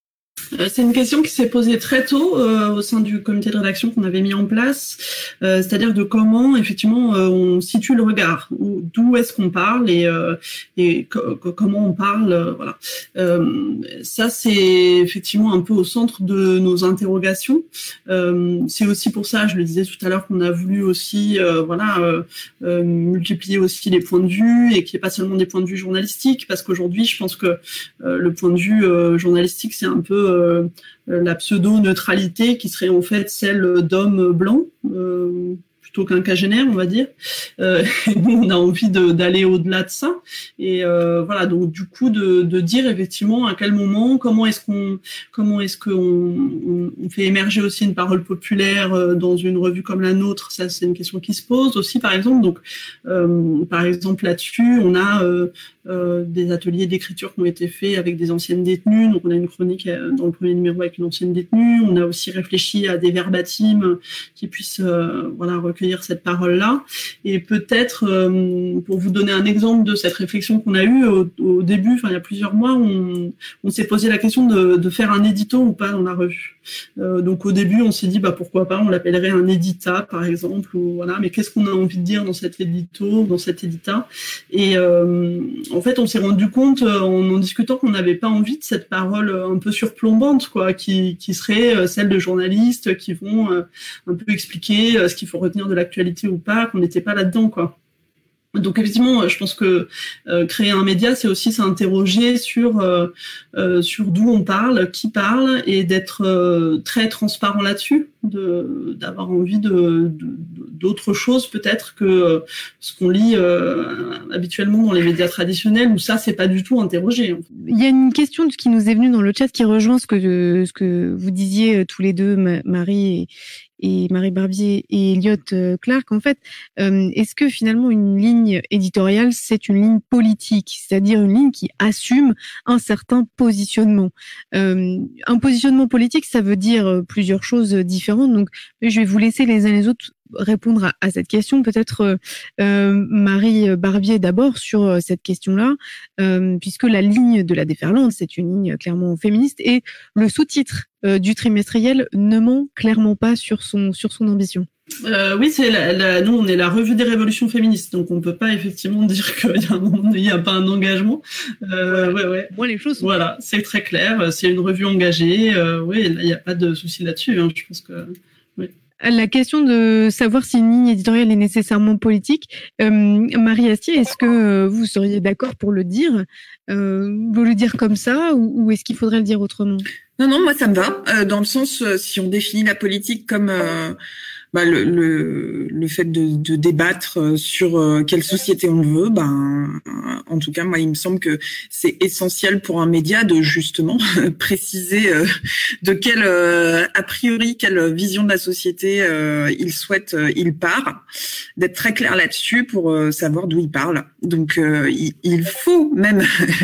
C'est une question qui s'est posée très tôt euh, au sein du comité de rédaction qu'on avait mis en place, euh, c'est-à-dire de comment effectivement euh, on situe le regard, d'où est-ce qu'on parle et, euh, et co- co- comment on parle, euh, voilà. Euh, ça c'est effectivement un peu au centre de nos interrogations. Euh, c'est aussi pour ça, je le disais tout à l'heure, qu'on a voulu aussi, euh, voilà, euh, euh, multiplier aussi les points de vue et qu'il n'y ait pas seulement des points de vue journalistiques, parce qu'aujourd'hui, je pense que euh, le point de vue euh, journalistique, c'est un peu euh, la pseudo-neutralité qui serait en fait celle d'hommes blancs, euh, plutôt qu'un quinquagénaire, on va dire. Euh, et nous, on a envie de, d'aller au-delà de ça. Et euh, voilà, donc du coup, de, de dire effectivement à quel moment, comment est-ce qu'on, comment est-ce qu'on on, on fait émerger aussi une parole populaire dans une revue comme la nôtre. Ça, c'est une question qui se pose aussi, par exemple. Donc, euh, par exemple, là-dessus, on a euh, euh, des ateliers d'écriture qui ont été faits avec des anciennes détenues. Donc, on a une chronique dans le premier numéro avec une ancienne détenue. On a aussi réfléchi à des verbatims qui puissent, euh, voilà, recueillir cette parole-là. Et peut-être, euh, pour vous donner un exemple de cette réflexion qu'on a eue au, au début, enfin il y a plusieurs mois, on, on s'est posé la question de, de faire un édito ou pas dans la revue. Euh, donc au début, on s'est dit bah pourquoi pas, on l'appellerait un édita par exemple, ou voilà. Mais qu'est-ce qu'on a envie de dire dans cet édito, dans cet édita? Et euh, en fait, on s'est rendu compte en en discutant qu'on n'avait pas envie de cette parole un peu surplombante, quoi, qui, qui serait celle de journalistes qui vont euh, un peu expliquer ce qu'il faut retenir de l'actualité ou pas, qu'on n'était pas là-dedans, quoi. Donc effectivement, je pense que euh, créer un média, c'est aussi s'interroger sur euh, euh, sur d'où on parle, qui parle, et d'être euh, très transparent là-dessus, de d'avoir envie de, de d'autres choses peut-être que euh, ce qu'on lit euh, habituellement dans les médias traditionnels, où ça c'est pas du tout interrogé. Il y a une question qui nous est venue dans le chat qui rejoint ce que ce que vous disiez tous les deux, Marie et et Marie Barbier et Elliot Clark, en fait, euh, est-ce que finalement une ligne éditoriale, c'est une ligne politique, c'est-à-dire une ligne qui assume un certain positionnement? euh, Un positionnement politique, ça veut dire plusieurs choses différentes, donc je vais vous laisser les uns les autres répondre à, à cette question. Peut-être euh, Marie Barbier d'abord sur cette question-là, euh, puisque la ligne de la déferlante, c'est une ligne clairement féministe, et le sous-titre euh, du trimestriel ne ment clairement pas sur son sur son ambition. Euh, oui, c'est la, la, nous on est la revue des révolutions féministes, donc on peut pas effectivement dire qu'il y a un moment, il y a pas un engagement. Euh, ouais, ouais. Moi, les choses. Voilà, c'est très clair. C'est une revue engagée. Euh, oui, il y a pas de souci là-dessus. Hein, je pense que. Oui. La question de savoir si une ligne éditoriale est nécessairement politique, euh, Marie Astier, est-ce que vous seriez d'accord pour le dire, euh, vous le dire comme ça, ou, ou est-ce qu'il faudrait le dire autrement? Non, non, moi ça me va, euh, dans le sens, euh, si on définit la politique comme euh, bah, le, le, le fait de, de débattre sur euh, quelle société on veut, ben, en tout cas, moi, il me semble que c'est essentiel pour un média de justement préciser euh, de quelle, euh, a priori, quelle vision de la société euh, il souhaite, euh, il part, d'être très clair là-dessus pour euh, savoir d'où il parle. Donc, euh, il, il faut même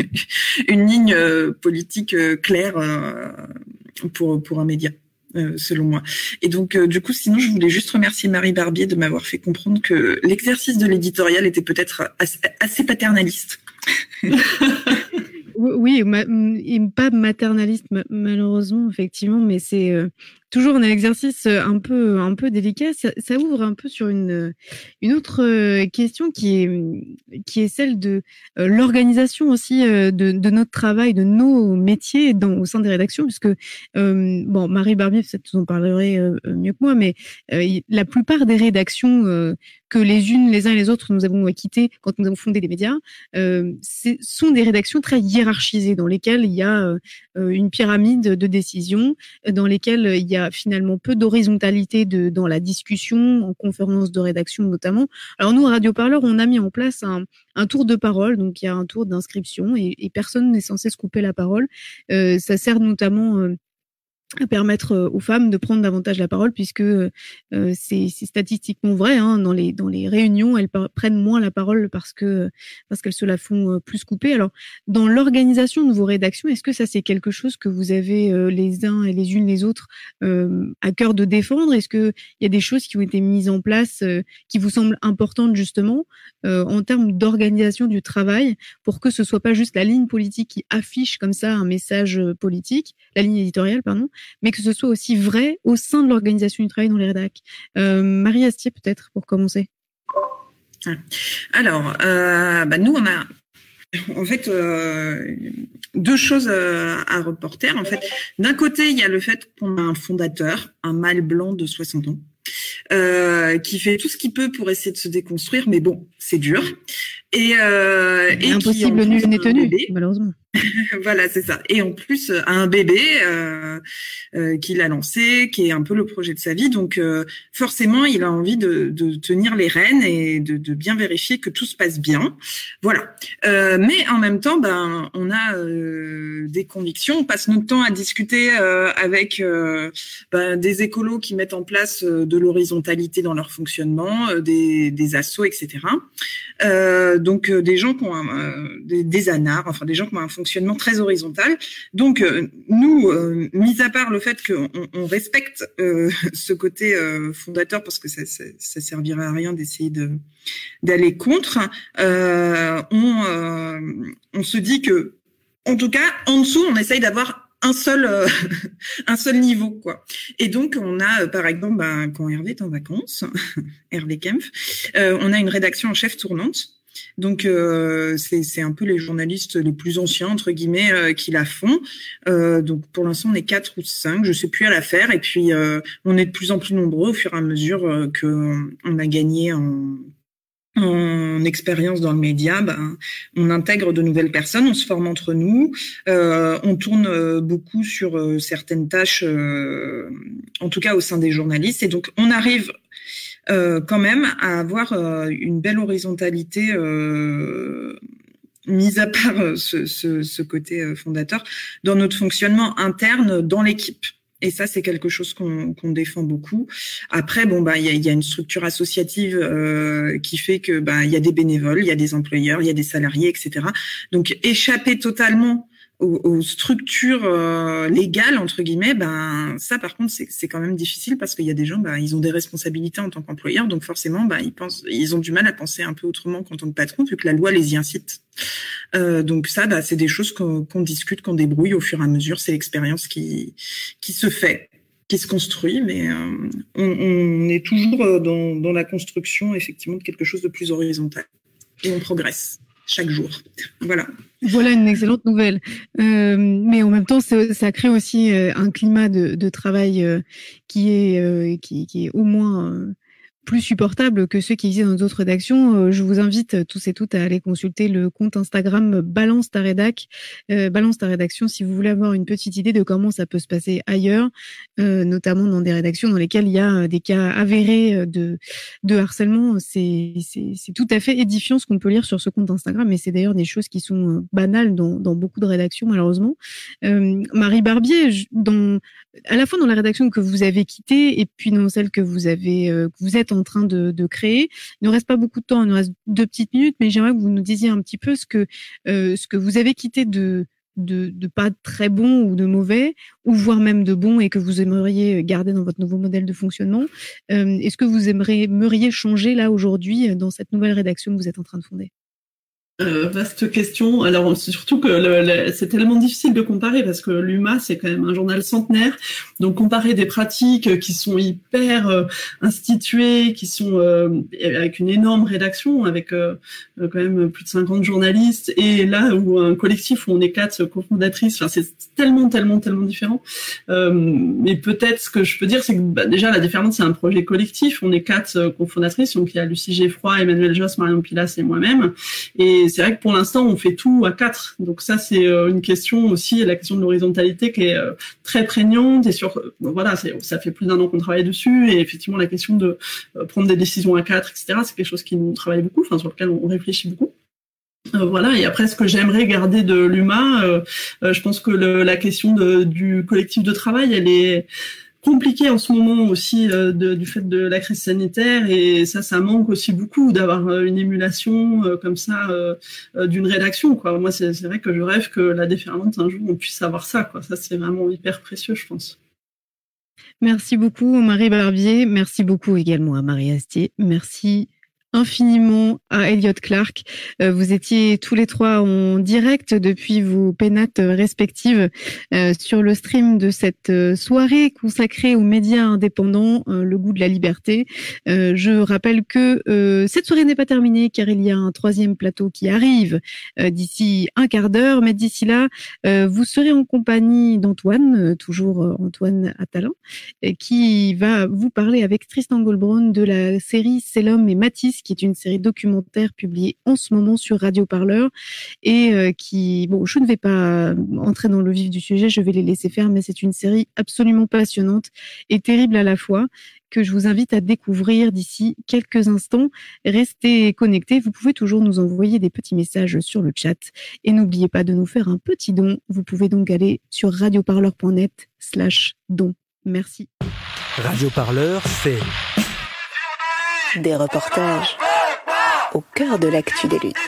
une ligne euh, politique euh, claire euh, pour pour un média. Euh, selon moi. Et donc, euh, du coup, sinon, je voulais juste remercier Marie Barbier de m'avoir fait comprendre que l'exercice de l'éditorial était peut-être assez, assez paternaliste. Oui, ma, pas maternaliste malheureusement, effectivement, mais c'est euh, toujours un exercice un peu un peu délicat. Ça, ça ouvre un peu sur une une autre question qui est qui est celle de euh, l'organisation aussi euh, de de notre travail, de nos métiers dans au sein des rédactions, puisque euh, bon, Marie Barbier, peut-être vous en parlerez euh, mieux que moi, mais euh, la plupart des rédactions euh, que les unes, les uns et les autres, nous avons quitté quand nous avons fondé les médias, euh, c'est, sont des rédactions très hiérarchisées dans lesquelles il y a euh, une pyramide de décisions, dans lesquelles il y a finalement peu d'horizontalité de, dans la discussion, en conférence de rédaction notamment. Alors nous, à Radio Parleur, on a mis en place un, un tour de parole, donc il y a un tour d'inscription et, et personne n'est censé se couper la parole. Euh, ça sert notamment... Euh, à permettre aux femmes de prendre davantage la parole, puisque euh, c'est, c'est statistiquement vrai. Hein, dans les dans les réunions, elles par- prennent moins la parole parce que parce qu'elles se la font plus couper. Alors, dans l'organisation de vos rédactions, est-ce que ça c'est quelque chose que vous avez euh, les uns et les unes les autres euh, à cœur de défendre? Est-ce que il y a des choses qui ont été mises en place euh, qui vous semblent importantes justement euh, en termes d'organisation du travail, pour que ce soit pas juste la ligne politique qui affiche comme ça un message politique, la ligne éditoriale, pardon, mais que ce soit aussi vrai au sein de l'organisation du travail dans les rédacs. Euh, Marie Astier, peut-être, pour commencer. Alors, euh, bah nous, on a en fait euh, deux choses euh, à reporter. En fait, d'un côté, il y a le fait qu'on a un fondateur, un mâle blanc de soixante ans, euh, qui fait tout ce qu'il peut pour essayer de se déconstruire, mais bon, c'est dur. Et, euh, et impossible, qui, nul n'est tenu, bébé. Malheureusement. Voilà, c'est ça. Et en plus, un bébé euh, euh, qu'il a lancé, qui est un peu le projet de sa vie. Donc, euh, forcément, il a envie de, de tenir les rênes et de, de bien vérifier que tout se passe bien. Voilà. Euh, mais en même temps, ben, on a euh, des convictions. On passe notre temps à discuter euh, avec euh, ben, des écolos qui mettent en place euh, de l'horizontalité dans leur fonctionnement, euh, des, des assos, et cetera. Euh, donc, euh, des gens qui ont un, euh, des, des anards, enfin des gens qui ont un fonctionnement très horizontal. Donc, euh, nous, euh, mis à part le fait qu'on on respecte euh, ce côté euh, fondateur, parce que ça, ça, ça servirait à rien d'essayer de d'aller contre, euh, on, euh, on se dit que, en tout cas, en dessous, on essaye d'avoir un seul euh, un seul niveau, quoi. Et donc on a euh, par exemple ben, quand Hervé est en vacances, Hervé Kempf, euh, on a une rédaction en chef tournante. Donc euh, c'est c'est un peu les journalistes les plus anciens entre guillemets euh, qui la font. Euh, donc pour l'instant on est quatre ou cinq, je sais plus à la faire. Et puis euh, on est de plus en plus nombreux au fur et à mesure euh, que on a gagné en en expérience dans le média, ben, on intègre de nouvelles personnes, on se forme entre nous, euh, on tourne beaucoup sur euh, certaines tâches, euh, en tout cas au sein des journalistes, et donc on arrive euh, quand même à avoir euh, une belle horizontalité, euh, mis à part ce, ce, ce côté fondateur, dans notre fonctionnement interne dans l'équipe. Et ça, c'est quelque chose qu'on qu'on défend beaucoup. Après, bon, bah, il y a, y a une structure associative euh, qui fait que, bah, il y a des bénévoles, il y a des employeurs, il y a des salariés, et cetera. Donc, échapper totalement aux, aux structures euh, légales entre guillemets, ben ça, par contre, c'est c'est quand même difficile parce qu'il y a des gens, ben ils ont des responsabilités en tant qu'employeurs, donc forcément, ben ils pensent, ils ont du mal à penser un peu autrement qu'en tant que patron, vu que la loi les y incite. Euh, donc ça, bah, c'est des choses qu'on qu'on discute, qu'on débrouille au fur et à mesure. C'est l'expérience qui qui se fait, qui se construit, mais euh, on, on est toujours dans dans la construction effectivement de quelque chose de plus horizontal et on progresse chaque jour. Voilà. Voilà une excellente nouvelle. Euh, mais en même temps, ça, ça crée aussi euh, un climat de, de travail euh, qui est euh, qui, qui est au moins euh, plus supportable que ceux qui existent dans d'autres rédactions. Euh, je vous invite tous et toutes à aller consulter le compte Instagram Balance ta rédac, euh, Balance ta rédaction, si vous voulez avoir une petite idée de comment ça peut se passer ailleurs, euh, notamment dans des rédactions dans lesquelles il y a des cas avérés de de harcèlement. C'est c'est c'est tout à fait édifiant ce qu'on peut lire sur ce compte Instagram, et c'est d'ailleurs des choses qui sont banales dans dans beaucoup de rédactions malheureusement. Euh, Marie Barbier, dans à la fois dans la rédaction que vous avez quittée et puis dans celle que vous avez euh, que vous êtes en train de, de créer. Il ne reste pas beaucoup de temps, il nous reste deux petites minutes, mais j'aimerais que vous nous disiez un petit peu ce que euh, ce que vous avez quitté de, de de pas très bon ou de mauvais, ou voire même de bon, et que vous aimeriez garder dans votre nouveau modèle de fonctionnement. Euh, est-ce que vous aimeriez, aimeriez changer là aujourd'hui dans cette nouvelle rédaction que vous êtes en train de fonder? Euh, vaste question. Alors surtout que le, le, c'est tellement difficile de comparer parce que l'U M A c'est quand même un journal centenaire, donc comparer des pratiques qui sont hyper euh, instituées, qui sont euh, avec une énorme rédaction, avec euh, quand même plus de cinquante journalistes, et là où un collectif où on est quatre cofondatrices, enfin c'est tellement tellement tellement différent. Euh, mais peut-être ce que je peux dire, c'est que bah, déjà la Déferlante c'est un projet collectif. On est quatre euh, cofondatrices, donc il y a Lucie Geffroy, Emmanuel Josse, Marion Pilas et moi-même. Et c'est vrai que pour l'instant, on fait tout à quatre. Donc ça, c'est une question aussi, la question de l'horizontalité qui est très prégnante. Et sur, voilà, c'est, ça fait plus d'un an qu'on travaille dessus. Et effectivement, la question de prendre des décisions à quatre, et cetera, c'est quelque chose qui nous travaille beaucoup, enfin sur lequel on réfléchit beaucoup. Euh, voilà. Et après, ce que j'aimerais garder de l'U M A, euh, euh, je pense que le, la question de, du collectif de travail, elle est compliqué en ce moment aussi euh, de, du fait de la crise sanitaire, et ça, ça manque aussi beaucoup d'avoir euh, une émulation euh, comme ça euh, euh, d'une rédaction, quoi. Moi, c'est, c'est vrai que je rêve que la Déferlante, un jour, on puisse avoir ça, quoi. Ça, c'est vraiment hyper précieux, je pense. Merci beaucoup, Marie Barbier. Merci beaucoup également à Marie Astier. Merci infiniment à Elliot Clark. Euh, vous étiez tous les trois en direct depuis vos pénates respectives euh, sur le stream de cette euh, soirée consacrée aux médias indépendants, euh, le goût de la liberté. Euh, je rappelle que euh, cette soirée n'est pas terminée car il y a un troisième plateau qui arrive euh, d'ici un quart d'heure, mais d'ici là, euh, vous serez en compagnie d'Antoine, euh, toujours euh, Antoine Attalin, euh, qui va vous parler avec Tristan Goldbraun de la série C'est l'homme et Matisse, qui est une série documentaire publiée en ce moment sur Radio Parleur et euh, qui, bon, je ne vais pas entrer dans le vif du sujet, je vais les laisser faire, mais c'est une série absolument passionnante et terrible à la fois que je vous invite à découvrir d'ici quelques instants. Restez connectés, vous pouvez toujours nous envoyer des petits messages sur le chat et n'oubliez pas de nous faire un petit don. Vous pouvez donc aller sur radioparleur.net slash don. Merci. Radio Parleur, c'est des reportages au cœur de l'actu des luttes.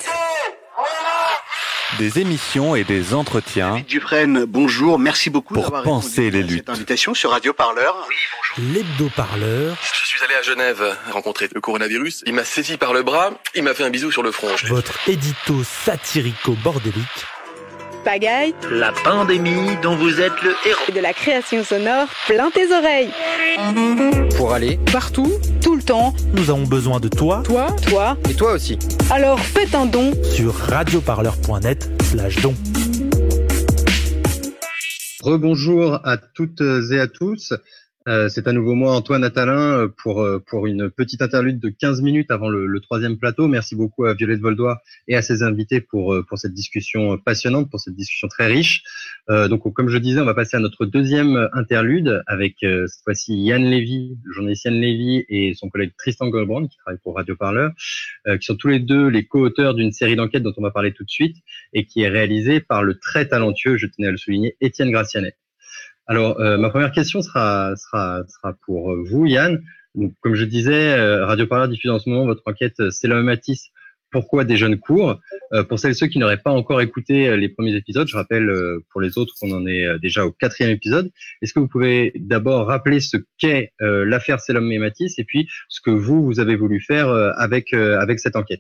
Des émissions et des entretiens. Dufresne, bonjour, merci beaucoup pour d'avoir penser les luttes. Cette invitation sur Radio Parleur. Oui, bonjour. L'hebdo-parleur. Je suis allé à Genève rencontrer le coronavirus. Il m'a saisi par le bras, il m'a fait un bisou sur le front. Votre édito satirico-bordélique. Pagaille, la pandémie dont vous êtes le héros. Et de la création sonore plein tes oreilles. Pour aller partout, tout le temps, nous avons besoin de toi, toi, toi et toi aussi. Alors faites un don sur radioparleur.net slash don. Rebonjour à toutes et à tous. Euh, c'est à nouveau moi, Antoine Attalin, pour pour une petite interlude de quinze minutes avant le, le troisième plateau. Merci beaucoup à Violette Voldois et à ses invités pour pour cette discussion passionnante, pour cette discussion très riche. Euh, donc, comme je disais, on va passer à notre deuxième interlude avec euh, cette fois-ci Yann Lévy, le journaliste Yann Lévy, et son collègue Tristan Goldbraun, qui travaille pour Radio Parleur, euh, qui sont tous les deux les co-auteurs d'une série d'enquêtes dont on va parler tout de suite et qui est réalisée par le très talentueux, je tenais à le souligner, Étienne Gracianet. Alors, euh, ma première question sera sera sera pour vous, Yann. Donc, comme je disais, euh, Radio Parleur diffuse en ce moment votre enquête C'est l'homme Matisse. Pourquoi des jeunes courent euh, Pour celles et ceux qui n'auraient pas encore écouté les premiers épisodes, je rappelle euh, pour les autres qu'on en est déjà au quatrième épisode. Est-ce que vous pouvez d'abord rappeler ce qu'est euh, l'affaire C'est l'homme et Matisse et puis ce que vous vous avez voulu faire euh, avec euh, avec cette enquête?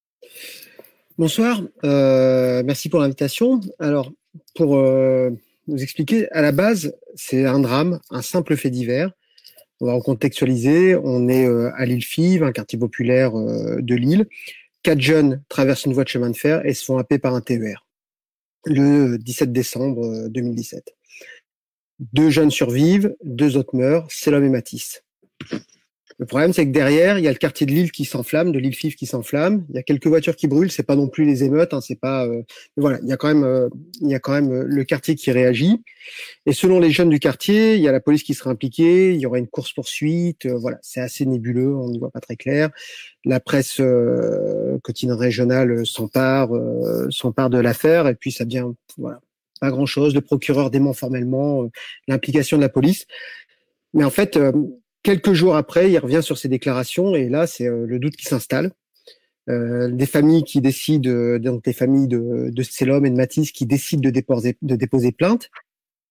Bonsoir, euh, merci pour l'invitation. Alors, pour euh, vous expliquer, à la base, c'est un drame, un simple fait divers. On va recontextualiser. On est euh, à l'île Fives, un quartier populaire euh, de Lille. Quatre jeunes traversent une voie de chemin de fer et se font happer par un T E R le dix-sept décembre deux mille dix-sept. Deux jeunes survivent, deux autres meurent. C'est l'homme et Matisse. Le problème, c'est que derrière, il y a le quartier de Lille qui s'enflamme, de l'île Fives qui s'enflamme. Il y a quelques voitures qui brûlent. C'est pas non plus les émeutes, hein, c'est pas. Euh, mais voilà, il y a quand même, euh, il y a quand même euh, le quartier qui réagit. Et selon les jeunes du quartier, il y a la police qui sera impliquée. Il y aura une course poursuite. Euh, voilà, c'est assez nébuleux, on n'y voit pas très clair. La presse euh, quotidienne régionale s'empare, euh, s'empare de l'affaire, et puis ça devient, voilà, pas grand chose. Le procureur dément formellement euh, l'implication de la police, mais en fait. Euh, Quelques jours après, il revient sur ses déclarations et là, c'est euh, le doute qui s'installe. Euh, des familles qui décident, euh, donc des familles de, de C'est l'homme et de Matisse qui décident de déposer, de déposer plainte.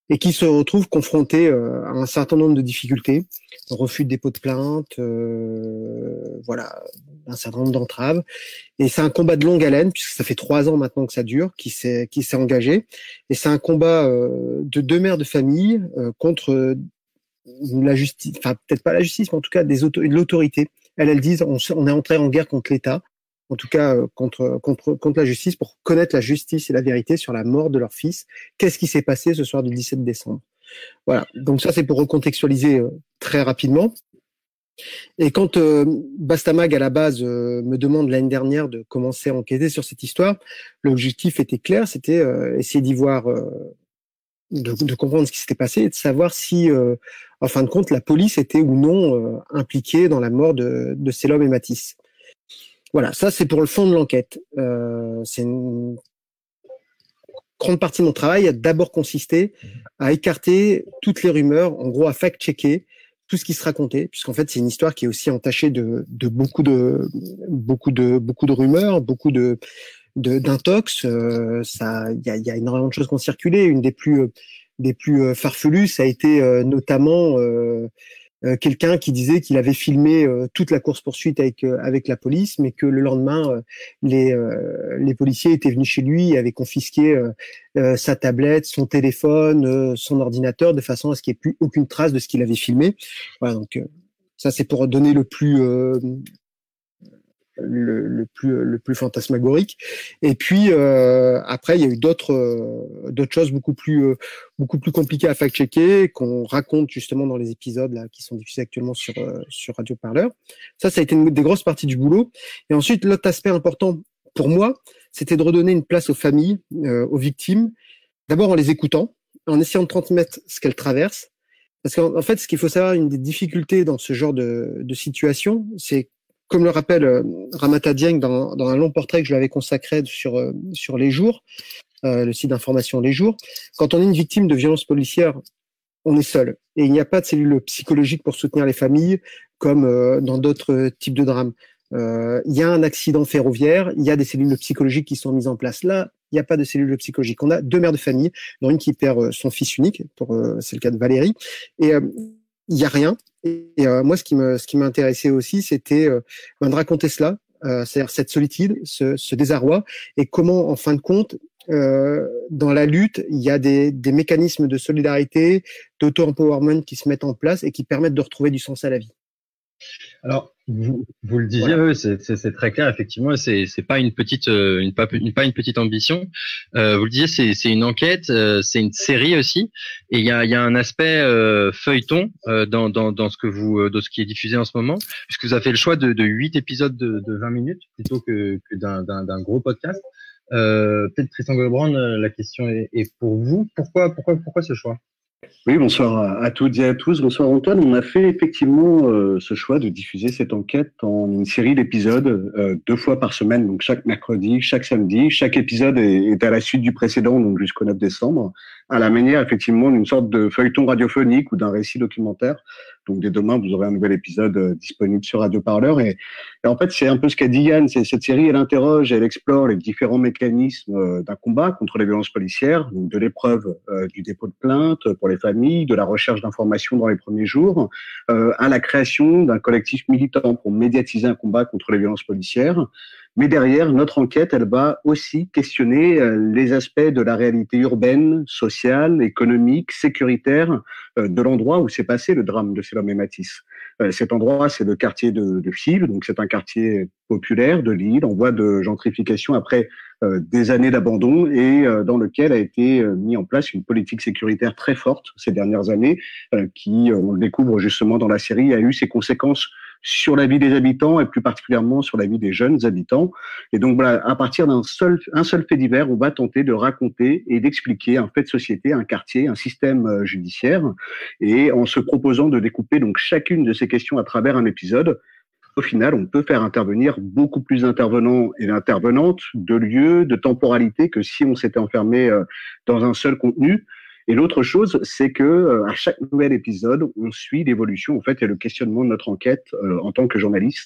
et qui se retrouve confronté euh, à un certain nombre de difficultés, refus de dépôt de plainte, euh, voilà, un certain nombre d'entraves. Et c'est un combat de longue haleine, puisque ça fait trois ans maintenant que ça dure, qui s'est qui s'est engagé. Et c'est un combat euh, de deux mères de famille euh, contre la justice, enfin peut-être pas la justice, mais en tout cas des auto- de l'autorité. Elles, elles disent, on, on est entré en guerre contre l'État, en tout cas euh, contre contre contre la justice, pour connaître la justice et la vérité sur la mort de leur fils. Qu'est-ce qui s'est passé ce soir du dix-sept décembre? Voilà. Donc ça, c'est pour recontextualiser euh, très rapidement. Et quand euh, Bastamag, à la base, euh, me demande l'année dernière de commencer à enquêter sur cette histoire, l'objectif était clair, c'était euh, essayer d'y voir, euh, de, de comprendre ce qui s'était passé et de savoir si, euh, en fin de compte, la police était ou non euh, impliquée dans la mort de, de Selom et Matisse. Voilà, ça c'est pour le fond de l'enquête. Euh, c'est une grande partie de mon travail a d'abord consisté à écarter toutes les rumeurs, en gros à fact-checker tout ce qui se racontait, puisqu'en fait c'est une histoire qui est aussi entachée de, de beaucoup de beaucoup de beaucoup de rumeurs, beaucoup de de d'intox. Euh, ça, il y a, y a énormément de choses qui ont circulé. Une des plus des plus farfelues, ça a été euh, notamment euh, euh, quelqu'un qui disait qu'il avait filmé euh, toute la course poursuite avec euh, avec la police, mais que le lendemain euh, les euh, les policiers étaient venus chez lui et avaient confisqué euh, euh, sa tablette, son téléphone, euh, son ordinateur, de façon à ce qu'il n'y ait plus aucune trace de ce qu'il avait filmé. Voilà, donc euh, ça c'est pour donner le plus euh, le, le plus le plus fantasmagorique. Et puis euh, après il y a eu d'autres euh, d'autres choses beaucoup plus euh, beaucoup plus compliquées à fact-checker, qu'on raconte justement dans les épisodes là qui sont diffusés actuellement sur euh, sur Radio Parleur. Ça ça a été une des grosses parties du boulot. Et ensuite l'autre aspect important pour moi, c'était de redonner une place aux familles, euh, aux victimes, d'abord en les écoutant, en essayant de transmettre ce qu'elles traversent. Parce qu'en en fait, ce qu'il faut savoir, une des difficultés dans ce genre de, de situation, c'est, comme le rappelle euh, Ramata Dieng dans, dans un long portrait que je lui avais consacré sur, euh, sur Les Jours, euh, le site d'information Les Jours, quand on est une victime de violences policières, on est seul. Et il n'y a pas de cellule psychologique pour soutenir les familles, comme euh, dans d'autres types de drames. Euh, il y a un accident ferroviaire, il y a des cellules psychologiques qui sont mises en place. Là, il n'y a pas de cellules psychologiques. On a deux mères de famille, dont une qui perd euh, son fils unique, pour euh, c'est le cas de Valérie, et euh, il n'y a rien. Et, et euh, moi, ce qui me ce qui m'intéressait aussi, c'était euh, de raconter cela, euh, c'est-à-dire cette solitude, ce, ce désarroi, et comment, en fin de compte, euh, dans la lutte, il y a des, des mécanismes de solidarité, d'auto-empowerment qui se mettent en place et qui permettent de retrouver du sens à la vie. Alors, vous, vous le disiez, voilà. c'est, c'est, c'est très clair, effectivement, c'est, c'est pas une petite, euh, une, pas, une, pas une petite ambition. Euh, vous le disiez, c'est, c'est une enquête, euh, c'est une série aussi, et il y a, il y a un aspect euh, feuilleton euh, dans, dans, dans ce que vous, dans ce qui est diffusé en ce moment, puisque vous avez fait le choix de, de huit épisodes de, de vingt minutes plutôt que, que d'un, d'un, d'un gros podcast. Euh, peut-être Tristan Goldbrand, la question est, est pour vous. Pourquoi, pourquoi, pourquoi ce choix? Oui, bonsoir à toutes et à tous. Bonsoir Antoine. On a fait effectivement euh, ce choix de diffuser cette enquête en une série d'épisodes, euh, deux fois par semaine, donc chaque mercredi, chaque samedi. Chaque épisode est, est à la suite du précédent, donc jusqu'au neuf décembre, à la manière effectivement d'une sorte de feuilleton radiophonique ou d'un récit documentaire. Donc dès demain, vous aurez un nouvel épisode euh, disponible sur Radio Parleur. Et, et en fait, c'est un peu ce qu'a dit Yann. C'est, cette série, elle interroge, elle explore les différents mécanismes euh, d'un combat contre les violences policières, donc de l'épreuve euh, du dépôt de plainte pour les familles, de la recherche d'informations dans les premiers jours, euh, à la création d'un collectif militant pour médiatiser un combat contre les violences policières. Mais derrière, notre enquête, elle va aussi questionner euh, les aspects de la réalité urbaine, sociale, économique, sécuritaire euh, de l'endroit où s'est passé le drame de Selom et Matisse. Euh, cet endroit, c'est le quartier de, de Fives, donc c'est un quartier populaire de Lille, en voie de gentrification après euh, des années d'abandon et euh, dans lequel a été euh, mis en place une politique sécuritaire très forte ces dernières années, euh, qui, on le découvre justement dans la série, a eu ses conséquences sur la vie des habitants et plus particulièrement sur la vie des jeunes habitants. Et donc voilà, à partir d'un seul, un seul fait divers, on va tenter de raconter et d'expliquer un fait de société, un quartier, un système judiciaire, et en se proposant de découper donc chacune de ces questions à travers un épisode. Au final, on peut faire intervenir beaucoup plus d'intervenants et d'intervenantes, de lieux, de temporalité que si on s'était enfermé dans un seul contenu. Et l'autre chose, c'est que à chaque nouvel épisode, on suit l'évolution en fait et le questionnement de notre enquête euh, en tant que journaliste.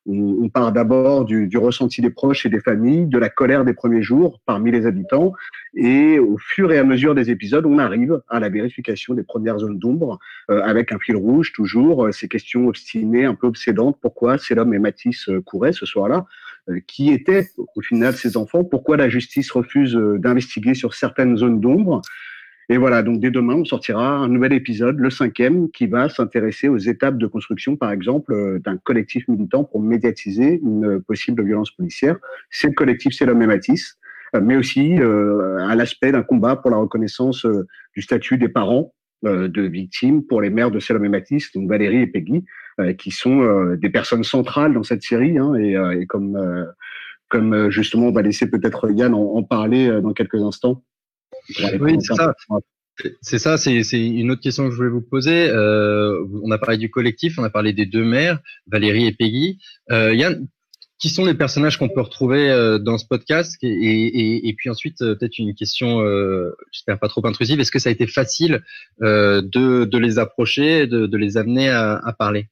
On, on part d'abord du, du ressenti des proches et des familles, de la colère des premiers jours parmi les habitants, et au fur et à mesure des épisodes, on arrive à la vérification des premières zones d'ombre, euh, avec un fil rouge toujours, euh, ces questions obstinées, un peu obsédantes. Pourquoi Selim et Mathis euh, couraient ce soir-là? euh, Qui étaient au final ces enfants? Pourquoi la justice refuse euh, d'investiguer sur certaines zones d'ombre? Et voilà, donc dès demain, on sortira un nouvel épisode, le cinquième, qui va s'intéresser aux étapes de construction, par exemple, euh, d'un collectif militant pour médiatiser une possible violence policière. C'est le collectif Selim et Mathis, euh, mais aussi euh, à l'aspect d'un combat pour la reconnaissance euh, du statut des parents euh, de victimes pour les mères de Selim et Mathis, donc Valérie et Peggy, euh, qui sont euh, des personnes centrales dans cette série, hein, et, euh, et comme, euh, comme justement, on va laisser peut-être Yann en, en parler euh, dans quelques instants. Oui, c'est ça. C'est ça, c'est, c'est une autre question que je voulais vous poser. Euh, on a parlé du collectif, on a parlé des deux mères, Valérie et Peggy. Euh, Yann, qui sont les personnages qu'on peut retrouver euh, dans ce podcast? Et, et, et puis ensuite, euh, peut-être une question, euh, j'espère pas trop intrusive. Est-ce que ça a été facile euh, de, de les approcher, de, de les amener à, à parler?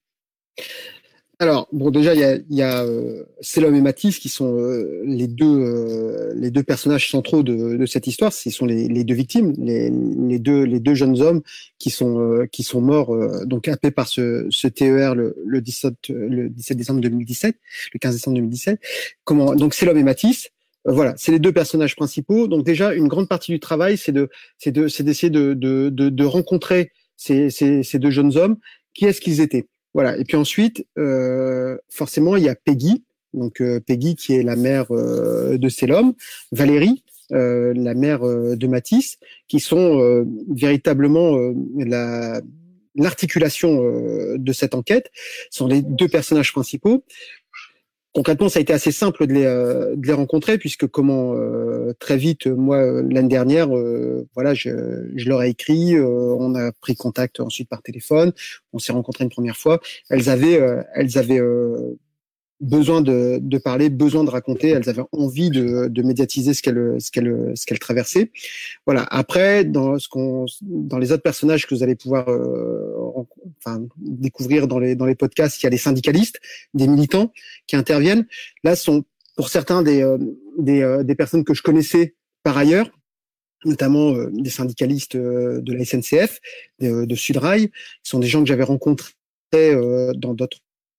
Alors, bon, déjà, il y a, il y a euh, Selim et Mathis qui sont euh, les deux euh, les deux personnages centraux de, de cette histoire. Ce sont les, les deux victimes, les, les deux les deux jeunes hommes qui sont euh, qui sont morts euh, donc happés par ce, ce T E R le, le dix-sept le dix-sept décembre deux mille dix-sept, le quinze décembre deux mille dix-sept. Comment donc Selim et Mathis, euh, voilà, c'est les deux personnages principaux. Donc déjà, une grande partie du travail, c'est de c'est de c'est d'essayer de de de, de rencontrer ces, ces ces deux jeunes hommes. Qui est-ce qu'ils étaient? Voilà. Et puis ensuite, euh, forcément, il y a Peggy, donc euh, Peggy qui est la mère euh, de Selim, Valérie, euh, la mère euh, de Mathis, qui sont euh, véritablement euh, la l'articulation euh, de cette enquête. Ce sont les deux personnages principaux. Concrètement, ça a été assez simple de les, euh, de les rencontrer puisque comment euh, très vite, moi l'année dernière, euh, voilà, je, je leur ai écrit, euh, on a pris contact ensuite par téléphone, on s'est rencontrés une première fois. Elles avaient, euh, elles avaient euh, besoin de, de parler, besoin de raconter. Elles avaient envie de, de médiatiser ce qu'elles, ce qu'elles, ce qu'elles traversaient. Voilà. Après, dans ce qu'on, dans les autres personnages que vous allez pouvoir, euh, enfin, découvrir dans les dans les podcasts, il y a des syndicalistes, des militants qui interviennent. Là, ce sont pour certains des euh, des, euh, des personnes que je connaissais par ailleurs, notamment euh, des syndicalistes euh, de la S N C F, de, de Sudrail. Ce sont des gens que j'avais rencontrés euh, dans d'autres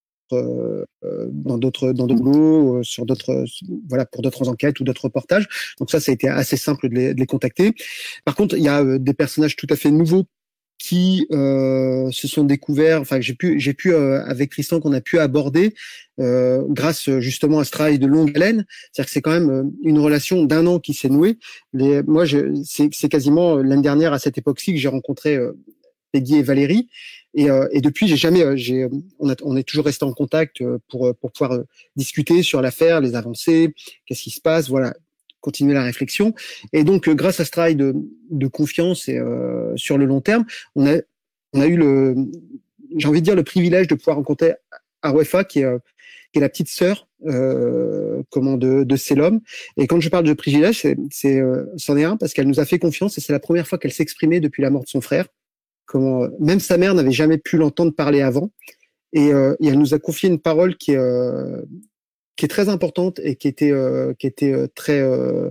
Euh, dans d'autres dans d'autres boulots, euh, sur d'autres voilà pour d'autres enquêtes ou d'autres reportages. Donc ça, ça a été assez simple de les, de les contacter. Par contre, il y a euh, des personnages tout à fait nouveaux qui euh, se sont découverts. Enfin, j'ai pu j'ai pu euh, avec Tristan qu'on a pu aborder euh, grâce justement à ce travail de longue haleine. C'est-à-dire que c'est quand même euh, une relation d'un an qui s'est nouée. Les, moi, je, c'est, c'est quasiment l'année dernière à cette époque-ci que j'ai rencontré euh, Peggy et Valérie. Et, euh, et depuis, j'ai jamais, euh, j'ai, on, a, on est toujours resté en contact euh, pour pour pouvoir euh, discuter sur l'affaire, les avancées, qu'est-ce qui se passe, voilà, continuer la réflexion. Et donc, euh, grâce à ce travail de, de confiance et euh, sur le long terme, on a on a eu le, j'ai envie de dire le privilège de pouvoir rencontrer Arefa, qui est euh, qui est la petite sœur, euh, comment de de Selim. Et quand je parle de privilège, c'est c'est euh, c'en est un parce qu'elle nous a fait confiance et c'est la première fois qu'elle s'exprimait depuis la mort de son frère. Comment même sa mère n'avait jamais pu l'entendre parler avant, et, euh, et elle nous a confié une parole qui est euh, qui est très importante et qui était euh, qui était euh, très euh,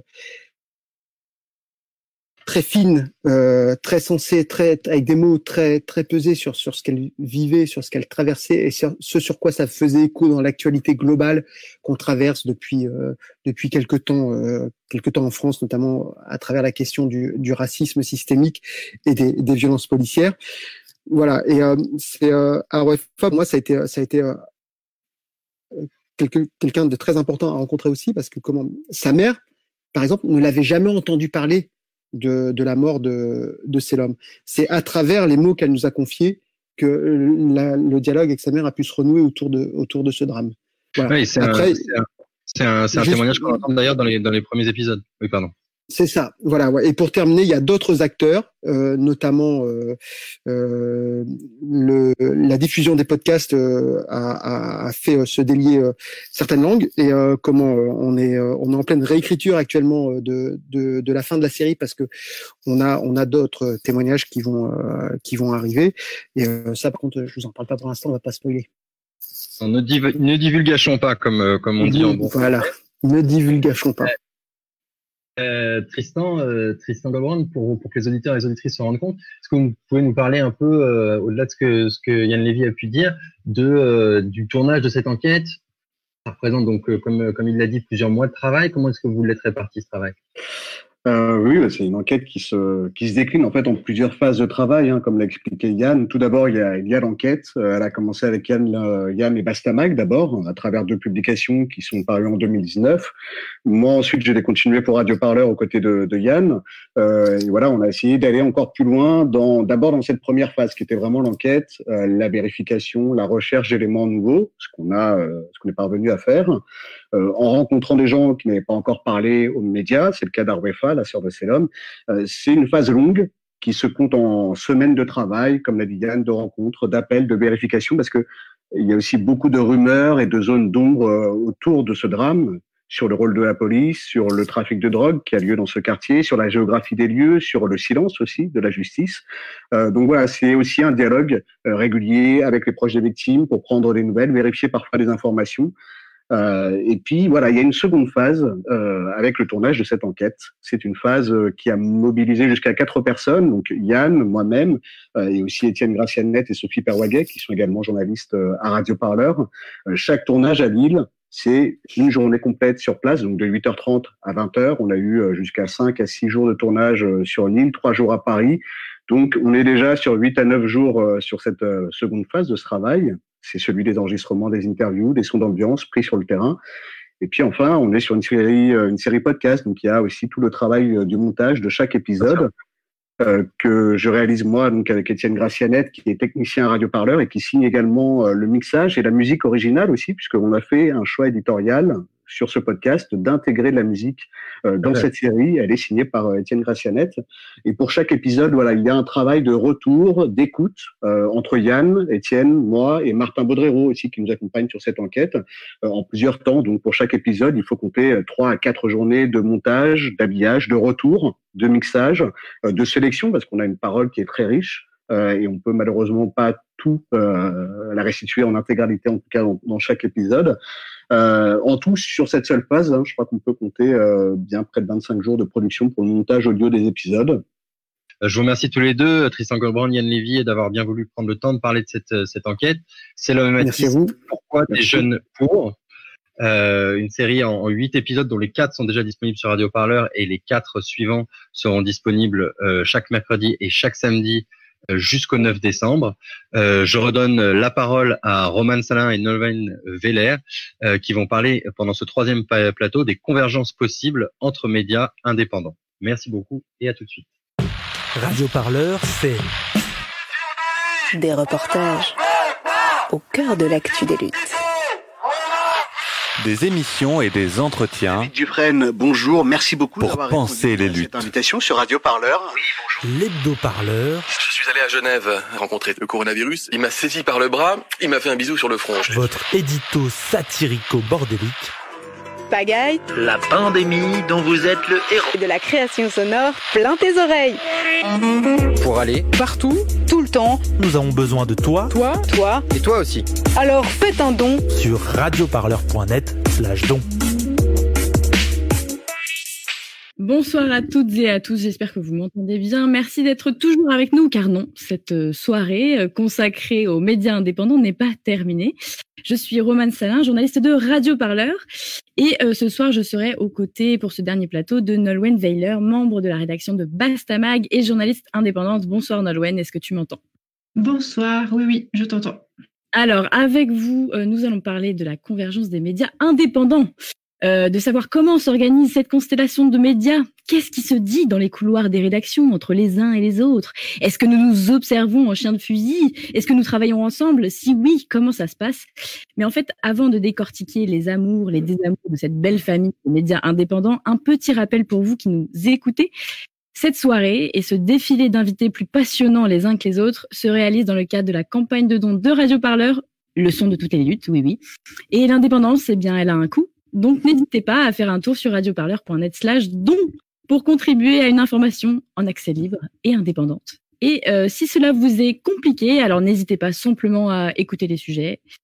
très fine, euh, très sensée, très avec des mots très très pesés sur sur ce qu'elle vivait, sur ce qu'elle traversait et sur ce sur quoi ça faisait écho dans l'actualité globale qu'on traverse depuis euh, depuis quelque temps euh, quelque temps en France, notamment à travers la question du du racisme systémique et des des violences policières. Voilà. Et euh, c'est euh, à Ouefa, moi ça a été ça a été euh, quelqu'un quelqu'un de très important à rencontrer aussi parce que comment sa mère, par exemple, ne l'avait jamais entendu parler de, de la mort de, de Selim. C'est à travers les mots qu'elle nous a confiés que la, le dialogue avec sa mère a pu se renouer autour de, autour de ce drame. Voilà. Oui, c'est Après, un, c'est un, c'est un, c'est un juste, témoignage qu'on entend d'ailleurs dans les, dans les premiers épisodes. Oui, pardon. C'est ça, voilà. Ouais. Et pour terminer, il y a d'autres acteurs, euh, notamment euh, euh, le, la diffusion des podcasts euh, a, a fait euh, se délier euh, certaines langues. Et euh, comment euh, on est, euh, on est en pleine réécriture actuellement euh, de, de, de la fin de la série parce que on a, on a d'autres témoignages qui vont, euh, qui vont arriver. Et euh, ça, par contre, je vous en parle pas pour l'instant, on va pas spoiler. Ne, div- ne divulgachons pas, comme, comme on dit en bon. Voilà, ne divulgachons pas. Euh, Tristan, euh, Tristan Goldbrand, pour, pour que les auditeurs et les auditrices se rendent compte, est-ce que vous pouvez nous parler un peu, euh, au-delà de ce que, ce que Yann Lévy a pu dire, de, euh, du tournage de cette enquête? Ça représente donc, euh, comme, comme il l'a dit, plusieurs mois de travail. Comment est-ce que vous l'êtes réparti, ce travail? Euh, oui, bah, c'est une enquête qui se qui se décline en fait en plusieurs phases de travail, hein, comme l'a expliqué Yann. Tout d'abord, il y a il y a l'enquête. Euh, elle a commencé avec Yann, euh, Yann et Bastamag d'abord, à travers deux publications qui sont parues en deux mille dix-neuf. Moi, ensuite, j'ai continué pour Radio Parleur aux côtés de, de Yann. Euh, et voilà, on a essayé d'aller encore plus loin dans d'abord dans cette première phase qui était vraiment l'enquête, euh, la vérification, la recherche d'éléments nouveaux, ce qu'on a, euh, ce qu'on est parvenu à faire. Euh, en rencontrant des gens qui n'avaient pas encore parlé aux médias, c'est le cas d'Arwefa, la sœur de Selom. Euh, c'est une phase longue qui se compte en semaines de travail, comme l'a dit Yann, de rencontres, d'appels, de vérifications, parce que il y a aussi beaucoup de rumeurs et de zones d'ombre euh, autour de ce drame, sur le rôle de la police, sur le trafic de drogue qui a lieu dans ce quartier, sur la géographie des lieux, sur le silence aussi de la justice. Euh, donc voilà, c'est aussi un dialogue euh, régulier avec les proches des victimes pour prendre des nouvelles, vérifier parfois des informations. Euh, et puis voilà, il y a une seconde phase euh, avec le tournage de cette enquête. C'est une phase euh, qui a mobilisé jusqu'à quatre personnes, donc Yann, moi-même, euh, et aussi Étienne Gracianet et Sophie Perwaguet, qui sont également journalistes euh, à Radio Parleur. Euh, chaque tournage à Lille, c'est une journée complète sur place, donc de huit heures trente à vingt heures. On a eu euh, jusqu'à cinq à six jours de tournage euh, sur Lille, trois jours à Paris. Donc on est déjà sur huit à neuf jours euh, sur cette euh, seconde phase de ce travail. C'est celui des enregistrements, des interviews, des sons d'ambiance pris sur le terrain. Et puis enfin, on est sur une série, une série podcast, donc il y a aussi tout le travail du montage de chaque épisode euh, que je réalise moi donc avec Étienne Gracianet, qui est technicien à Radio Parleur et qui signe également euh, le mixage et la musique originale aussi, puisqu'on a fait un choix éditorial sur ce podcast d'intégrer de la musique euh, dans ouais. cette série. Elle est signée par euh, Étienne Gracianet. Et pour chaque épisode, voilà, il y a un travail de retour, d'écoute euh, entre Yann, Étienne, moi et Martin Baudrero aussi qui nous accompagne sur cette enquête euh, en plusieurs temps. Donc pour chaque épisode, il faut compter trois à quatre journées de montage, d'habillage, de retour, de mixage, euh, de sélection parce qu'on a une parole qui est très riche. Euh, et on peut malheureusement pas tout euh, la restituer en intégralité, en tout cas dans, dans chaque épisode. Euh, en tout, sur cette seule phase, hein, je crois qu'on peut compter euh, bien près de vingt-cinq jours de production pour le montage audio des épisodes. Je vous remercie tous les deux, Tristan Goldbrand, Yann Lévy, d'avoir bien voulu prendre le temps de parler de cette, cette enquête. C'est le Merci à vous. Pourquoi Merci. Des jeunes pour euh, une série en huit épisodes dont les quatre sont déjà disponibles sur Radio Parleur et les quatre suivants seront disponibles euh, chaque mercredi et chaque samedi jusqu'au neuf décembre. Euh, je redonne la parole à Roman Salin et Nolwenn Veller euh, qui vont parler pendant ce troisième plateau des convergences possibles entre médias indépendants. Merci beaucoup et à tout de suite. Radio Parleur, c'est des reportages au cœur de l'actu des luttes. Des émissions et des entretiens. Dufresne, bonjour, merci beaucoup pour d'avoir penser les luttes. Cette invitation sur Radio Parleur. Oui, bonjour. L'hebdo-parleur. Je suis allé à Genève rencontrer le coronavirus. Il m'a saisi par le bras, il m'a fait un bisou sur le front. Votre édito satirico-bordélique. Pagaille. La pandémie dont vous êtes le héros. Et de la création sonore plein tes oreilles. Pour aller partout, tout le temps. Nous avons besoin de toi. Toi. Toi. Et toi aussi. Alors faites un don. Sur radioparleur.net slash don. Bonsoir à toutes et à tous, j'espère que vous m'entendez bien. Merci d'être toujours avec nous, car non, cette soirée consacrée aux médias indépendants n'est pas terminée. Je suis Romane Salin, journaliste de Radio Parleur, et euh, ce soir je serai aux côtés pour ce dernier plateau de Nolwenn Veller, membre de la rédaction de Bastamag et journaliste indépendante. Bonsoir Nolwenn, est-ce que tu m'entends ? Bonsoir, oui oui, je t'entends. Alors avec vous, euh, nous allons parler de la convergence des médias indépendants. Euh, de savoir comment s'organise cette constellation de médias. Qu'est-ce qui se dit dans les couloirs des rédactions entre les uns et les autres ? Est-ce que nous nous observons en chien de fusil ? Est-ce que nous travaillons ensemble ? Si oui, comment ça se passe ? Mais en fait, avant de décortiquer les amours, les désamours de cette belle famille de médias indépendants, un petit rappel pour vous qui nous écoutez. Cette soirée et ce défilé d'invités plus passionnants les uns que les autres se réalisent dans le cadre de la campagne de dons de Radio Parleur, le son de toutes les luttes, oui oui. Et l'indépendance, eh bien, elle a un coût. Donc, n'hésitez pas à faire un tour sur radioparleur.net slash don pour contribuer à une information en accès libre et indépendante. Et euh, si cela vous est compliqué, alors n'hésitez pas simplement à écouter les sujets,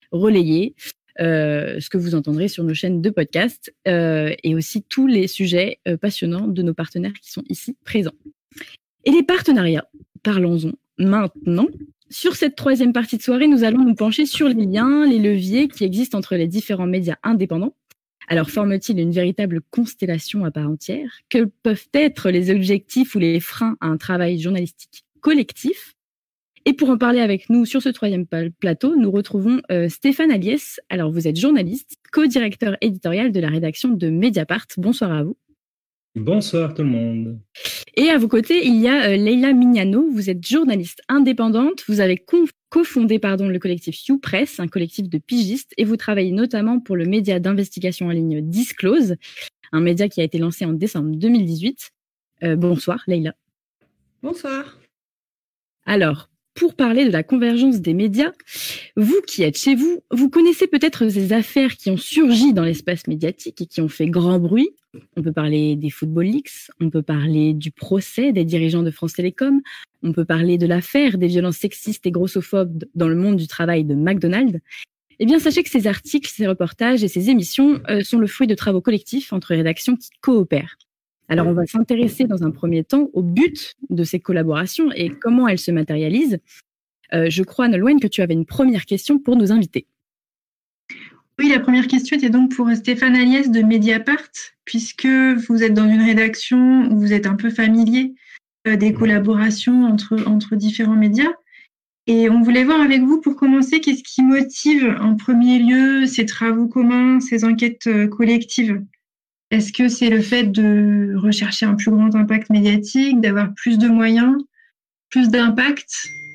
relayer euh, ce que vous entendrez sur nos chaînes de podcast euh, et aussi tous les sujets euh, passionnants de nos partenaires qui sont ici présents. Et les partenariats, parlons-en maintenant. Sur cette troisième partie de soirée, nous allons nous pencher sur les liens, les leviers qui existent entre les différents médias indépendants. Alors, forment-ils une véritable constellation à part entière? Que peuvent être les objectifs ou les freins à un travail journalistique collectif? Et pour en parler avec nous sur ce troisième plateau, nous retrouvons euh, Stéphane Aliès. Alors, vous êtes journaliste, co-directeur éditorial de la rédaction de Mediapart. Bonsoir à vous. Bonsoir tout le monde. Et à vos côtés, il y a euh, Leïla Mignano. Vous êtes journaliste indépendante. Vous avez con- cofondé pardon, le collectif YouPress, un collectif de pigistes, et vous travaillez notamment pour le média d'investigation en ligne Disclose, un média qui a été lancé en décembre deux mille dix-huit. Euh, bonsoir Leïla. Bonsoir. Alors, pour parler de la convergence des médias, vous qui êtes chez vous, vous connaissez peut-être ces affaires qui ont surgi dans l'espace médiatique et qui ont fait grand bruit. On peut parler des Football Leaks, on peut parler du procès des dirigeants de France Télécom, on peut parler de l'affaire des violences sexistes et grossophobes dans le monde du travail de McDonald's. Eh bien, sachez que ces articles, ces reportages et ces émissions euh, sont le fruit de travaux collectifs entre rédactions qui coopèrent. Alors, on va s'intéresser dans un premier temps au but de ces collaborations et comment elles se matérialisent. Euh, je crois, Nolwenn, que tu avais une première question pour nos invités. Oui, la première question était donc pour Stéphane Aliès de Mediapart, puisque vous êtes dans une rédaction où vous êtes un peu familier euh, des collaborations entre, entre différents médias. Et on voulait voir avec vous, pour commencer, qu'est-ce qui motive en premier lieu ces travaux communs, ces enquêtes euh, collectives? Est-ce que c'est le fait de rechercher un plus grand impact médiatique, d'avoir plus de moyens, plus d'impact?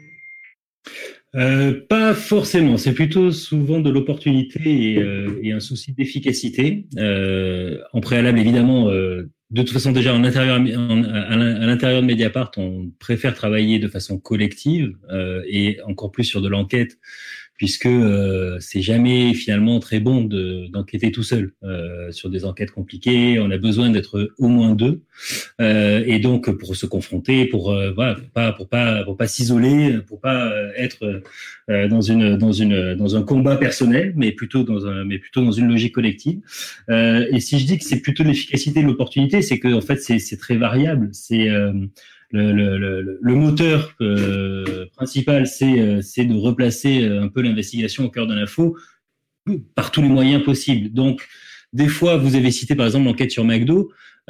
Euh, pas forcément, c'est plutôt souvent de l'opportunité et, euh, et un souci d'efficacité. Euh, en préalable, évidemment, euh, de toute façon déjà en intérieur, en, à l'intérieur de Mediapart, on préfère travailler de façon collective euh, et encore plus sur de l'enquête, puisque euh, c'est jamais finalement très bon de, d'enquêter tout seul euh, sur des enquêtes compliquées. On a besoin d'être au moins deux, euh, et donc pour se confronter, pour euh, voilà, pour pas pour pas pour pas s'isoler, pour pas être euh, dans une dans une dans un combat personnel, mais plutôt dans un mais plutôt dans une logique collective. Euh, et si je dis que c'est plutôt l'efficacité de l'opportunité, c'est que en fait c'est c'est très variable. C'est euh, Le, le, le, le moteur euh, principal, c'est, euh, c'est de replacer un peu l'investigation au cœur de l'info par tous les moyens possibles. Donc, des fois, vous avez cité par exemple l'enquête sur McDo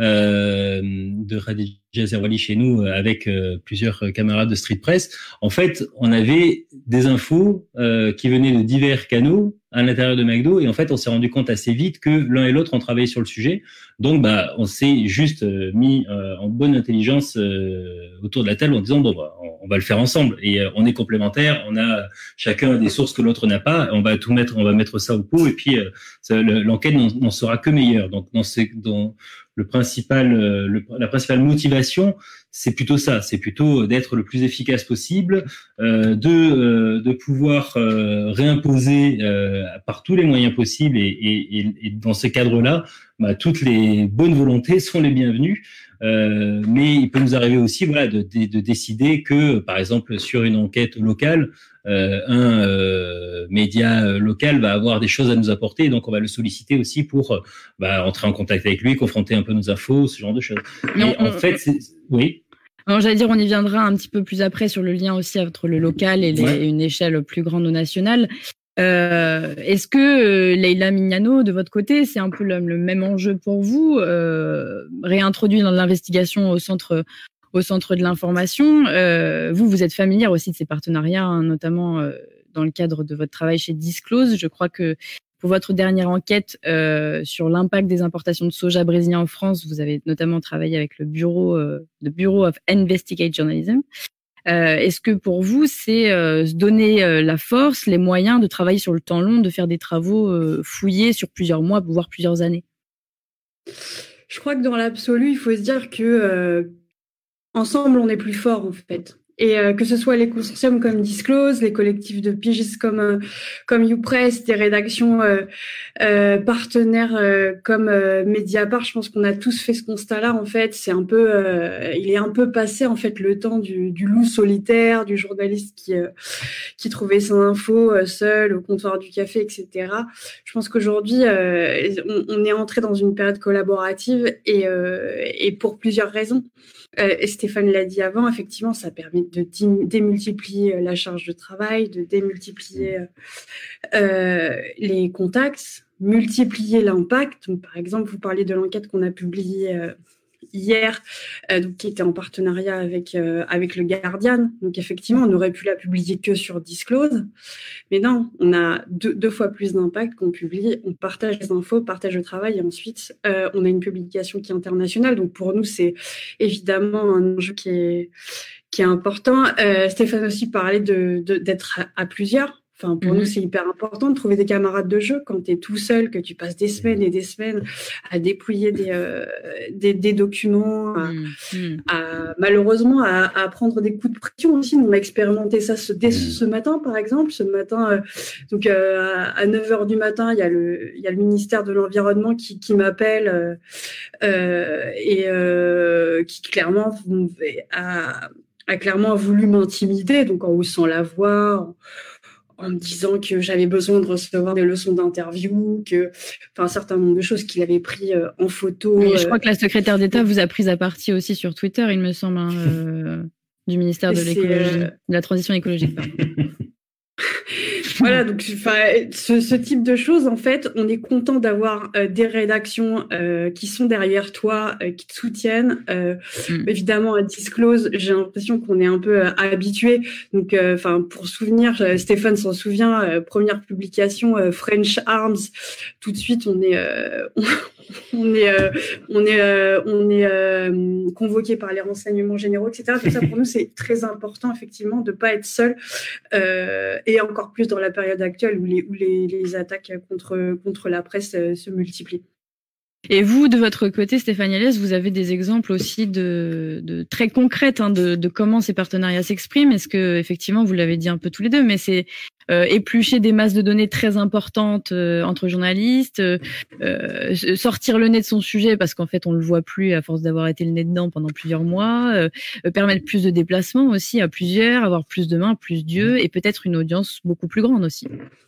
euh, de Khadija Zerwali chez nous avec euh, plusieurs camarades de Street Press. En fait, on avait des infos euh, qui venaient de divers canaux à l'intérieur de McDo, et en fait, on s'est rendu compte assez vite que l'un et l'autre ont travaillé sur le sujet. Donc, bah, on s'est juste euh, mis euh, en bonne intelligence euh, autour de la table en disant bon, bah, on, on va le faire ensemble, et euh, on est complémentaires. On a chacun des sources que l'autre n'a pas. On va tout mettre, on va mettre ça au pot, et puis euh, ça, le, l'enquête n'en, n'en sera que meilleure. Donc, dans, ces, dans le principal, euh, le, la principale motivation, c'est plutôt ça. C'est plutôt d'être le plus efficace possible, euh, de euh, de pouvoir euh, réimposer euh, par tous les moyens possibles, et, et, et dans ce cadre-là, bah, toutes les bonnes volontés sont les bienvenues. Euh, mais il peut nous arriver aussi, voilà, de, de, de décider que, par exemple, sur une enquête locale, euh, un euh, média local va avoir des choses à nous apporter, donc on va le solliciter aussi pour bah, entrer en contact avec lui, confronter un peu nos infos, ce genre de choses. Non, et en on... fait, c'est... oui. Alors, j'allais dire, on y viendra un petit peu plus après sur le lien aussi entre le local et les, ouais. une échelle plus grande ou nationale. Euh, est-ce que euh, Leïla Mignano, de votre côté, c'est un peu le, le même enjeu pour vous, euh, réintroduit dans l'investigation au centre, au centre de l'information? euh, Vous, vous êtes familière aussi de ces partenariats, hein, notamment euh, dans le cadre de votre travail chez Disclose. Je crois que pour votre dernière enquête euh, sur l'impact des importations de soja brésilien en France, vous avez notamment travaillé avec le bureau, euh, le Bureau of Investigate Journalism. Euh, est-ce que pour vous, c'est euh, se donner euh, la force, les moyens de travailler sur le temps long, de faire des travaux euh, fouillés sur plusieurs mois, voire plusieurs années? Je crois que dans l'absolu, il faut se dire que euh, ensemble, on est plus fort en fait. Et euh, que ce soit les consortiums comme Disclose, les collectifs de pigistes comme euh, comme YouPress, des rédactions euh, euh, partenaires euh, comme euh, Mediapart, je pense qu'on a tous fait ce constat-là. En fait, c'est un peu, euh, il est un peu passé en fait le temps du, du loup solitaire, du journaliste qui euh, qui trouvait son info euh, seul au comptoir du café, et cetera. Je pense qu'aujourd'hui, euh, on, on est entré dans une période collaborative et euh, et pour plusieurs raisons. Euh, et Stéphane l'a dit avant, effectivement, ça permet de dim- démultiplier la charge de travail, de démultiplier euh, les contacts, multiplier l'impact. Donc, par exemple, vous parliez de l'enquête qu'on a publiée euh, hier, euh, donc, qui était en partenariat avec euh, avec le Guardian. Donc, effectivement, on aurait pu la publier que sur Disclose, mais non, on a deux, deux fois plus d'impact qu'on publie. On partage les infos, partage le travail, et ensuite, euh, on a une publication qui est internationale. Donc, pour nous, c'est évidemment un enjeu qui est qui est important. Euh, Stéphane aussi parlait de, de d'être à, à plusieurs. Enfin, pour mmh. nous, c'est hyper important de trouver des camarades de jeu quand tu es tout seul, que tu passes des semaines et des semaines à dépouiller des, euh, des, des documents, à, mmh. à, malheureusement, à, à prendre des coups de pression aussi. On a expérimenté ça ce, dès ce matin, par exemple. Ce matin, euh, donc euh, à neuf heures du matin, il y a le, il y a le ministère de l'Environnement qui, qui m'appelle euh, euh, et euh, qui clairement a, a clairement voulu m'intimider, donc en haussant la voix, en, en me disant que j'avais besoin de recevoir des leçons d'interview, que, enfin, un certain nombre de choses qu'il avait pris euh, en photo. Oui, je crois que la secrétaire d'État vous a prise à partie aussi sur Twitter, il me semble, hein, euh, du ministère de l'écologie, euh... de la transition écologique. Pardon. Voilà, donc enfin, ce, ce type de choses, en fait, on est content d'avoir euh, des rédactions euh, qui sont derrière toi, euh, qui te soutiennent. Euh, mm. Évidemment, à Disclose, j'ai l'impression qu'on est un peu euh, habitué. Donc, enfin, euh, pour souvenir, Stéphane s'en souvient, euh, première publication euh, French Arms. Tout de suite, on est, euh, on est, euh, on est, euh, on est euh, convoqué par les renseignements généraux, et cetera. Tout ça, pour nous, c'est très important, effectivement, de pas être seul. Euh, et encore plus dans la période actuelle où les, où les, les attaques contre, contre la presse euh, se multiplient. Et vous, de votre côté, Stéphanie Aliès, vous avez des exemples aussi de, de très concrets hein, de, de comment ces partenariats s'expriment. Est-ce que, effectivement, vous l'avez dit un peu tous les deux, mais c'est euh, éplucher des masses de données très importantes euh, entre journalistes, euh, euh, sortir le nez de son sujet parce qu'en fait, on le voit plus à force d'avoir été le nez dedans pendant plusieurs mois, euh, permettre plus de déplacements aussi à plusieurs, avoir plus de mains, plus d'yeux et peut-être une audience beaucoup plus grande aussi.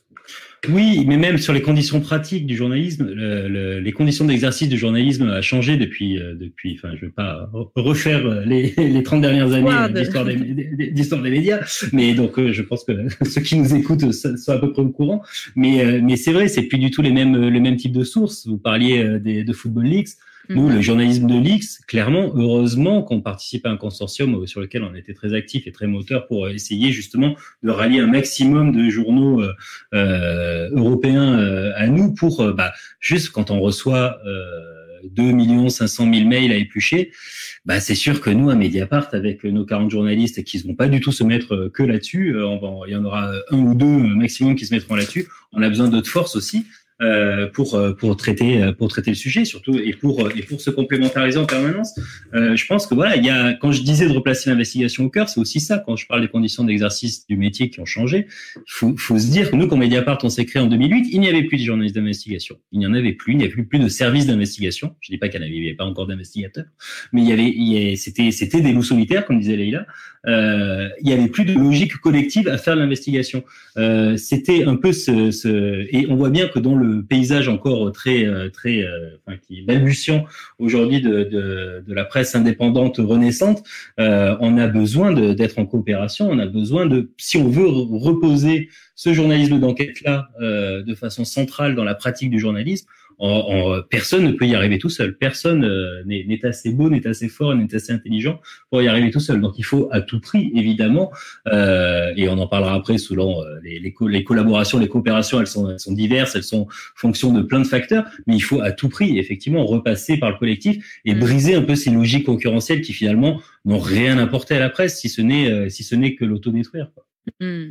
Oui, mais même sur les conditions pratiques du journalisme, le, le, les conditions d'exercice du journalisme a changé depuis, euh, depuis. Enfin, je ne vais pas refaire les, les trente dernières années wow, de... d'histoire, des, d'histoire des médias, mais donc euh, je pense que ceux qui nous écoutent sont à peu près au courant. Mais, euh, mais c'est vrai, c'est plus du tout les mêmes, le même type de sources. Vous parliez euh, des, de Football Leaks. Nous, le journalisme de Leaks, clairement, heureusement qu'on participe à un consortium sur lequel on était très actif et très moteur pour essayer justement de rallier un maximum de journaux euh, euh, européens euh, à nous pour, euh, bah, juste quand on reçoit euh, deux millions cinq cent mille mails à éplucher, bah, c'est sûr que nous, à Mediapart, avec nos quarante journalistes qui ne vont pas du tout se mettre que là-dessus, euh, on va, il y en aura un ou deux maximum qui se mettront là-dessus, on a besoin d'autres forces aussi. Euh, pour pour traiter pour traiter le sujet surtout et pour et pour se complémentariser en permanence. Euh, je pense que voilà, il y a quand je disais de replacer l'investigation au cœur, c'est aussi ça. Quand je parle des conditions d'exercice du métier qui ont changé, il faut faut se dire que nous, quand Mediapart, on s'est créé en deux mille huit, il n'y avait plus de journalistes d'investigation. Il n'y en avait plus, il n'y avait plus plus de services d'investigation. Je dis pas qu'il n'y avait, avait pas encore d'investigateurs, mais il y avait, il y avait c'était c'était des loups solitaires, comme disait Leïla. Euh, il y avait plus de logique collective à faire de l'investigation. Euh, c'était un peu ce, ce et on voit bien que dans le le paysage encore très très euh, enfin, qui est balbutiant aujourd'hui de, de de la presse indépendante renaissante, euh, on a besoin de, d'être en coopération, on a besoin de, si on veut reposer ce journalisme d'enquête là euh, de façon centrale dans la pratique du journalisme, En, en, personne ne peut y arriver tout seul. Personne euh, n'est, n'est assez beau, n'est assez fort, n'est assez intelligent pour y arriver tout seul. Donc il faut à tout prix, évidemment, euh, et on en parlera après selon euh, les, les, co- les collaborations, les coopérations, elles sont, elles sont diverses, elles sont fonction de plein de facteurs, mais il faut à tout prix, effectivement, repasser par le collectif et mmh. briser un peu ces logiques concurrentielles qui finalement n'ont rien apporté à la presse, si ce n'est, euh, si ce n'est que l'autodétruire, quoi. Mmh.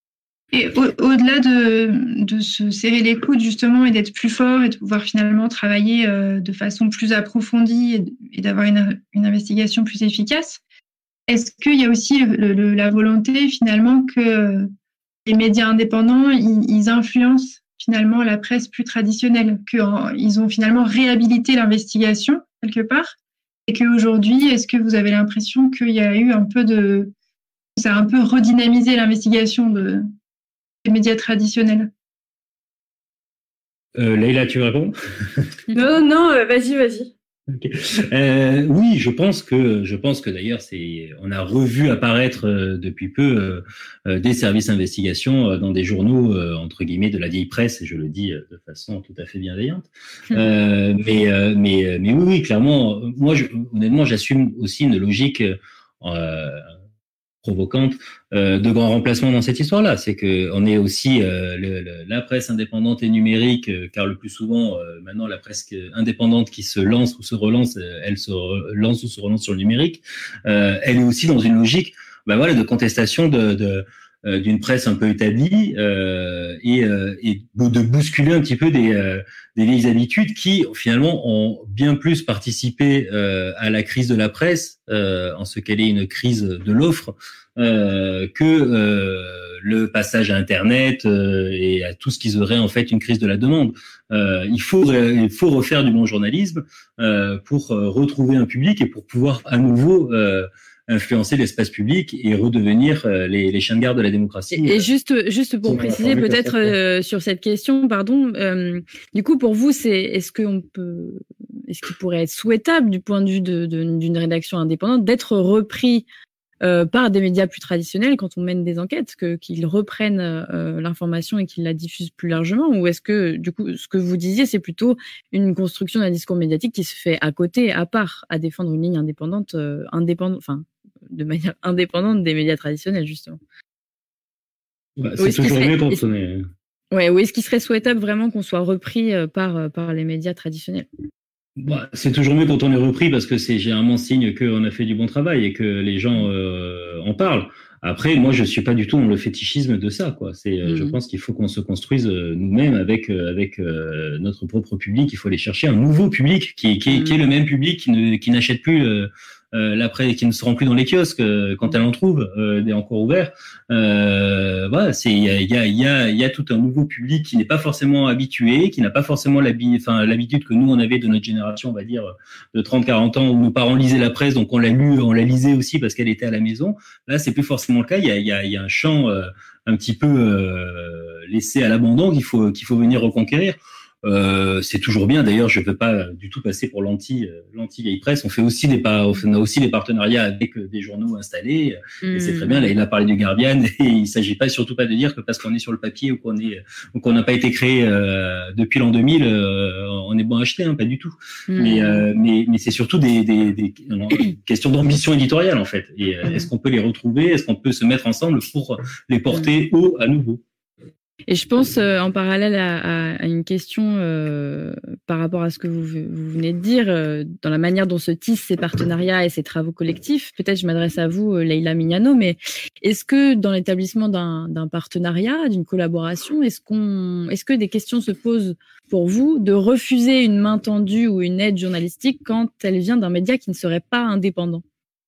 Et au, au-delà de, de se serrer les coudes justement et d'être plus fort et de pouvoir finalement travailler euh, de façon plus approfondie et, et d'avoir une, une investigation plus efficace, est-ce qu'il y a aussi le, le, la volonté finalement que les médias indépendants, ils, ils influencent finalement la presse plus traditionnelle, qu'ils ont finalement réhabilité l'investigation quelque part, et qu'aujourd'hui, est-ce que vous avez l'impression qu'il y a eu un peu de... ça a un peu redynamisé l'investigation de, des médias traditionnels? euh, Leïla, tu veux répondre? Non, non, euh, vas-y, vas-y. Okay. Euh, oui, je pense que je pense que d'ailleurs c'est on a revu apparaître euh, depuis peu euh, des services d'investigation euh, dans des journaux euh, entre guillemets de la vieille presse, et je le dis euh, de façon tout à fait bienveillante. Euh, mais euh, mais mais oui, oui, clairement, moi je, honnêtement j'assume aussi une logique euh, provocante euh, de grand remplacement dans cette histoire-là. C'est que on est aussi euh, le, le, la presse indépendante et numérique, euh, car le plus souvent euh, maintenant la presse indépendante qui se lance ou se relance, euh, elle se lance ou se relance sur le numérique. Euh, elle est aussi dans une logique, ben voilà, de contestation de, de euh, d'une presse un peu établie euh, et, euh, et de bousculer un petit peu des, euh, des vieilles habitudes qui finalement ont bien plus participé euh, à la crise de la presse, euh, en ce qu'elle est une crise de l'offre, euh, que euh, le passage à Internet euh, et à tout ce qui serait en fait une crise de la demande. Euh, il faut il faut refaire du bon journalisme euh, pour euh, retrouver un public et pour pouvoir à nouveau euh, influencer l'espace public et redevenir euh, les, les chiens de garde de la démocratie. Et juste, juste pour préciser peut-être euh, sur cette question, pardon, euh, du coup pour vous, c'est est-ce qu'on peut, est-ce qu'il pourrait être souhaitable du point de vue de, de, d'une rédaction indépendante d'être repris euh, par des médias plus traditionnels quand on mène des enquêtes, que qu'ils reprennent euh, l'information et qu'ils la diffusent plus largement, ou est-ce que du coup ce que vous disiez c'est plutôt une construction d'un discours médiatique qui se fait à côté, à part, à défendre une ligne indépendante, euh, indépendante, enfin de manière indépendante des médias traditionnels, justement. Bah, c'est toujours mieux quand on est... Ouais, ou est-ce qu'il serait souhaitable vraiment qu'on soit repris par, par les médias traditionnels? Bah, c'est toujours mieux quand on est repris parce que c'est généralement signe qu'on a fait du bon travail et que les gens euh, en parlent. Après, moi, je suis pas du tout dans le fétichisme de ça, quoi. C'est, mmh. Je pense qu'il faut qu'on se construise nous-mêmes avec avec euh, notre propre public. Il faut aller chercher un nouveau public qui, qui, mmh. qui est le même public qui, ne, qui n'achète plus euh, euh, la presse, qui ne se rend plus dans les kiosques euh, quand elle en trouve euh, des encore ouverts. Euh, voilà, c'est il y a il y a il y a il y a tout un nouveau public qui n'est pas forcément habitué, qui n'a pas forcément l'habi, enfin l'habitude que nous on avait de notre génération, on va dire de trente quarante ans, où nos parents lisaient la presse, donc on l'a lu, on la lisait aussi parce qu'elle était à la maison. Là, c'est plus forcément le cas. Il y a il y a il y a un champ euh, un petit peu euh, laissé à l'abandon qu'il faut qu'il faut venir reconquérir. Euh, c'est toujours bien. D'ailleurs, je ne veux pas du tout passer pour l'anti, euh, l'anti vieille presse. On fait aussi des, on a aussi des partenariats avec des journaux installés. Mmh. Et c'est très bien. Là, il a parlé du Guardian. Et il ne s'agit pas, surtout pas de dire que parce qu'on est sur le papier ou qu'on est, ou qu'on n'a pas été créé euh, depuis l'an deux mille, euh, on est bon à acheter, hein, pas du tout. Mmh. Mais, euh, mais, mais c'est surtout des, des, des questions d'ambition éditoriale en fait. Et euh, mmh. est-ce qu'on peut les retrouver? Est-ce qu'on peut se mettre ensemble pour les porter mmh. haut à nouveau? Et je pense euh, en parallèle à, à, à une question euh, par rapport à ce que vous, vous venez de dire, euh, dans la manière dont se tissent ces partenariats et ces travaux collectifs. Peut-être je m'adresse à vous, Leïla Mignano, mais est-ce que dans l'établissement d'un, d'un partenariat, d'une collaboration, est-ce qu'on, est-ce que des questions se posent pour vous de refuser une main tendue ou une aide journalistique quand elle vient d'un média qui ne serait pas indépendant?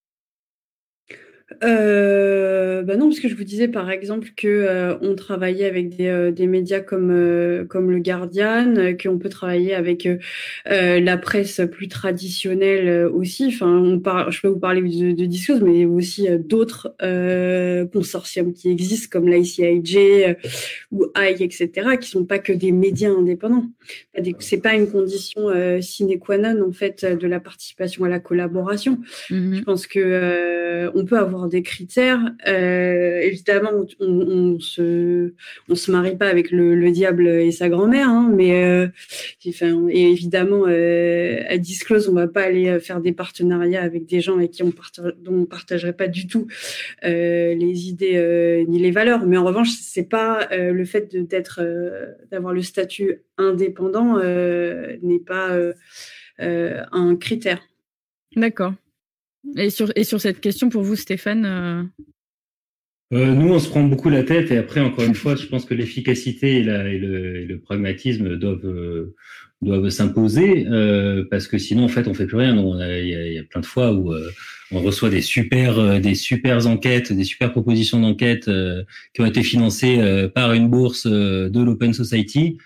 Euh, bah non, parce que je vous disais par exemple que euh, on travaillait avec des, euh, des médias comme euh, comme le Guardian, euh, qu'on peut travailler avec euh, la presse plus traditionnelle euh, aussi. Enfin, on par... je peux vous parler de, de Disclose, mais aussi euh, d'autres euh, consortiums qui existent comme l'I C I J euh, ou I C E, et cetera, qui sont pas que des médias indépendants. C'est pas une condition euh, sine qua non en fait de la participation à la collaboration. Mmh. Je pense que euh, on peut avoir des critères. Euh, évidemment, on, on se on se marie pas avec le, le diable et sa grand-mère, hein, mais euh, enfin, et évidemment euh, à Disclose, on va pas aller faire des partenariats avec des gens avec qui on partage, dont on partagerait pas du tout euh, les idées euh, ni les valeurs. Mais en revanche, c'est pas euh, le fait de, d'être euh, d'avoir le statut indépendant euh, n'est pas euh, euh, un critère. D'accord. Et sur, et sur cette question, pour vous, Stéphane euh... Euh, nous, on se prend beaucoup la tête et après, encore une fois, je pense que l'efficacité et, la, et, le, et le pragmatisme doivent, euh, doivent s'imposer euh, parce que sinon en fait on fait plus rien. Donc il y, y a plein de fois où euh, on reçoit des super euh, des super enquêtes, des super propositions d'enquête euh, qui ont été financées euh, par une bourse euh, de l'Open Society.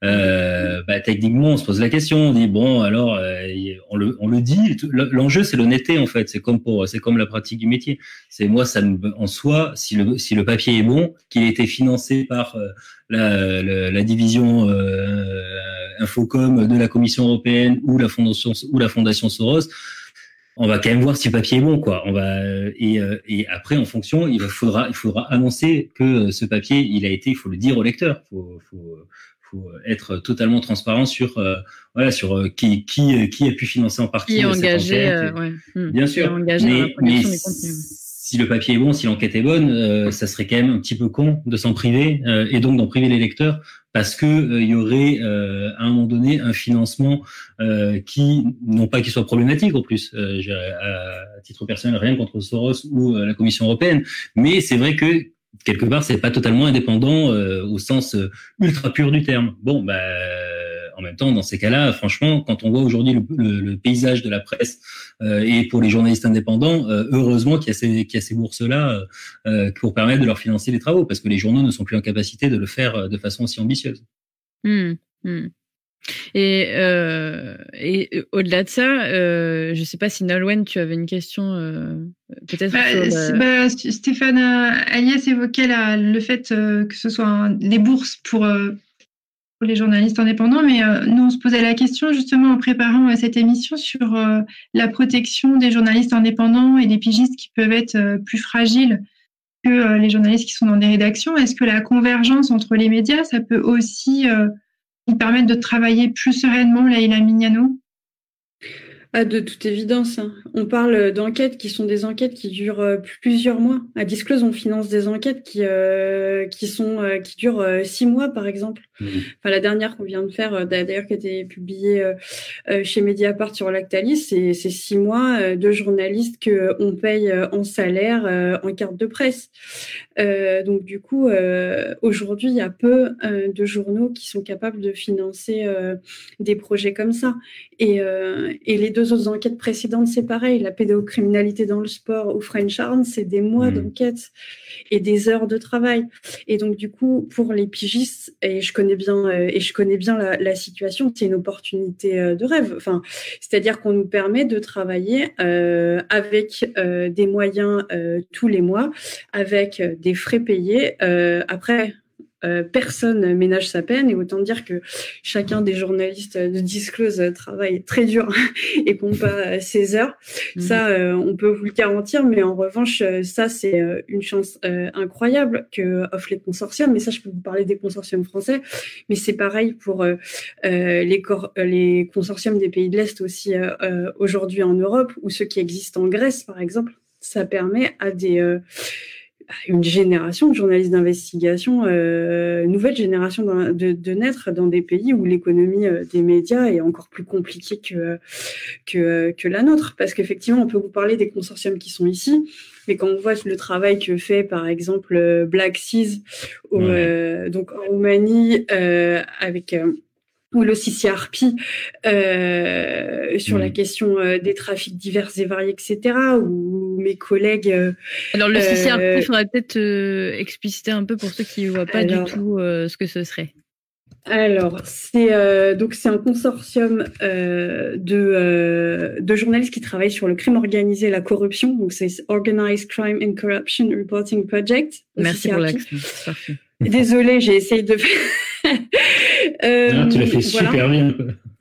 Euh, bah, techniquement, on se pose la question, on dit bon, alors euh, on le on le dit. L'enjeu, c'est l'honnêteté en fait. C'est comme pour c'est comme la pratique du métier. C'est moi, ça me, en soi, si le si le papier est bon, qu'il ait été financé par euh, la, la la division euh, Infocom de la Commission européenne ou la fondation ou la fondation Soros, on va quand même voir si le papier est bon, quoi. On va et et après en fonction, il faudra il faudra annoncer que ce papier, il a été, il faut le dire au lecteur. Faut faut faut être totalement transparent sur euh, voilà sur euh, qui qui qui a pu financer en partie qui cette engagé, enquête. Euh, ouais. mmh. Bien sûr, engagé mais, dans la production mais des contenus. Si le papier est bon, si l'enquête est bonne, euh, ça serait quand même un petit peu con de s'en priver euh, et donc d'en priver les lecteurs parce que il euh, y aurait euh, à un moment donné un financement euh, qui non pas qu'il soit problématique en plus. Euh, j'ai, à, à titre personnel, rien contre Soros ou euh, la Commission européenne, mais c'est vrai que quelque part, c'est pas totalement indépendant euh, au sens euh, ultra pur du terme. Bon, bah, en même temps, dans ces cas-là, franchement, quand on voit aujourd'hui le, le, le paysage de la presse euh, et pour les journalistes indépendants, euh, heureusement qu'il y a ces, qu'il y a ces bourses-là euh, pour permettre de leur financer les travaux, parce que les journaux ne sont plus en capacité de le faire de façon aussi ambitieuse. Mmh, mmh. Et, euh, et au-delà de ça, euh, je ne sais pas si Nolwenn, tu avais une question, euh, peut-être. Bah, sur le... bah, Stéphane Aliès évoquait la, le fait euh, que ce soit un, les bourses pour, euh, pour les journalistes indépendants, mais euh, nous on se posait la question justement en préparant euh, cette émission sur euh, la protection des journalistes indépendants et des pigistes qui peuvent être euh, plus fragiles que euh, les journalistes qui sont dans des rédactions. Est-ce que la convergence entre les médias, ça peut aussi euh, nous permettre de travailler plus sereinement, Leïla Mignano? Ah, de toute évidence. Hein. On parle d'enquêtes qui sont des enquêtes qui durent euh, plusieurs mois. À Disclose, on finance des enquêtes qui euh, qui sont euh, qui durent euh, six mois, par exemple. Mmh. Enfin, la dernière qu'on vient de faire, euh, d'ailleurs, qui a été publiée euh, euh, chez Mediapart sur Lactalis, c'est c'est six mois euh, de journalistes que on paye euh, en salaire, euh, en carte de presse. Euh, donc du coup, euh, aujourd'hui, il y a peu euh, de journaux qui sont capables de financer euh, des projets comme ça. Et euh, et les deux autres enquêtes précédentes, c'est pareil. La pédocriminalité dans le sport ou French Arms, c'est des mois mmh. d'enquête et des heures de travail. Et donc, du coup, pour les pigistes, et je connais bien, euh, et je connais bien la, la situation, c'est une opportunité euh, de rêve. Enfin, c'est-à-dire qu'on nous permet de travailler euh, avec euh, des moyens euh, tous les mois, avec euh, des frais payés. Euh, après, Euh, personne ménage sa peine, et autant dire que chacun des journalistes de Disclose travaille très dur et compte pas ses heures. Mmh. Ça, euh, on peut vous le garantir, mais en revanche, ça, c'est euh, une chance euh, incroyable que offrent les consortiums. Mais ça, je peux vous parler des consortiums français, mais c'est pareil pour euh, euh, les, cor- les consortiums des pays de l'Est aussi euh, euh, aujourd'hui en Europe, ou ceux qui existent en Grèce, par exemple. Ça permet à des... Euh, une génération de journalistes d'investigation, euh, nouvelle génération de, de naître dans des pays où l'économie des médias est encore plus compliquée que, que, que la nôtre. Parce qu'effectivement, on peut vous parler des consortiums qui sont ici, mais quand on voit le travail que fait, par exemple, Black Seas, ou, ouais. euh, donc en Roumanie, euh, avec... Euh, ou le C C R P euh, sur mmh. la question euh, des trafics divers et variés, et cetera. Ou mes collègues. Euh, Alors le C C R P, il euh, faudrait peut-être euh, expliciter un peu pour ceux qui ne voient pas alors, du tout euh, ce que ce serait. Alors c'est euh, donc c'est un consortium euh, de euh, de journalistes qui travaillent sur le crime organisé et la corruption. Donc c'est Organized Crime and Corruption Reporting Project. Merci pour l'accent. Parfait. Désolée, j'ai essayé de faire. euh, ah, tu l'as fait voilà. super bien.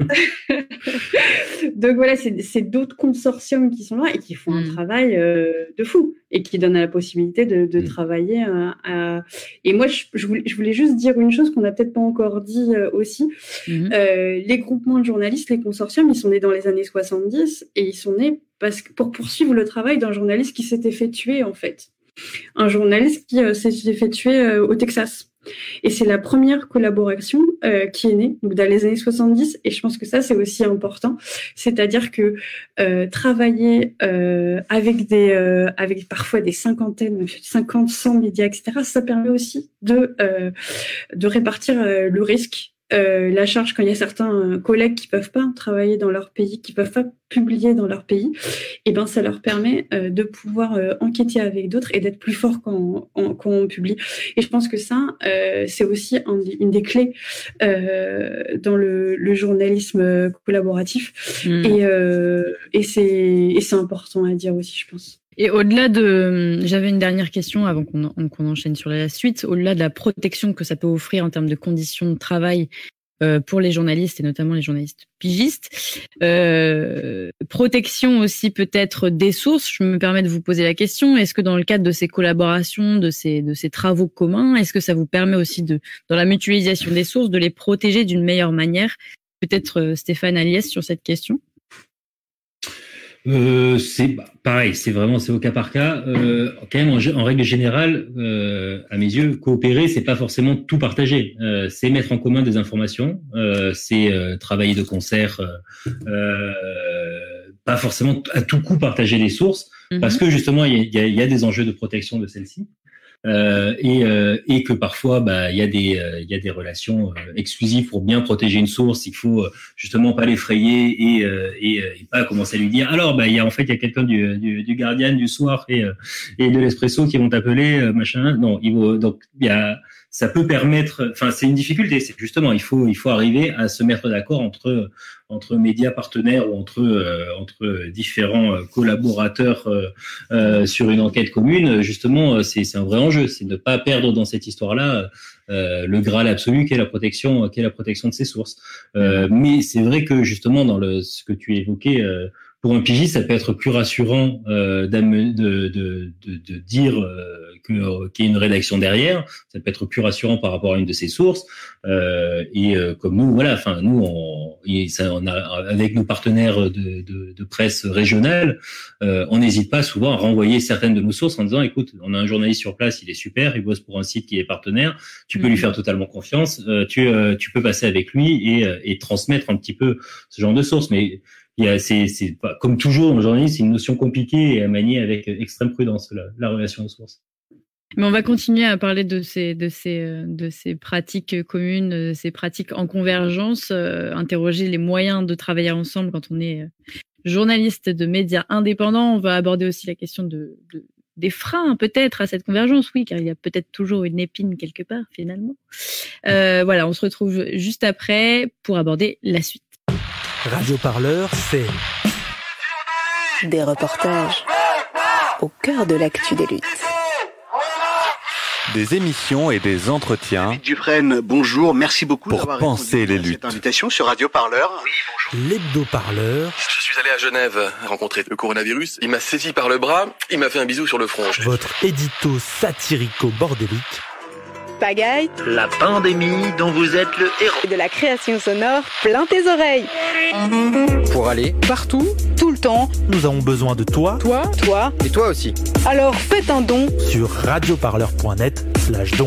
Donc voilà, c'est, c'est d'autres consortiums qui sont là et qui font mmh. un travail euh, de fou et qui donnent la possibilité de, de mmh. travailler à, à... Et moi, je, je, voulais, je voulais juste dire une chose qu'on n'a peut-être pas encore dit euh, aussi. Mmh. Euh, les groupements de journalistes, les consortiums, ils sont nés dans les années soixante-dix et ils sont nés parce que, pour poursuivre le travail d'un journaliste qui s'était fait tuer, en fait. Un journaliste qui euh, s'était fait tuer euh, au Texas. Et c'est la première collaboration euh, qui est née donc dans les années soixante-dix, et je pense que ça c'est aussi important, c'est-à-dire que euh, travailler euh, avec des euh, avec parfois des cinquantaines, cinquante, cent médias, et cetera, ça permet aussi de euh, de répartir euh, le risque euh, la charge quand il y a certains euh, collègues qui peuvent pas travailler dans leur pays, qui peuvent pas publier dans leur pays, et ben ça leur permet euh, de pouvoir euh, enquêter avec d'autres et d'être plus fort quand on, quand on publie. Et je pense que ça, euh, c'est aussi un, une des clés euh, dans le, le journalisme collaboratif. Mmh. Et, euh, et c'est et c'est important à dire aussi, je pense. Et au-delà de, j'avais une dernière question avant qu'on, en, qu'on enchaîne sur la suite. Au-delà de la protection que ça peut offrir en termes de conditions de travail euh, pour les journalistes et notamment les journalistes pigistes, euh, protection aussi peut-être des sources. Je me permets de vous poser la question. Est-ce que dans le cadre de ces collaborations, de ces de ces travaux communs, est-ce que ça vous permet aussi de, dans la mutualisation des sources, de les protéger d'une meilleure manière? Peut-être euh, Stéphane Aliès sur cette question. Euh, c'est bah, pareil, c'est vraiment c'est au cas par cas. Euh, quand même, en, en règle générale, euh, à mes yeux, coopérer, c'est pas forcément tout partager. Euh, c'est mettre en commun des informations, euh, c'est euh, travailler de concert, euh, pas forcément à tout coup partager les sources, mm-hmm. parce que justement, il y a, y a des enjeux de protection de celles-ci. Euh, et, euh, et que parfois, bah, il y a des, euh, il y a des relations euh, exclusives pour bien protéger une source. Il faut euh, justement pas l'effrayer et, euh, et, et pas commencer à lui dire. Alors, bah, il y a en fait, il y a quelqu'un du, du, du Guardian, du Soir et, euh, et de l'Espresso qui vont t'appeler, euh, machin. Non, il faut, donc il y a, ça peut permettre. Enfin, c'est une difficulté. C'est justement, il faut, il faut arriver à se mettre d'accord entre entre médias partenaires ou entre euh, entre différents collaborateurs euh, euh, sur une enquête commune. Justement, c'est c'est un vrai enjeu, c'est de ne pas perdre dans cette histoire-là euh, le Graal absolu qu'est la protection, qu'est la protection de ses sources. Euh, mais c'est vrai que justement dans le ce que tu évoquais. Euh, Pour un pigiste, ça peut être plus rassurant euh, de, de, de, de dire euh, que, qu'il y a une rédaction derrière. Ça peut être plus rassurant par rapport à une de ses sources. Euh, et euh, comme nous, voilà, enfin nous, on, et ça, on a avec nos partenaires de, de, de presse régionale, euh, on n'hésite pas souvent à renvoyer certaines de nos sources en disant, écoute, on a un journaliste sur place, il est super, il bosse pour un site qui est partenaire, tu peux mmh. lui faire totalement confiance, euh, tu, euh, tu peux passer avec lui et, et transmettre un petit peu ce genre de sources, mais il y a, c'est, c'est pas, comme toujours en journalisme, c'est une notion compliquée et à manier avec extrême prudence, la, la relation aux sources. Mais on va continuer à parler de ces, de ces, de ces pratiques communes, de ces pratiques en convergence, euh, interroger les moyens de travailler ensemble quand on est journaliste de médias indépendants. On va aborder aussi la question de, de des freins peut-être à cette convergence, oui, car il y a peut-être toujours une épine quelque part finalement. Euh, voilà, on se retrouve juste après pour aborder la suite. Radio Parleur, c'est des reportages au cœur de l'actu des luttes. Des émissions et des entretiens. David Dufresne, bonjour, merci beaucoup pour d'avoir penser les luttes. Cette invitation sur Radio Parleur. Oui, bonjour. L'hebdo-parleur. Je suis allé à Genève rencontrer le coronavirus. Il m'a saisi par le bras, il m'a fait un bisou sur le front. Votre édito satirico-bordélique. Pagaille, la pandémie dont vous êtes le héros. Et de la création sonore plein tes oreilles. Pour aller partout, tout le temps, nous avons besoin de toi, toi, toi et toi aussi. Alors faites un don sur radioparleur.net slash don.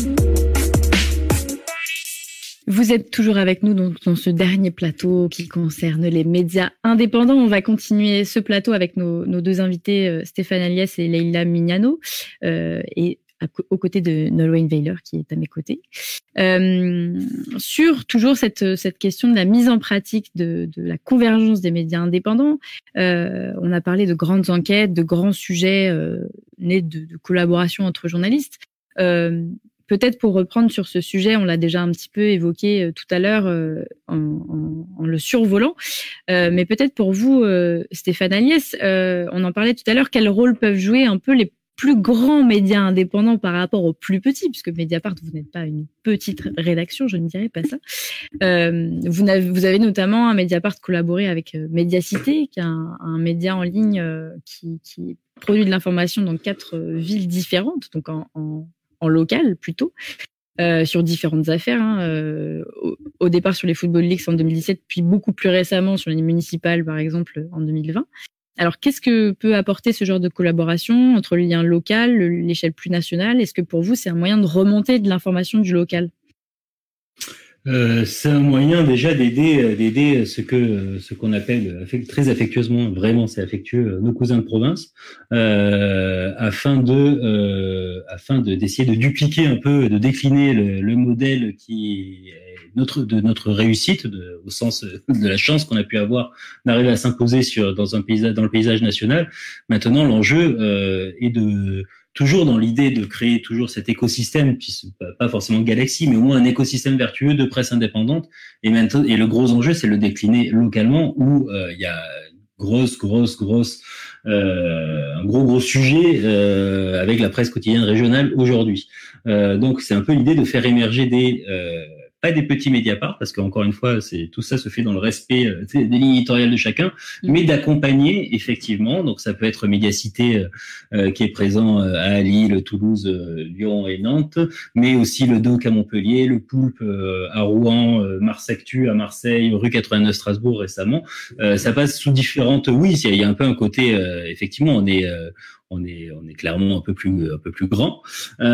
Vous êtes toujours avec nous donc dans ce dernier plateau qui concerne les médias indépendants. On va continuer ce plateau avec nos, nos deux invités, Stéphane Aliès et Leïla Mignano, euh, et aux côtés de Nolwenn Weiler qui est à mes côtés, euh, sur toujours cette cette question de la mise en pratique de, de la convergence des médias indépendants. Euh, on a parlé de grandes enquêtes, de grands sujets euh, nés de, de collaboration entre journalistes. Euh, peut-être pour reprendre sur ce sujet, on l'a déjà un petit peu évoqué euh, tout à l'heure euh, en, en, en le survolant, euh, mais peut-être pour vous, euh, Stéphane Aliès, euh, on en parlait tout à l'heure, quel rôle peuvent jouer un peu les plus grands médias indépendants par rapport aux plus petits, puisque Mediapart, vous n'êtes pas une petite rédaction, je ne dirais pas ça. Euh, vous, avez, vous avez notamment un Mediapart collaboré avec euh, Mediacité, qui est un, un média en ligne euh, qui, qui produit de l'information dans quatre euh, villes différentes, donc en, en, en local plutôt, euh, sur différentes affaires. Hein, euh, au, au départ sur les Football Leagues en deux mille dix-sept, puis beaucoup plus récemment sur les municipales, par exemple, en deux mille vingt. Alors, qu'est-ce que peut apporter ce genre de collaboration entre le lien local, l'échelle plus nationale? Est-ce que pour vous, c'est un moyen de remonter de l'information du local? Euh, c'est un moyen déjà d'aider, d'aider ce que ce qu'on appelle très affectueusement, vraiment c'est affectueux, nos cousins de province, euh, afin de euh, afin de d'essayer de dupliquer un peu, de décliner le, le modèle qui est notre de notre réussite, de, au sens de la chance qu'on a pu avoir d'arriver à s'imposer sur dans un paysage dans le paysage national. Maintenant, l'enjeu euh, est de toujours dans l'idée de créer toujours cet écosystème, puis pas forcément Galaxy, mais au moins un écosystème vertueux de presse indépendante. Et maintenant, et le gros enjeu, c'est le décliner localement, où il euh, y a grosse, grosse, grosse, euh, un gros, gros sujet euh, avec la presse quotidienne régionale aujourd'hui. Euh, donc, c'est un peu l'idée de faire émerger des euh, pas des petits Mediapart, parce qu'encore une fois, c'est tout ça se fait dans le respect euh, des lignes éditoriales de chacun, mmh. mais d'accompagner effectivement. Donc, ça peut être Médiacité euh, qui est présent euh, à Lille, Toulouse, euh, Lyon et Nantes, mais aussi le Doc à Montpellier, le Poulpe euh, à Rouen, euh, Marsactu à Marseille, Rue quatre-vingt-neuf Strasbourg récemment. Euh, ça passe sous différentes. Oui, il y a un peu un côté. Euh, effectivement, on est euh, on est on est clairement un peu plus un peu plus grand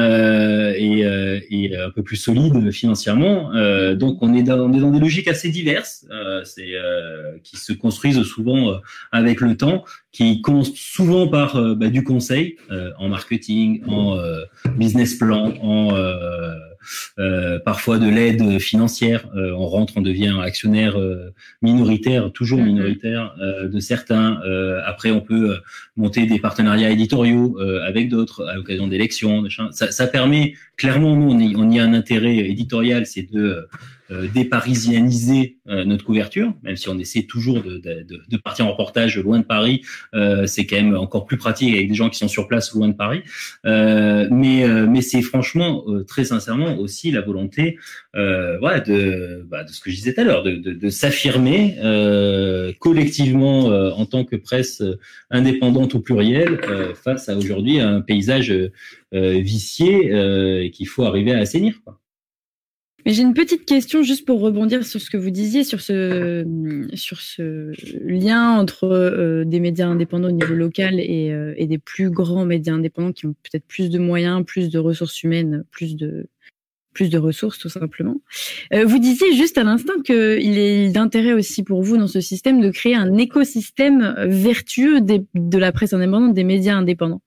euh, et, euh, et un peu plus solide financièrement. Euh, donc on est dans on est dans des logiques assez diverses, euh, c'est euh, qui se construisent souvent euh, avec le temps, qui commencent souvent par euh, bah, du conseil euh, en marketing, en euh, business plan, en euh, Euh, parfois de l'aide financière, euh, on rentre, on devient actionnaire euh, minoritaire, toujours minoritaire euh, de certains. Euh, après, on peut monter des partenariats éditoriaux euh, avec d'autres à l'occasion d'élections. Ça, ça permet clairement, nous, on y, on y a un intérêt éditorial, c'est de euh, déparisianiser euh, notre couverture, même si on essaie toujours de, de, de, de partir en reportage loin de Paris. Euh, c'est quand même encore plus pratique avec des gens qui sont sur place loin de Paris. Euh, mais euh, mais c'est franchement, euh, très sincèrement, aussi la volonté euh, voilà, de, bah, de ce que je disais tout à l'heure, de, de, de s'affirmer euh, collectivement euh, en tant que presse indépendante au pluriel euh, face à aujourd'hui un paysage euh, vicié euh, qu'il faut arriver à assainir, quoi. Mais j'ai une petite question juste pour rebondir sur ce que vous disiez, sur ce, sur ce lien entre euh, des médias indépendants au niveau local et, euh, et des plus grands médias indépendants qui ont peut-être plus de moyens, plus de ressources humaines, plus de, plus de ressources tout simplement. Euh, vous disiez juste à l'instant qu'il est d'intérêt aussi pour vous dans ce système de créer un écosystème vertueux des, de la presse indépendante, des médias indépendants.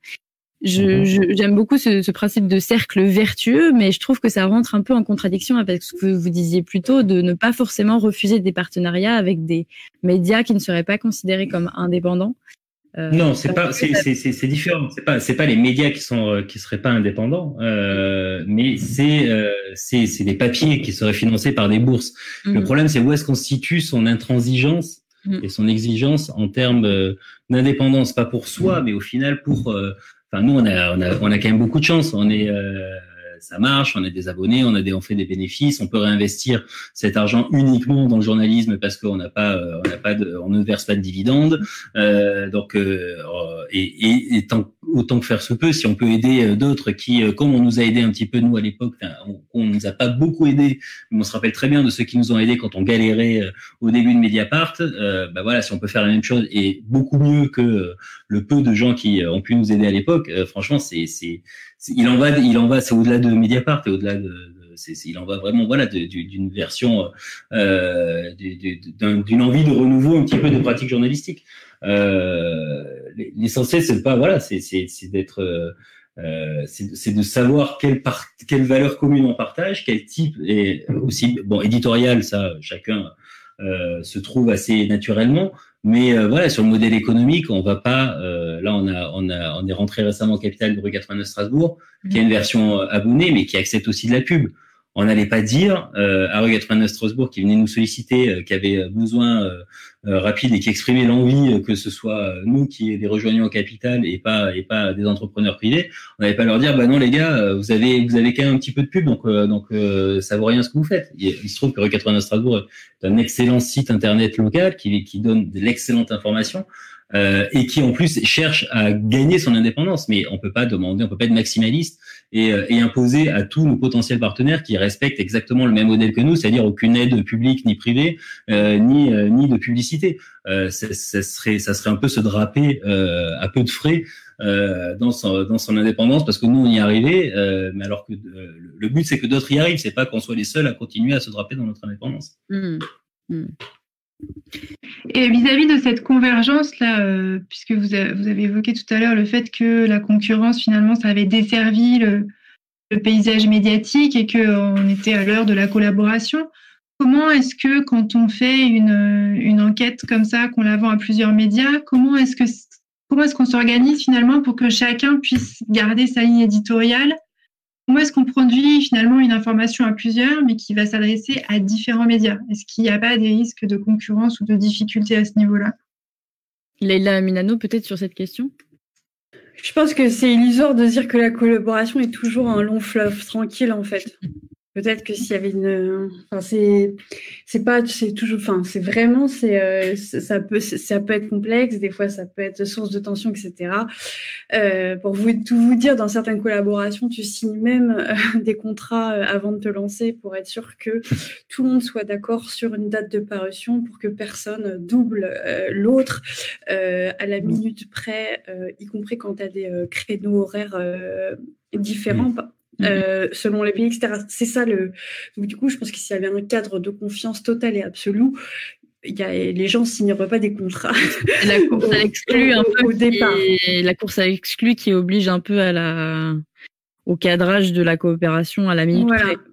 Je, je, j'aime beaucoup ce, ce principe de cercle vertueux, mais je trouve que ça rentre un peu en contradiction avec ce que vous disiez plus tôt, de ne pas forcément refuser des partenariats avec des médias qui ne seraient pas considérés comme indépendants. Euh, non, c'est pas, c'est, c'est, c'est, c'est différent. C'est pas, c'est pas les médias qui sont, qui seraient pas indépendants, euh, mais c'est, euh, c'est, c'est des papiers qui seraient financés par des bourses. Mmh. Le problème, c'est où est-ce qu'on situe son intransigeance mmh. et son exigence en termes euh, d'indépendance, pas pour soi, mmh. mais au final pour euh, Enfin, nous, on a, on a, on a quand même beaucoup de chance. On est, euh, ça marche, on a des abonnés, on a des, on fait des bénéfices, on peut réinvestir cet argent uniquement dans le journalisme parce qu'on n'a pas, euh, on n'a pas de, on ne verse pas de dividendes. Euh, donc, euh, et, et, et tant, autant que faire se peut, si on peut aider d'autres qui, comme on nous a aidé un petit peu nous à l'époque, on, on nous a pas beaucoup aidé, mais on se rappelle très bien de ceux qui nous ont aidés quand on galérait au début de Mediapart. Euh, bah voilà, si on peut faire la même chose et beaucoup mieux que le peu de gens qui ont pu nous aider à l'époque, euh, franchement, c'est, c'est, c'est, il en va, il en va, c'est au-delà de Mediapart et au-delà de, de c'est, c'est, il en va vraiment, voilà, de, de, d'une version, euh, de, de, d'un, d'une envie de renouveau un petit peu de pratique journalistique. Euh, l'essentiel, c'est pas, voilà, c'est, c'est, c'est d'être, euh, c'est, c'est de savoir quelle part, quelle valeur commune on partage, quel type, et aussi, bon, éditorial, ça, chacun euh, se trouve assez naturellement. Mais euh, voilà, sur le modèle économique, on va pas. Euh, là, on a, on a, on est rentré récemment au capital de Rue quatre-vingt-neuf Strasbourg, mmh. qui a une version abonnée, mais qui accepte aussi de la pub. On n'allait pas dire euh, à Rue quatre-vingt-neuf Strasbourg qui venait nous solliciter, euh, qui avait besoin euh, euh, rapide et qui exprimait l'envie euh, que ce soit nous qui les rejoignions au capital et pas et pas des entrepreneurs privés. On n'allait pas leur dire bah non les gars, vous avez vous avez quand même un petit peu de pub donc euh, donc euh, ça vaut rien ce que vous faites. Il, il se trouve que Rue quatre-vingt-neuf Strasbourg est un excellent site internet local qui qui donne de l'excellente information. Euh, et qui en plus cherche à gagner son indépendance, mais on peut pas demander, on peut pas être maximaliste et, et imposer à tous nos potentiels partenaires qui respectent exactement le même modèle que nous, c'est-à-dire aucune aide publique ni privée, euh, ni euh, ni de publicité. Euh, ça, ça serait ça serait un peu se draper euh, à peu de frais euh, dans son dans son indépendance parce que nous on y est arrivé, euh, mais alors que euh, le but c'est que d'autres y arrivent, c'est pas qu'on soit les seuls à continuer à se draper dans notre indépendance. Mmh. Mmh. Et vis-à-vis de cette convergence-là, euh, puisque vous, a, vous avez évoqué tout à l'heure le fait que la concurrence, finalement, ça avait desservi le, le paysage médiatique et qu'on était à l'heure de la collaboration, comment est-ce que quand on fait une, une enquête comme ça, qu'on la vend à plusieurs médias, comment est-ce que comment est-ce qu'on s'organise finalement pour que chacun puisse garder sa ligne éditoriale? Comment est-ce qu'on produit finalement une information à plusieurs, mais qui va s'adresser à différents médias? Est-ce qu'il n'y a pas des risques de concurrence ou de difficultés à ce niveau-là? Leïla Minano, peut-être sur cette question? Je pense que c'est illusoire de dire que la collaboration est toujours un long fleuve tranquille, en fait. Peut-être que s'il y avait une, enfin c'est, c'est pas, c'est toujours, enfin c'est vraiment, c'est, euh, ça peut, ça peut être complexe. Des fois, ça peut être source de tension, et cetera. Euh, pour vous tout vous dire, dans certaines collaborations, tu signes même euh, des contrats avant de te lancer pour être sûr que tout le monde soit d'accord sur une date de parution, pour que personne double euh, l'autre euh, à la minute près, euh, y compris quand tu as des euh, créneaux horaires euh, différents. Mmh. Euh, selon les pays, et cetera. C'est ça le. Donc, du coup, je pense que s'il y avait un cadre de confiance totale et absolue, il y a... les gens signeraient pas des contrats. La course à l'exclu, un peu au départ. Est... La course à l'exclu qui oblige un peu à la au cadrage de la coopération à la minute voilà. près.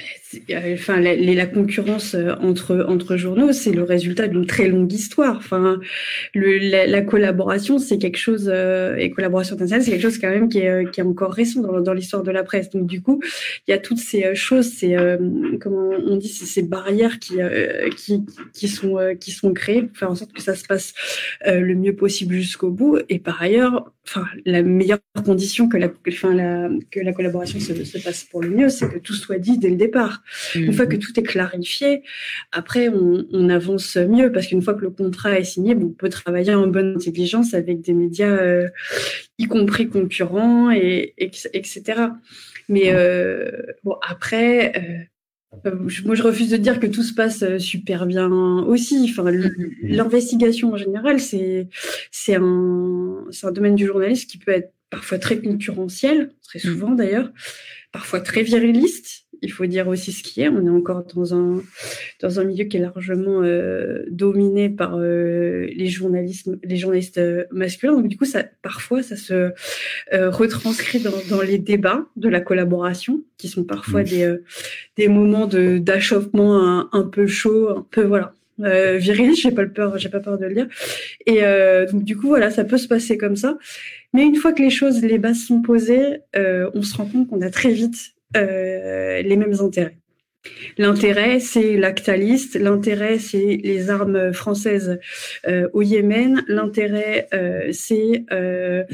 Enfin, la, la concurrence entre entre journaux, c'est le résultat d'une très longue histoire. Enfin, le, la, la collaboration, c'est quelque chose euh, et collaboration internationale, c'est quelque chose quand même qui est qui est encore récent dans, dans l'histoire de la presse. Donc du coup, il y a toutes ces choses, ces euh, comment on dit, c'est ces barrières qui euh, qui qui sont euh, qui sont créées pour faire en sorte que ça se passe euh, le mieux possible jusqu'au bout. Et par ailleurs, enfin, la meilleure condition que la enfin la que la collaboration se, se passe pour le mieux, c'est que tout soit dit dès le départ. Une mmh. fois que tout est clarifié, après on, on avance mieux, parce qu'une fois que le contrat est signé, bon, on peut travailler en bonne intelligence avec des médias, euh, y compris concurrents, et, et etc. Mais euh, bon, après, euh, moi je refuse de dire que tout se passe super bien aussi. Enfin, l'investigation en général, c'est c'est un c'est un domaine du journalisme qui peut être parfois très concurrentiel, très souvent d'ailleurs, parfois très viriliste. Il faut dire aussi ce qui est. On est encore dans un dans un milieu qui est largement euh, dominé par euh, les journalistes les journalistes euh, masculins. Donc du coup, ça parfois ça se euh, retranscrit dans dans les débats de la collaboration, qui sont parfois mmh. des euh, des moments de d'achoppement un, un peu chaud, un peu voilà. Euh, viril, j'ai pas le peur, j'ai pas peur de le dire. Et euh, donc du coup voilà, ça peut se passer comme ça. Mais une fois que les choses, les bases sont posées, euh, on se rend compte qu'on a très vite euh, les mêmes intérêts. L'intérêt, c'est Lactalis, l'intérêt, c'est les armes françaises euh, au Yémen, l'intérêt, euh, c'est euh,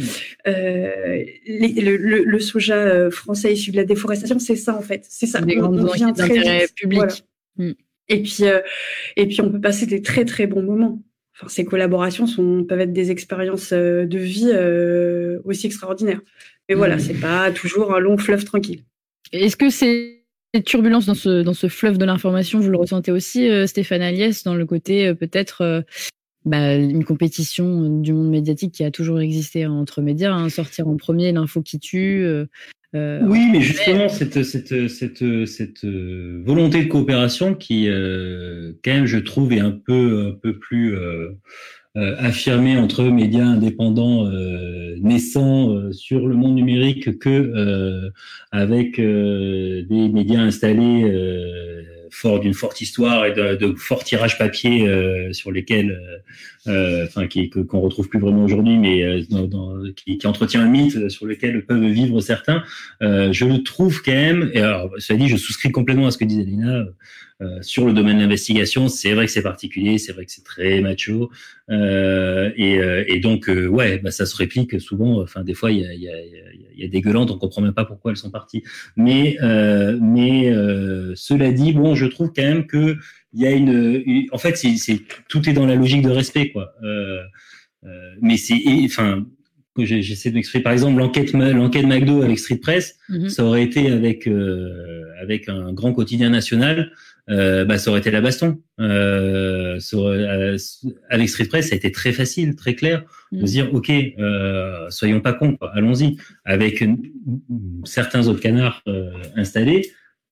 euh, les, le, le, le soja français issu de la déforestation, c'est ça en fait, c'est ça. Des grandes enquêtes d'intérêt public. Voilà. Mm. Et puis, euh, et puis, on peut passer des très très bons moments. Enfin, ces collaborations sont, peuvent être des expériences de vie euh, aussi extraordinaires. Mais voilà, mmh. c'est pas toujours un long fleuve tranquille. Est-ce que c'est cette turbulence dans ce dans ce fleuve de l'information, vous le ressentez aussi, euh, Stéphane Aliès, dans le côté euh, peut-être euh, bah, une compétition du monde médiatique qui a toujours existé entre médias, hein, sortir en premier l'info qui tue. Euh, Euh, oui, mais justement, cette, cette, cette, cette volonté de coopération qui, euh, quand même, je trouve, est un peu, un peu plus euh, euh, affirmée entre médias indépendants euh, naissants euh, sur le monde numérique que euh, avec euh, des médias installés euh, forts d'une forte histoire et de, de forts tirages papier euh, sur lesquels euh, enfin qui que, qu'on retrouve plus vraiment aujourd'hui, mais euh, dans, dans, qui, qui entretient un mythe sur lequel peuvent vivre certains. Euh, je le trouve quand même. Et alors, cela dit, je souscris complètement à ce que disait Lina euh, sur le domaine de l'investigation. C'est vrai que c'est particulier, c'est vrai que c'est très macho, euh, et, euh, et donc euh, ouais, bah, ça se réplique souvent. Enfin, des fois, il y a, il y a, il y a des gueulantes, on comprend même pas pourquoi elles sont parties. Mais euh, mais euh, cela dit, bon, je trouve quand même que il y a une, une en fait, c'est, c'est tout est dans la logique de respect, quoi. Euh, euh, mais c'est, enfin, que j'essaie de m'exprimer. Par exemple, l'enquête, l'enquête McDo avec Street Press, mm-hmm. ça aurait été avec euh, avec un grand quotidien national, euh, bah ça aurait été la baston. Euh, ça aurait, euh, avec Street Press, ça a été très facile, très clair, mm-hmm. de se dire, ok, euh, soyons pas cons, quoi, allons-y. Avec euh, certains autres canards euh, installés.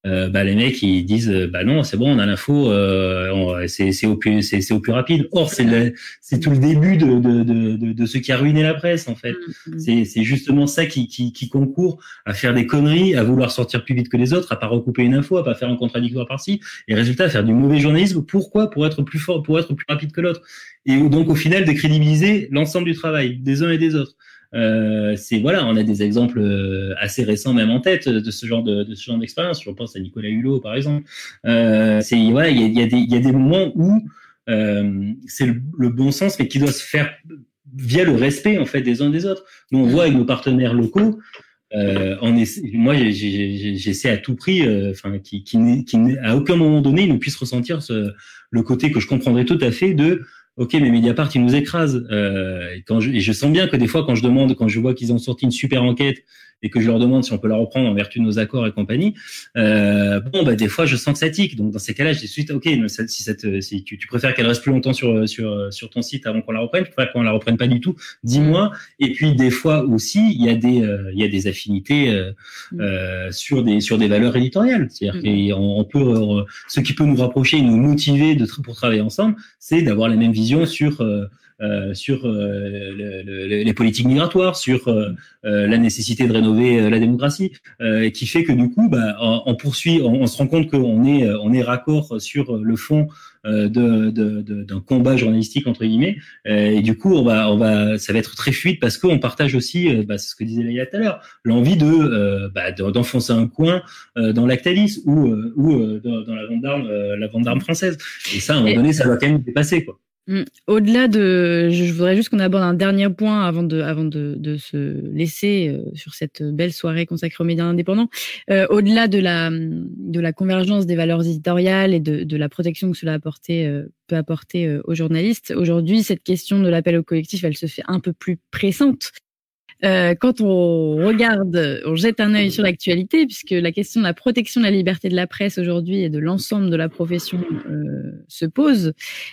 euh, bah les mecs ils disent bah non c'est bon on a l'info, euh, on, c'est c'est au plus c'est c'est au plus rapide. Or c'est le, c'est tout le début de de de de, de ce qui a ruiné la presse en fait. Mmh. C'est c'est justement ça qui qui qui concourt à faire des conneries, à vouloir sortir plus vite que les autres, à pas recouper une info, à pas faire un contradictoire par-ci, et résultat à faire du mauvais journalisme. Pourquoi? Pour être plus fort, pour être plus rapide que l'autre, et donc au final décrédibiliser l'ensemble du travail des uns et des autres. Euh, c'est voilà, on a des exemples assez récents même en tête de ce genre de, de ce genre d'expérience. Je pense à Nicolas Hulot par exemple. Euh, c'est voilà, il y a, y a des il y a des moments où euh, c'est le, le bon sens, mais qui doit se faire via le respect en fait des uns des autres. Nous on voit avec nos partenaires locaux. Euh, on essaie, moi, j'ai, j'ai, j'essaie à tout prix, enfin, euh, qui, qui, qui, à aucun moment donné, ils ne puissent ressentir ce, le côté que je comprendrais tout à fait de, ok, mais Mediapart, ils nous écrasent. Euh, et, quand je, et je sens bien que des fois, quand je demande, quand je vois qu'ils ont sorti une super enquête et que je leur demande si on peut la reprendre en vertu de nos accords et compagnie, euh, bon, bah des fois, je sens que ça tique. Donc dans ces cas-là, je dis suite, ok, si cette, si tu, tu préfères qu'elle reste plus longtemps sur sur sur ton site avant qu'on la reprenne, tu préfères qu'on la reprenne pas du tout, dis-moi. Et puis des fois aussi, il y a des euh, il y a des affinités euh, euh, sur des sur des valeurs éditoriales. C'est-à-dire mmh. qu'on on peut euh, ce qui peut nous rapprocher, nous motiver de pour travailler ensemble, c'est d'avoir la même vision sur euh, Euh, sur euh, le, le, les politiques migratoires, sur euh, euh, la nécessité de rénover euh, la démocratie, euh, et qui fait que du coup, bah, on, on poursuit, on, on se rend compte qu'on est, on est raccord sur le fond euh, de, de, de, d'un combat journalistique entre guillemets, euh, et du coup, on va, on va, ça va être très fluide parce qu'on partage aussi, euh, bah, c'est ce que disait Leïla tout à l'heure, l'envie de, euh, bah, de, d'enfoncer un coin euh, dans Lactalis ou, euh, ou euh, dans, dans la vente d'armes, euh, la vente d'armes française. Et ça, à un moment donné, ça doit quand même dépasser, quoi. Au-delà de, je voudrais juste qu'on aborde un dernier point avant de, avant de, de se laisser euh, sur cette belle soirée consacrée aux médias indépendants. Euh, au-delà de la, de la convergence des valeurs éditoriales et de, de la protection que cela apporter, euh, peut apporter euh, aux journalistes, aujourd'hui, cette question de l'appel au collectif, elle se fait un peu plus pressante. Euh, quand on regarde, on jette un œil sur l'actualité, puisque la question de la protection de la liberté de la presse aujourd'hui et de l'ensemble de la profession euh, se pose.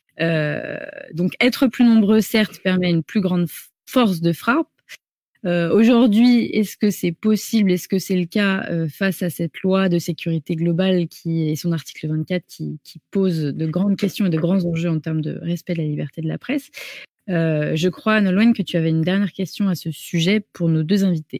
Euh, donc, être plus nombreux, certes, permet une plus grande force de frappe. Euh, aujourd'hui, est-ce que c'est possible, est-ce que c'est le cas euh, face à cette loi de sécurité globale qui et son article vingt-quatre qui, qui pose de grandes questions et de grands enjeux en termes de respect de la liberté de la presse? Euh, je crois, Nolwenn, que tu avais une dernière question à ce sujet pour nos deux invités.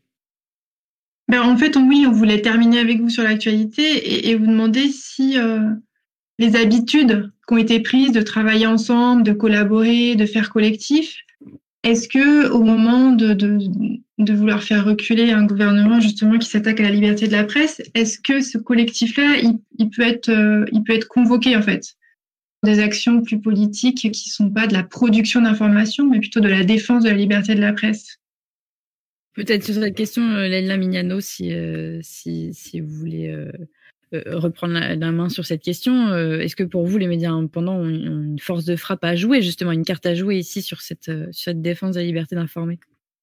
Ben, en fait, on, oui, on voulait terminer avec vous sur l'actualité et, et vous demander si euh, les habitudes qui ont été prises de travailler ensemble, de collaborer, de faire collectif, est-ce que au moment de, de, de vouloir faire reculer un gouvernement justement qui s'attaque à la liberté de la presse, est-ce que ce collectif-là, il, il peut être, euh, il peut être convoqué en fait? Des actions plus politiques qui sont pas de la production d'informations, mais plutôt de la défense de la liberté de la presse. Peut-être sur cette question, Leïla Mignano, si, euh, si, si vous voulez euh, euh, reprendre la, la main sur cette question, euh, est-ce que pour vous, les médias indépendants ont une force de frappe à jouer, justement, une carte à jouer ici sur cette, sur cette défense de la liberté d'informer?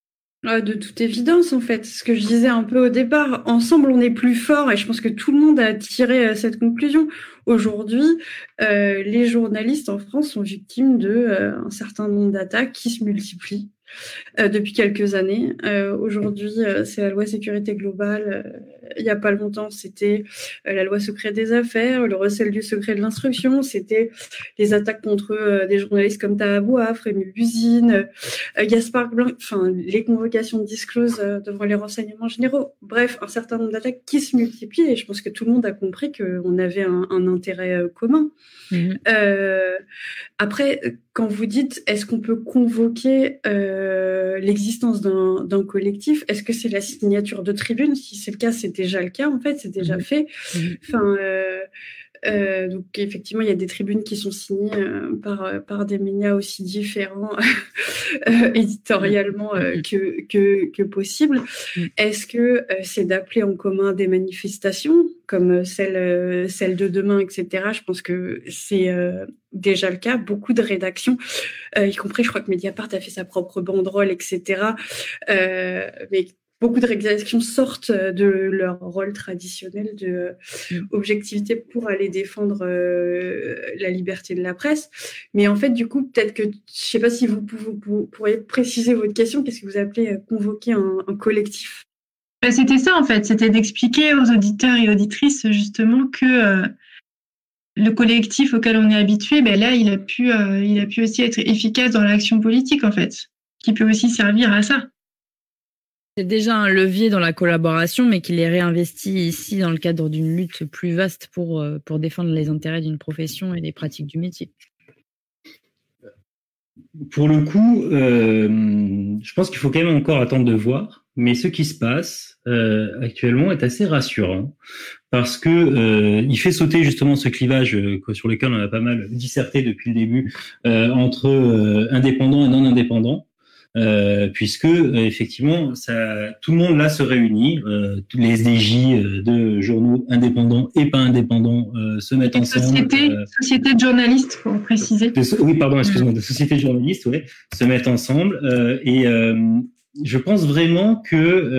De toute évidence, en fait, ce que je disais un peu au départ, ensemble on est plus fort, et je pense que tout le monde a tiré cette conclusion. Aujourd'hui, euh, les journalistes en France sont victimes de euh, un certain nombre d'attaques qui se multiplient euh, depuis quelques années. Euh, aujourd'hui, euh, c'est la loi sécurité globale. Euh, il n'y a pas longtemps, c'était euh, la loi secret des affaires, le recel du secret de l'instruction, c'était les attaques contre euh, des journalistes comme Taha Bouaf, Rémi Buzine, euh, Gaspard Blanc, enfin les convocations de disclose euh, devant les renseignements généraux. Bref, un certain nombre d'attaques qui se multiplient, et je pense que tout le monde a compris qu'on avait un, un intérêt euh, commun. Mmh. Euh, après, quand vous dites est-ce qu'on peut convoquer euh, l'existence d'un, d'un collectif, est-ce que c'est la signature de tribune? Si c'est le cas, c'est déjà le cas, en fait, c'est déjà mmh. fait. Mmh. Enfin, euh, euh, donc effectivement, il y a des tribunes qui sont signées euh, par, par des médias aussi différents euh, éditorialement euh, que, que, que possible. Mmh. Est-ce que euh, c'est d'appeler en commun des manifestations comme celle, euh, celle de demain, et cetera. Je pense que c'est euh, déjà le cas. Beaucoup de rédactions, euh, y compris, je crois que Mediapart a fait sa propre banderole, et cetera. Euh, mais beaucoup de rédactions sortent de leur rôle traditionnel de mmh. objectivité pour aller défendre euh, la liberté de la presse. Mais en fait, du coup, peut-être que, je sais pas si vous, vous, vous pourriez préciser votre question, qu'est-ce que vous appelez euh, convoquer un, un collectif? Ben, c'était ça en fait, c'était d'expliquer aux auditeurs et auditrices justement que euh, le collectif auquel on est habitué, ben là, il a pu, euh, il a pu aussi être efficace dans l'action politique en fait, qui peut aussi servir à ça. C'est déjà un levier dans la collaboration, mais qu'il est réinvesti ici dans le cadre d'une lutte plus vaste pour, pour défendre les intérêts d'une profession et des pratiques du métier. Pour le coup, euh, je pense qu'il faut quand même encore attendre de voir, mais ce qui se passe euh, actuellement est assez rassurant parce que euh, il fait sauter justement ce clivage euh, sur lequel on a pas mal disserté depuis le début euh, entre euh, indépendants et non indépendants. Euh, puisque euh, effectivement, ça, tout le monde là se réunit, euh, tous les S D J euh, de journaux indépendants et pas indépendants euh, se mettent ensemble. Société, euh, société de journalistes, pour préciser. De, oui, pardon, excuse-moi, de société de journalistes, ouais, se mettent ensemble euh, et euh, je pense vraiment que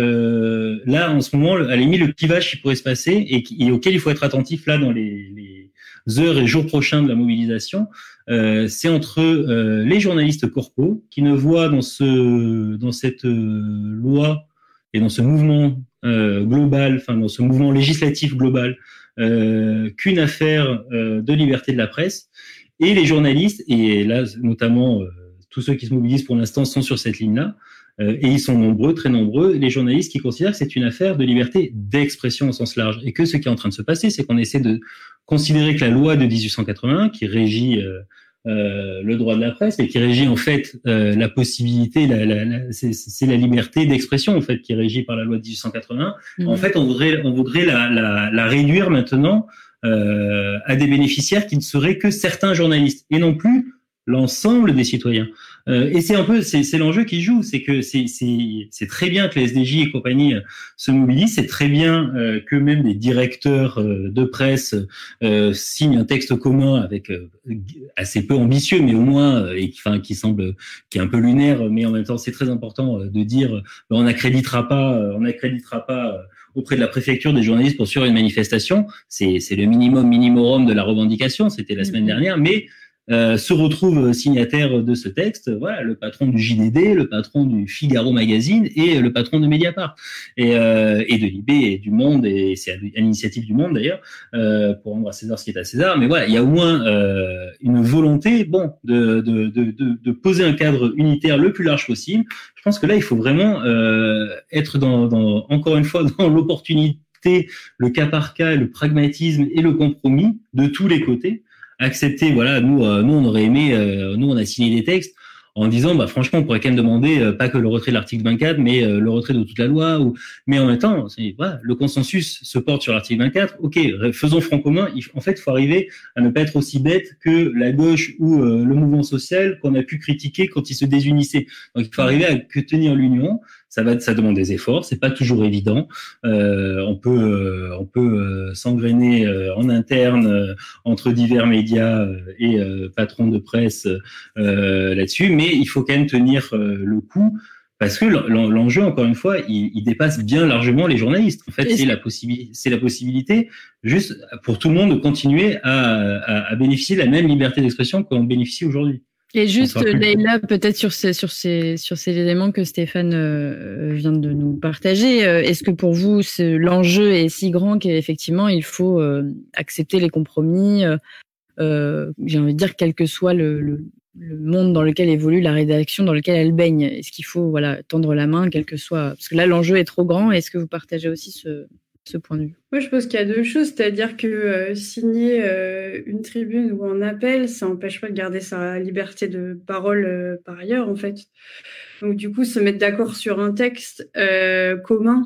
euh, là, en ce moment, à la limite, le clivage qui pourrait se passer et, qui, et auquel il faut être attentif là dans les, les heures et jours prochains de la mobilisation, euh, c'est entre euh, les journalistes corpos qui ne voient dans ce dans cette euh, loi et dans ce mouvement euh, global, enfin dans ce mouvement législatif global, euh, qu'une affaire euh, de liberté de la presse, et les journalistes, et là notamment euh, tous ceux qui se mobilisent pour l'instant sont sur cette ligne-là, euh, et ils sont nombreux, très nombreux, les journalistes qui considèrent que c'est une affaire de liberté d'expression au sens large, et que ce qui est en train de se passer, c'est qu'on essaie de considérer que la loi de dix-huit cent quatre-vingt-un, qui régit euh, euh, le droit de la presse, et qui régit en fait euh, la possibilité, la, la, la, c'est, c'est la liberté d'expression en fait qui est régie par la loi de dix-huit cent quatre-vingt-un. Mmh. En fait, on voudrait, on voudrait la, la, la réduire maintenant euh, à des bénéficiaires qui ne seraient que certains journalistes, et non plus l'ensemble des citoyens. Euh, et c'est un peu, c'est, c'est l'enjeu qui joue, c'est que c'est, c'est, c'est très bien que les S D J et compagnie se mobilisent, c'est très bien euh, que même des directeurs euh, de presse euh, signent un texte commun avec euh, assez peu ambitieux, mais au moins, euh, et enfin qui semble, qui est un peu lunaire, mais en même temps c'est très important euh, de dire, euh, on n'accréditera pas, euh, on n'accréditera pas. Euh, auprès de la préfecture des journalistes pour suivre une manifestation, c'est, c'est le minimum minimorum de la revendication, c'était la semaine dernière, mais Euh, se retrouve signataire de ce texte, voilà, le patron du J D D, le patron du Figaro Magazine et le patron de Mediapart et, euh, et de Libé et du Monde, et c'est à l'initiative du Monde d'ailleurs, euh, pour rendre à César ce qui est à César. Mais voilà, il y a au moins euh, une volonté, bon, de, de, de, de, de poser un cadre unitaire le plus large possible. Je pense que là, il faut vraiment euh, être dans, dans, encore une fois, dans l'opportunité, le cas par cas, le pragmatisme et le compromis de tous les côtés. Accepter, voilà, nous, euh, nous on aurait aimé, euh, nous on a signé des textes en disant, bah franchement, on pourrait quand même demander euh, pas que le retrait de l'article vingt-quatre, mais euh, le retrait de toute la loi. Ou, mais en même temps, c'est, voilà, le consensus se porte sur l'article vingt-quatre. Ok, faisons front commun. Il, en fait, il faut arriver à ne pas être aussi bête que la gauche ou euh, le mouvement social qu'on a pu critiquer quand ils se désunissaient. Donc, il faut arriver à que tenir l'union. Ça va, ça demande des efforts. C'est pas toujours évident. Euh, on peut, euh, on peut euh, s'engrainer euh, en interne euh, entre divers médias euh, et euh, patrons de presse euh, là-dessus, mais il faut quand même tenir euh, le coup. Parce que l'enjeu, encore une fois, il, il dépasse bien largement les journalistes. En fait, c'est la possibilité, c'est la possibilité, juste pour tout le monde, de continuer à, à, à bénéficier de la même liberté d'expression qu'on bénéficie aujourd'hui. Et juste, Leïla, peut-être sur ces, sur ces, sur ces éléments que Stéphane euh, vient de nous partager, euh, est-ce que pour vous, ce, l'enjeu est si grand qu'effectivement, il faut euh, accepter les compromis, euh, euh, j'ai envie de dire, quel que soit le, le, le monde dans lequel évolue la rédaction, dans lequel elle baigne? Est-ce qu'il faut voilà, tendre la main, quel que soit... Parce que là, l'enjeu est trop grand. Est-ce que vous partagez aussi ce... ce point de vue? Moi, je pense qu'il y a deux choses, c'est-à-dire que euh, signer euh, une tribune ou un appel, ça n'empêche pas de garder sa liberté de parole euh, par ailleurs, en fait. Donc, du coup, se mettre d'accord sur un texte euh, commun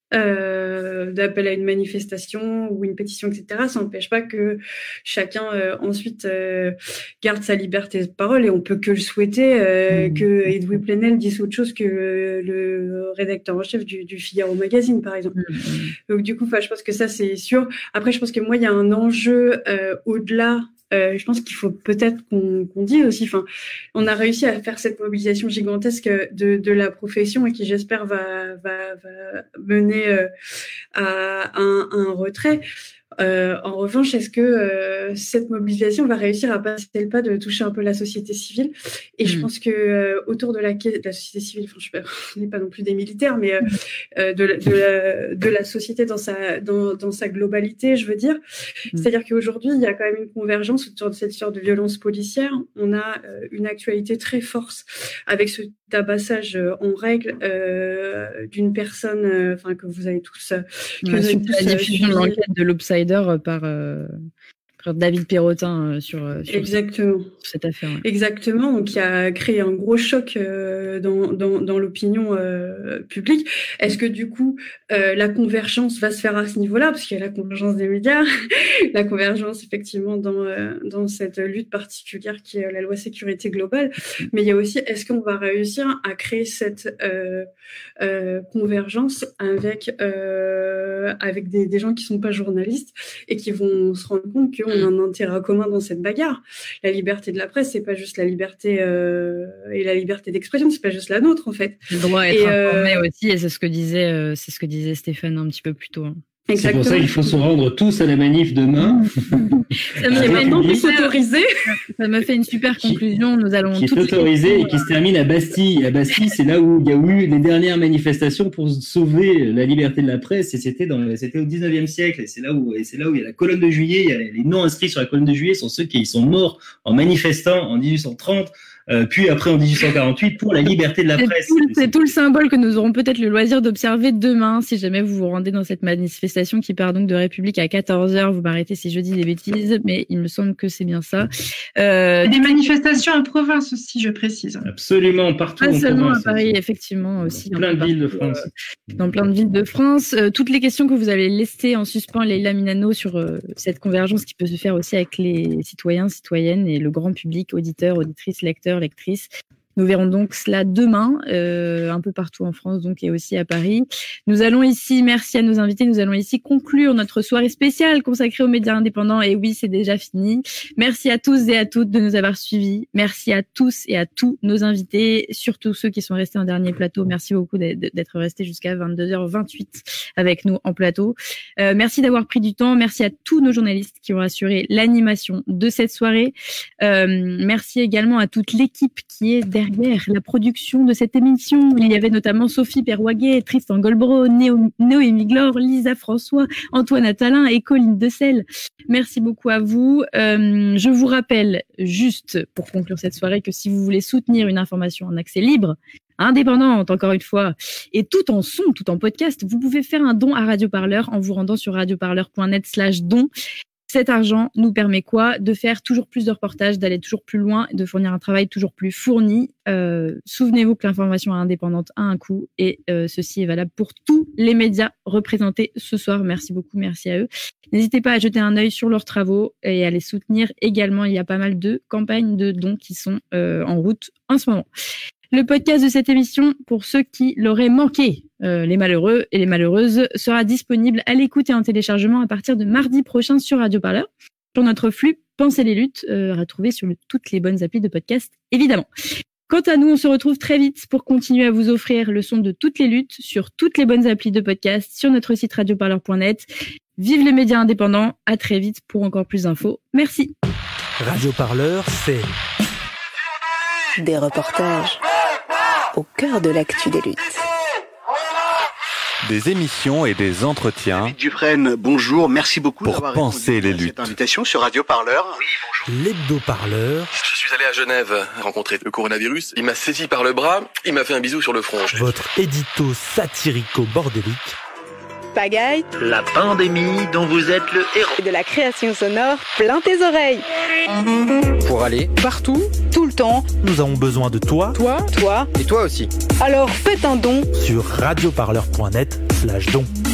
euh, d'appel à une manifestation ou une pétition, et cetera, ça n'empêche pas que chacun euh, ensuite euh, garde sa liberté de parole, et on peut que le souhaiter euh, mmh. que Edoui Plenel dise autre chose que euh, le rédacteur en chef du, du Figaro Magazine, par exemple. Mmh. Donc du coup, je pense que ça c'est sûr. Après, je pense que moi, il y a un enjeu euh, au-delà. Euh, je pense qu'il faut peut-être qu'on, qu'on dise aussi, enfin, on a réussi à faire cette mobilisation gigantesque de, de la profession et qui, j'espère, va, va, va mener euh, à un, un retrait. Euh, en revanche, est-ce que euh, cette mobilisation va réussir à passer le pas de toucher un peu la société civile? Et mmh. je pense que euh, autour de la, de la société civile, enfin, je sais pas, on n'est pas non plus des militaires, mais euh, euh, de, la, de, la, de la société dans sa, dans, dans sa globalité, je veux dire. Mmh. C'est-à-dire qu'aujourd'hui, il y a quand même une convergence autour de cette sorte de violence policière. On a euh, une actualité très forte avec ce tabassage en règle euh, d'une personne, enfin euh, que vous avez tous. Euh, que ouais, vous avez tous la diffusion de l'enquête de l'Obsider par, euh, par David Perrotin euh, sur, sur, Exactement. sur cette affaire. Ouais. Exactement. Donc, qui a créé un gros choc euh, dans, dans, dans l'opinion euh, publique. Est-ce que du coup, euh, la convergence va se faire à ce niveau-là, parce qu'il y a la convergence des médias, la convergence effectivement dans euh, dans cette lutte particulière qui est la loi sécurité globale, mais il y a aussi est-ce qu'on va réussir à créer cette euh, euh, convergence avec euh, avec des, des gens qui sont pas journalistes et qui vont se rendre compte qu'on a un intérêt commun dans cette bagarre. La liberté de la presse, c'est pas juste la liberté euh, et la liberté d'expression, c'est pas juste la nôtre en fait. Le droit à être et informé euh... aussi, et c'est ce que disait euh, c'est ce que disait Stéphane un petit peu plus tôt. Hein. C'est pour ça qu'il faut se rendre tous à la manif demain. Ça m'a maintenant plus autorisé. Ça m'a fait une super conclusion. Nous allons qui est autorisé et qui se termine à Bastille. À Bastille, c'est là où il y a eu les dernières manifestations pour sauver la liberté de la presse. Et c'était dans, c'était au dix-neuvième siècle. Et c'est là où, et c'est là où il y a la colonne de juillet. Il y a les noms inscrits sur la colonne de juillet sont ceux qui sont morts en manifestant en dix-huit cent trente. Euh, puis après en dix-huit cent quarante-huit pour la liberté de la c'est presse. Tout, c'est tout le symbole que nous aurons peut-être le loisir d'observer demain, si jamais vous vous rendez dans cette manifestation qui part donc de République à quatorze heures. Vous m'arrêtez si je dis des bêtises, mais il me semble que c'est bien ça. Euh, des manifestations en province aussi, je précise. Absolument, partout Pas en seulement province. à Paris, effectivement, aussi. Dans plein de villes de France. Euh, dans plein de villes de France. Euh, toutes les questions que vous avez laissées en suspens, Leïla Minano, sur euh, cette convergence qui peut se faire aussi avec les citoyens, citoyennes et le grand public, auditeurs, auditrices, lecteurs, lectrices. Nous verrons donc cela demain, euh, un peu partout en France donc et aussi à Paris. Nous allons ici, merci à nos invités, nous allons ici conclure notre soirée spéciale consacrée aux médias indépendants. Et oui, c'est déjà fini. Merci à tous et à toutes de nous avoir suivis. Merci à tous et à tous nos invités, surtout ceux qui sont restés en dernier plateau. Merci beaucoup d'être restés jusqu'à vingt-deux heures vingt-huit avec nous en plateau. Euh, merci d'avoir pris du temps. Merci à tous nos journalistes qui ont assuré l'animation de cette soirée. Euh, merci également à toute l'équipe qui est derrière la production de cette émission. Il y avait notamment Sophie Perwaguet, Tristan Golbro, Néo, Noémie Glore, Lisa François, Antoine Attalin et Colline Decelle. Merci beaucoup à vous. Euh, je vous rappelle, juste pour conclure cette soirée, que si vous voulez soutenir une information en accès libre, indépendante, encore une fois, et tout en son, tout en podcast, vous pouvez faire un don à Radio Parleur en vous rendant sur radioparleur point net slash don. Cet argent nous permet quoi? De faire toujours plus de reportages, d'aller toujours plus loin, de fournir un travail toujours plus fourni. Euh, souvenez-vous que l'information indépendante a un coût et euh, ceci est valable pour tous les médias représentés ce soir. Merci beaucoup, merci à eux. N'hésitez pas à jeter un œil sur leurs travaux et à les soutenir également. Il y a pas mal de campagnes de dons qui sont euh, en route en ce moment. Le podcast de cette émission, pour ceux qui l'auraient manqué, euh, les malheureux et les malheureuses, sera disponible à l'écoute et en téléchargement à partir de mardi prochain sur Radio Parleur, sur notre flux Pensez les luttes, euh, retrouvé sur le, toutes les bonnes applis de podcast, évidemment. Quant à nous, on se retrouve très vite pour continuer à vous offrir le son de toutes les luttes sur toutes les bonnes applis de podcast, sur notre site radioparleur point net. Vive les médias indépendants, à très vite pour encore plus d'infos. Merci. Radio Parleur, c'est des reportages au cœur de l'actu des luttes. Des émissions et des entretiens. Dufresne, bonjour, merci beaucoup pour d'avoir penser les luttes. Cette invitation sur Radio Parleur. Oui, bonjour. L'hebdo-parleur. Je suis allé à Genève rencontrer le coronavirus. Il m'a saisi par le bras, il m'a fait un bisou sur le front. Votre édito satirico-bordélique. Pagaille. La pandémie dont vous êtes le héros. Et de la création sonore plein tes oreilles. Pour aller partout, tout le temps. Nous avons besoin de toi. Toi. Toi. Et toi aussi. Alors faites un don sur radioparleur point net slash don.